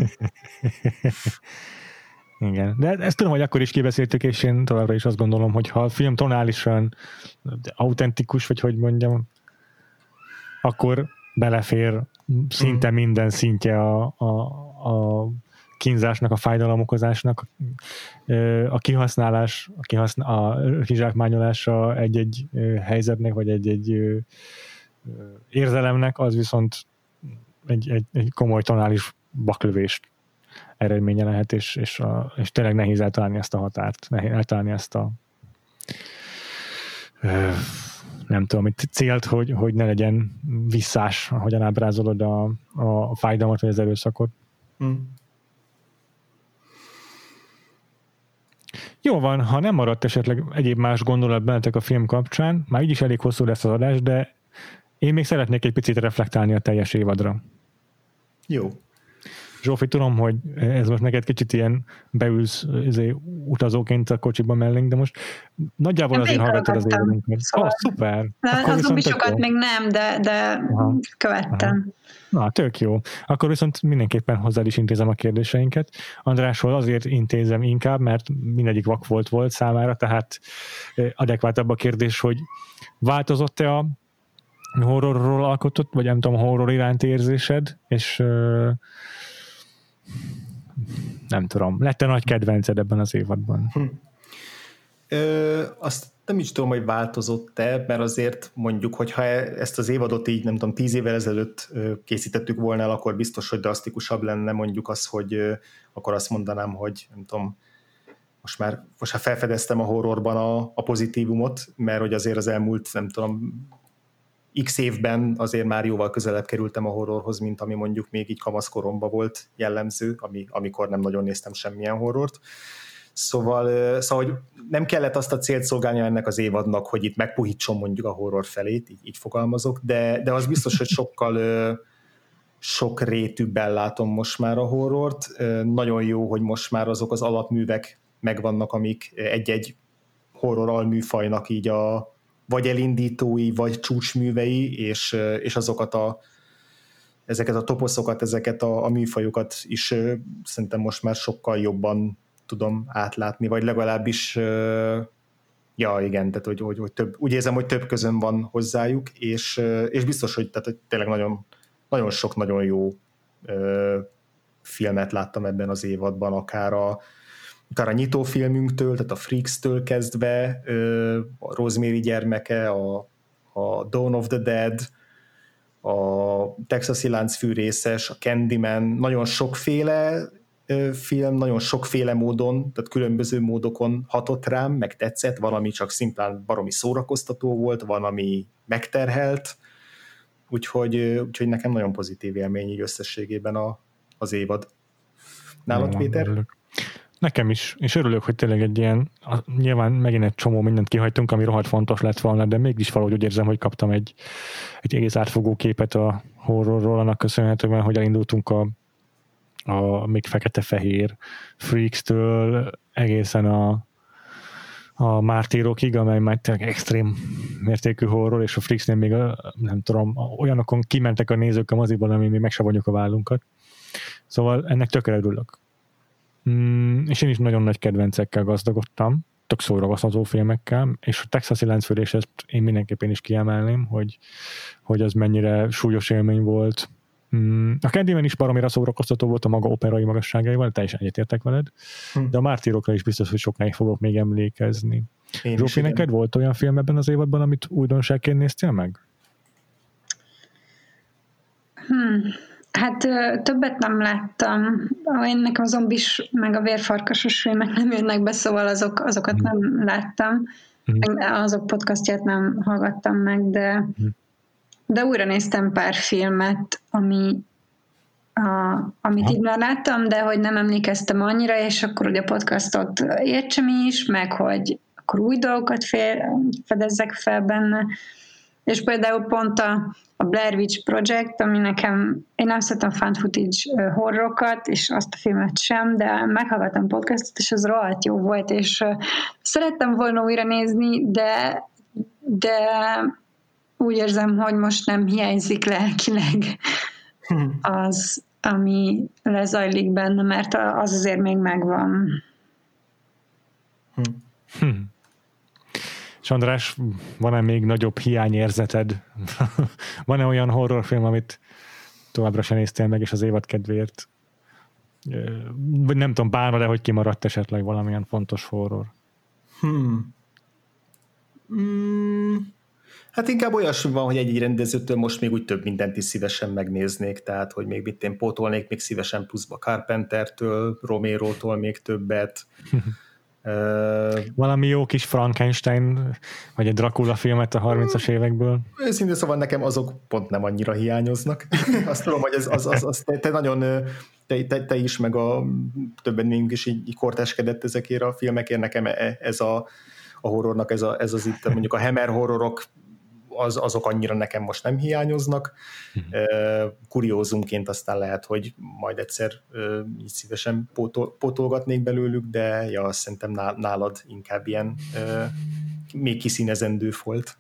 Igen, de ezt tudom, hogy akkor is kibeszéltük, és én továbbra is azt gondolom, hogy ha a film tonálisan autentikus, vagy hogy mondjam, akkor belefér szinte minden szintje a kínzásnak, a fájdalomokozásnak, a kihasználás, a kizsákmányolása egy-egy helyzetnek, vagy egy érzelemnek, az viszont egy komoly tonális baklövést eredménye lehet, és tényleg nehéz eltalálni ezt a határt, eltalálni ezt a nem tudom, itt célt, hogy ne legyen visszás, ahogyan ábrázolod a fájdalmat, vagy az erőszakot. Jó van, ha nem maradt esetleg egyéb más gondolat bennetek a film kapcsán, már így is elég hosszú lesz az adás, de én még szeretnék egy picit reflektálni a teljes évadra. Jó. Zsófi, tudom, hogy ez most neked kicsit ilyen beülsz utazóként a kocsiba mellénk, de most nagyjából azért hallgattad az évadunkat. Szóval szuper! Az zombisokat még nem, de követtem. Na, tök jó. Akkor viszont mindenképpen hozzád is intézem a kérdéseinket. Andráshoz azért intézem inkább, mert mindegyik vak volt számára, tehát adekvátabb a kérdés, hogy változott-e a horrorról alkotott, vagy nem tudom, horror iránti érzésed, és nem tudom, lett-e nagy kedvenced ebben az évadban? Azt nem is tudom, hogy változott-e, mert azért mondjuk, hogyha ezt az évadot így, nem tudom, 10 évvel ezelőtt készítettük volna el, akkor biztos, hogy drasztikusabb lenne mondjuk az, hogy akkor azt mondanám, hogy nem tudom, most már felfedeztem a horrorban a pozitívumot, mert hogy azért az elmúlt, nem tudom, x évben azért már jóval közelebb kerültem a horrorhoz, mint ami mondjuk még így kamaszkoromban volt jellemző, amikor nem nagyon néztem semmilyen horrort. Szóval, hogy nem kellett azt a célt szolgálni ennek az évadnak, hogy itt megpuhítson mondjuk a horror felét, így fogalmazok, de az biztos, hogy sokkal sok rétűbben látom most már a horrort. Nagyon jó, hogy most már azok az alapművek megvannak, amik egy-egy horror alműfajnak így vagy elindítói, vagy csúcsművei, és ezeket a toposzokat, ezeket a műfajokat is szerintem most már sokkal jobban tudom átlátni, vagy legalábbis igen, tehát hogy több, úgy érzem, hogy több közön van hozzájuk, és biztos, hogy tényleg nagyon, nagyon sok nagyon jó filmet láttam ebben az évadban, akár a nyitófilmünktől, tehát a Freaks-től kezdve, a Rosemary gyermeke, a Dawn of the Dead, a Texasi láncfűrészes, a Candyman, nagyon sokféle film, nagyon sokféle módon, tehát különböző módokon hatott rám, meg tetszett, van, ami csak szimplán baromi szórakoztató volt, van, ami megterhelt, úgyhogy nekem nagyon pozitív élmény így összességében az évad. Nálad, Péter? Nekem is, és örülök, hogy tényleg egy ilyen, nyilván megint egy csomó mindent kihagytunk, ami rohadt fontos lett volna, de mégis valahogy úgy érzem, hogy kaptam egy egész átfogó képet a horrorról, annak köszönhetően, hogy elindultunk a még fekete-fehér Freaks-től egészen a Mártírokig, amely már tényleg extrém mértékű horror, és a Freaksnél még nem tudom, olyanokon kimentek a nézők a moziban, ami még megsavanyuk a vállunkat. Szóval ennek tökre örülök. És én is nagyon nagy kedvencekkel gazdagodtam, tök szórakoztató filmekkel, és a Texasi Láncfűrés, ezt én mindenképpen is kiemelném, hogy az mennyire súlyos élmény volt. A Candyman is baromira szórakoztató volt a maga operai magasságaival, teljesen egyetértek veled, de a Mártírokra is biztos, hogy sokáig fogok még emlékezni. Zsófi, neked volt olyan film ebben az évadban, amit újdonságként néztél meg? Hát többet nem láttam. Én nekem a zombis, meg a vérfarkasos filmek nem jönnek be, szóval azokat nem láttam. Azok podcastját nem hallgattam meg, de újra néztem pár filmet, amit így már láttam, de hogy nem emlékeztem annyira, és akkor ugye a podcastot értsem is, meg hogy akkor új dolgokat fedezzek fel benne. És például pont a Blair Witch Project, ami nekem, én nem szeretem found footage horrorokat, és azt a filmet sem, de meghallgattam podcastot, és az rohadt jó volt, és szerettem volna újra nézni, de úgy érzem, hogy most nem hiányzik lelkileg az, ami lezajlik benne, mert az azért még megvan. És András, van-e még nagyobb hiányérzeted? Van-e olyan horrorfilm, amit továbbra sem néztél meg, és az évad kedvéért? Vagy nem tudom, bánod-e, hogy kimaradt esetleg valamilyen fontos horror? Hát inkább olyasmi van, hogy egy rendezőtől most még úgy több mindent is szívesen megnéznék, tehát hogy még mit én pótolnék még szívesen pluszba Carpentertől, Romérótól még többet. Valami jó kis Frankenstein, vagy egy Dracula filmet a 30-as évekből? Őszintén szóval nekem azok pont nem annyira hiányoznak. Azt tudom, hogy te nagyon, te is, meg a többen mink is így kortáskedett ezekért a filmekért. Nekem ez a horrornak, ez az itt, mondjuk a Hammer horrorok, azok annyira nekem most nem hiányoznak. Kuriózumként aztán lehet, hogy majd egyszer így szívesen pótolgatnék belőlük, de ja, szerintem nálad inkább ilyen még kiszínezendő volt.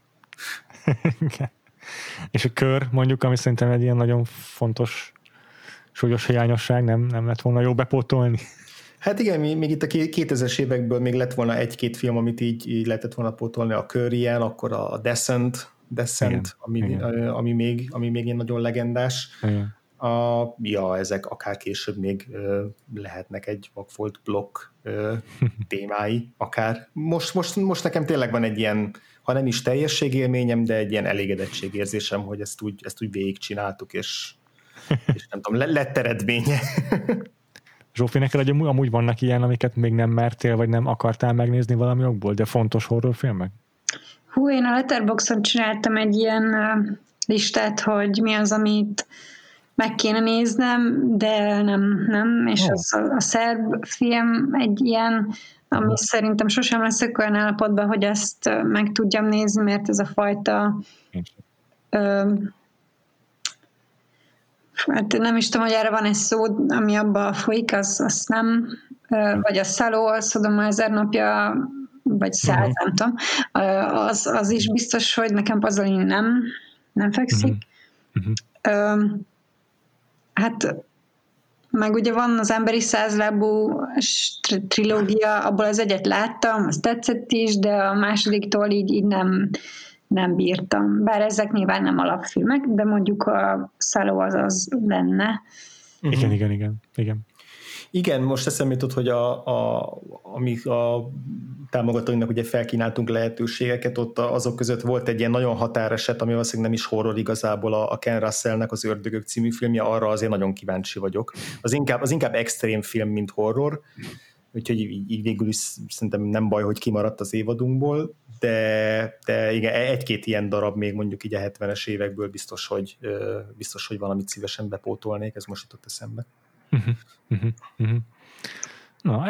És a Kör, mondjuk, ami szerintem egy ilyen nagyon fontos súlyos hiányosság, nem lett volna jó bepótolni? Hát igen, még itt a 2000-es évekből még lett volna egy-két film, amit így lehetett volna pótolni, a Kör ilyen, akkor a Descent, ami még ilyen nagyon legendás. Ezek akár később még lehetnek egy vakfolt blokk témái, akár. Most nekem tényleg van egy ilyen, ha nem is teljességélményem, de egy ilyen elégedettségérzésem, hogy ezt úgy végigcsináltuk, és nem tudom, lett eredménye. Zsófi, neked amúgy vannak ilyen, amiket még nem mertél, vagy nem akartál megnézni valami okból, de fontos horrorfilmek? Én a Letterboxdon csináltam egy ilyen listát, hogy mi az, amit meg kéne néznem, de nem, és a szerb film egy ilyen, ami szerintem sosem leszek olyan állapotban, hogy ezt meg tudjam nézni, mert ez a fajta hát nem is tudom, hogy erre van egy szó, ami abba folyik, azt nem, vagy a Szaló, Szodoma 1000 napja, vagy 100, nem tudom, az is biztos, hogy nekem Pasolini nem fekszik. Hát meg ugye van az Emberi százlábú trilógia, abból az egyet láttam, az tetszett is, de a másodiktól így nem bírtam. Bár ezek nyilván nem alapfilmek, de mondjuk a Szaló az lenne. Igen. Igen, most eszembe jutott, hogy amik a támogatóinak ugye felkínáltunk lehetőségeket, ott azok között volt egy ilyen nagyon határeset, ami valószínűleg nem is horror igazából, a Ken Russellnek az Ördögök című filmje, arra azért nagyon kíváncsi vagyok. Az inkább extrém film, mint horror, úgyhogy így végül is szerintem nem baj, hogy kimaradt az évadunkból, de igen, egy-két ilyen darab még mondjuk így a 70-es évekből biztos, hogy valamit szívesen bepótolnék, ez most jutott eszembe. Na,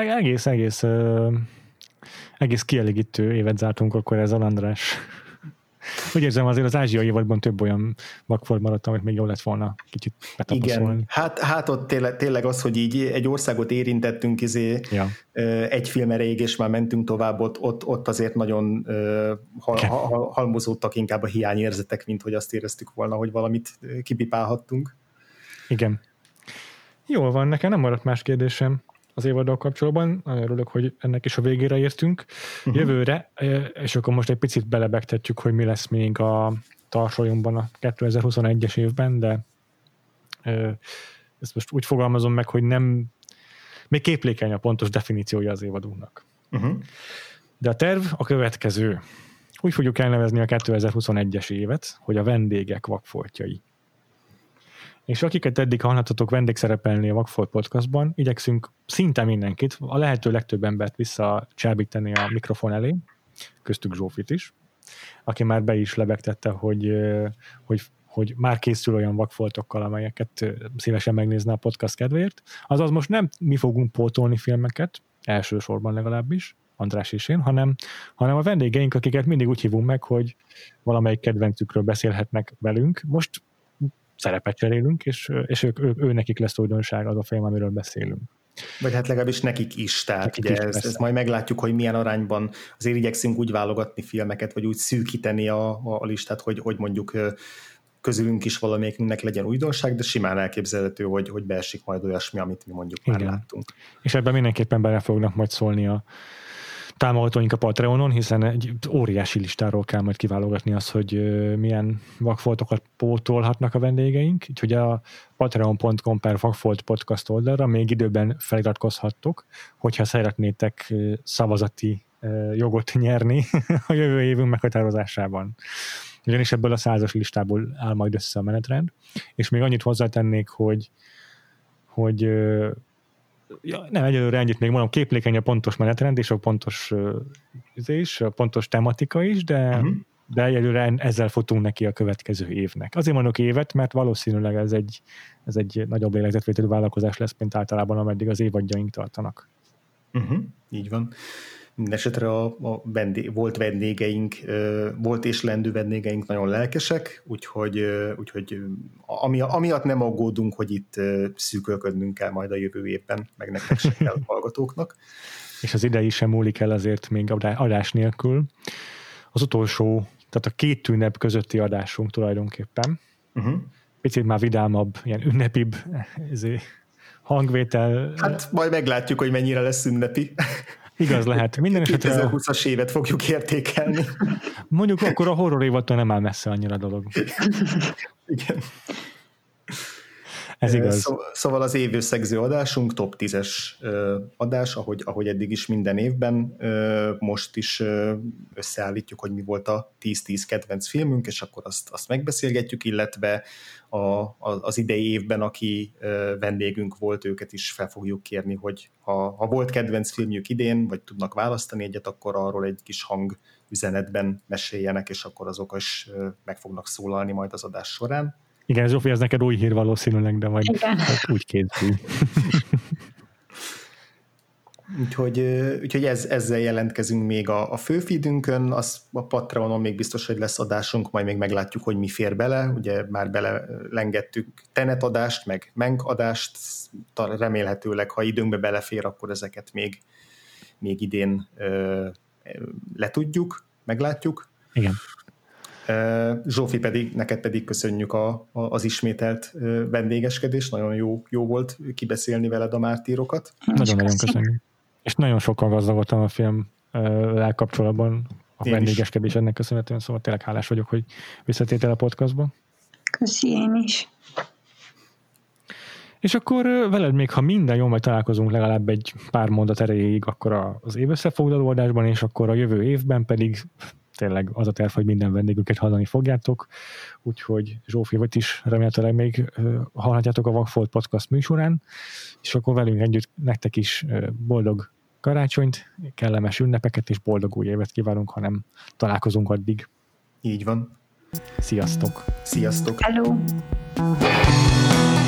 egész kielégítő évet zártunk akkor ezzel, András. Úgy érzem, azért az ázsiai évadban több olyan vakfolt maradt, amit még jól lett volna kicsit betapaszolni. Igen, hát ott tényleg az, hogy így egy országot érintettünk egy film erejéig, és már mentünk tovább, ott azért nagyon halmozódtak inkább a hiányérzetek, mint hogy azt éreztük volna, hogy valamit kipipálhattunk. Igen. Jól van, nekem nem maradt más kérdésem az évaddal kapcsolatban. Nagyon örülök, hogy ennek is a végére értünk. Jövőre, és akkor most egy picit belebegtetjük, hogy mi lesz még a tarsolyunkban a 2021-es évben, de ezt most úgy fogalmazom meg, hogy nem még képlékeny a pontos definíciója az évadunknak. De a terv a következő. Úgy fogjuk elnevezni a 2021-es évet, hogy a vendégek vakfoltjai. És akiket eddig hallhattatok vendégszerepelni a Vakfolt Podcastban, igyekszünk szinte mindenkit, a lehető legtöbb embert visszacsábítani a mikrofon elé, köztük Zsófit is, aki már be is lebegtette, hogy már készül olyan vakfoltokkal, amelyeket szívesen megnézne a podcast kedvéért. Azaz most nem mi fogunk pótolni filmeket, elsősorban legalábbis, András és én, hanem a vendégeink, akiket mindig úgy hívunk meg, hogy valamelyik kedvencükről beszélhetnek velünk. Most szerepet cserélünk, és ő nekik lesz újdonság az a film, amiről beszélünk. Vagy hát legalábbis nekik is, tehát ugye ezt majd meglátjuk, hogy milyen arányban azért igyekszünk úgy válogatni filmeket, vagy úgy szűkíteni a listát, hogy mondjuk közülünk is valamelyikünknek legyen újdonság, de simán elképzelhető, hogy beesik majd olyasmi, amit mi mondjuk már láttunk. És ebben mindenképpen bele fognak majd szólni a támogatóink a Patreonon, hiszen egy óriási listáról kell majd kiválogatni azt, hogy milyen vakfoltokat pótolhatnak a vendégeink, úgyhogy a patreon.com/vakfolt podcast oldalra még időben feliratkozhattok, hogyha szeretnétek szavazati jogot nyerni a jövő évünk meghatározásában. Ugyanis ebből a 100-as listából áll majd össze a menetrend, és még annyit hozzátennék, hogy nem, egyelőre ennyit még mondom, képlékeny a pontos menetrend és a pontos a pontos tematika is, de egyelőre ezzel futunk neki a következő évnek. Azért mondok évet, mert valószínűleg ez egy nagyobb lélegzetvételű vállalkozás lesz, mint általában, ameddig az évadjaink tartanak. Így van. Mindenesetre volt vendégeink, volt és lendő vendégeink nagyon lelkesek, úgyhogy amiatt nem aggódunk, hogy itt szűkölködnünk kell majd a jövő évben, meg nektek se kell hallgatóknak. És az idei sem múlik el azért még adás nélkül. Az utolsó, tehát a 2 ünnep közötti adásunk tulajdonképpen. Picit már vidámabb, ilyen ünnepibb hangvétel. Hát majd meglátjuk, hogy mennyire lesz ünnepi. Igaz lehet. Minden esetre 2020-as évet fogjuk értékelni. Mondjuk akkor a horror évattól nem áll messze annyira dolog. Igen. Ez igaz. Szóval az évösszegző adásunk, top 10-es adás, ahogy eddig is minden évben. Most is összeállítjuk, hogy mi volt a 10-10 kedvenc filmünk, és akkor azt megbeszélgetjük, illetve az idei évben, aki vendégünk volt, őket is fel fogjuk kérni, hogy ha volt kedvenc filmjük idén, vagy tudnak választani egyet, akkor arról egy kis hangüzenetben meséljenek, és akkor azok is meg fognak szólalni majd az adás során. Igen, Zsófi, ez neked új hír valószínűleg, de majd úgy készül. Úgyhogy ezzel jelentkezünk még a főfeedünkön, a Patreonon még biztos, hogy lesz adásunk, majd még meglátjuk, hogy mi fér bele, ugye már belelengettük Tenet adást, meg Mank adást, remélhetőleg, ha időnkbe belefér, akkor ezeket még idén letudjuk, meglátjuk. Igen. Zsófi neked pedig köszönjük az ismételt vendégeskedést, nagyon jó volt kibeszélni veled a mártírokat. Nagyon-nagyon köszönjük. És nagyon sokkal gazdagodtam a filmmel kapcsolatban a vendégeskedés ennek köszönhetően, szóval tényleg hálás vagyok, hogy visszatétel a podcastba. Köszi, én is. És akkor veled még, ha minden jól, majd találkozunk legalább egy pár mondat erejéig, akkor az év összefoglaló adásban, és akkor a jövő évben pedig tényleg az a terv, hogy minden vendégünket hallani fogjátok, úgyhogy Zsófi, vagy is remélhetőleg még hallhatjátok a Vakfolt Podcast műsorán, és akkor velünk együtt nektek is boldog karácsonyt, kellemes ünnepeket és boldog új évet kívánunk, ha nem találkozunk addig. Így van. Sziasztok! Sziasztok! Hello!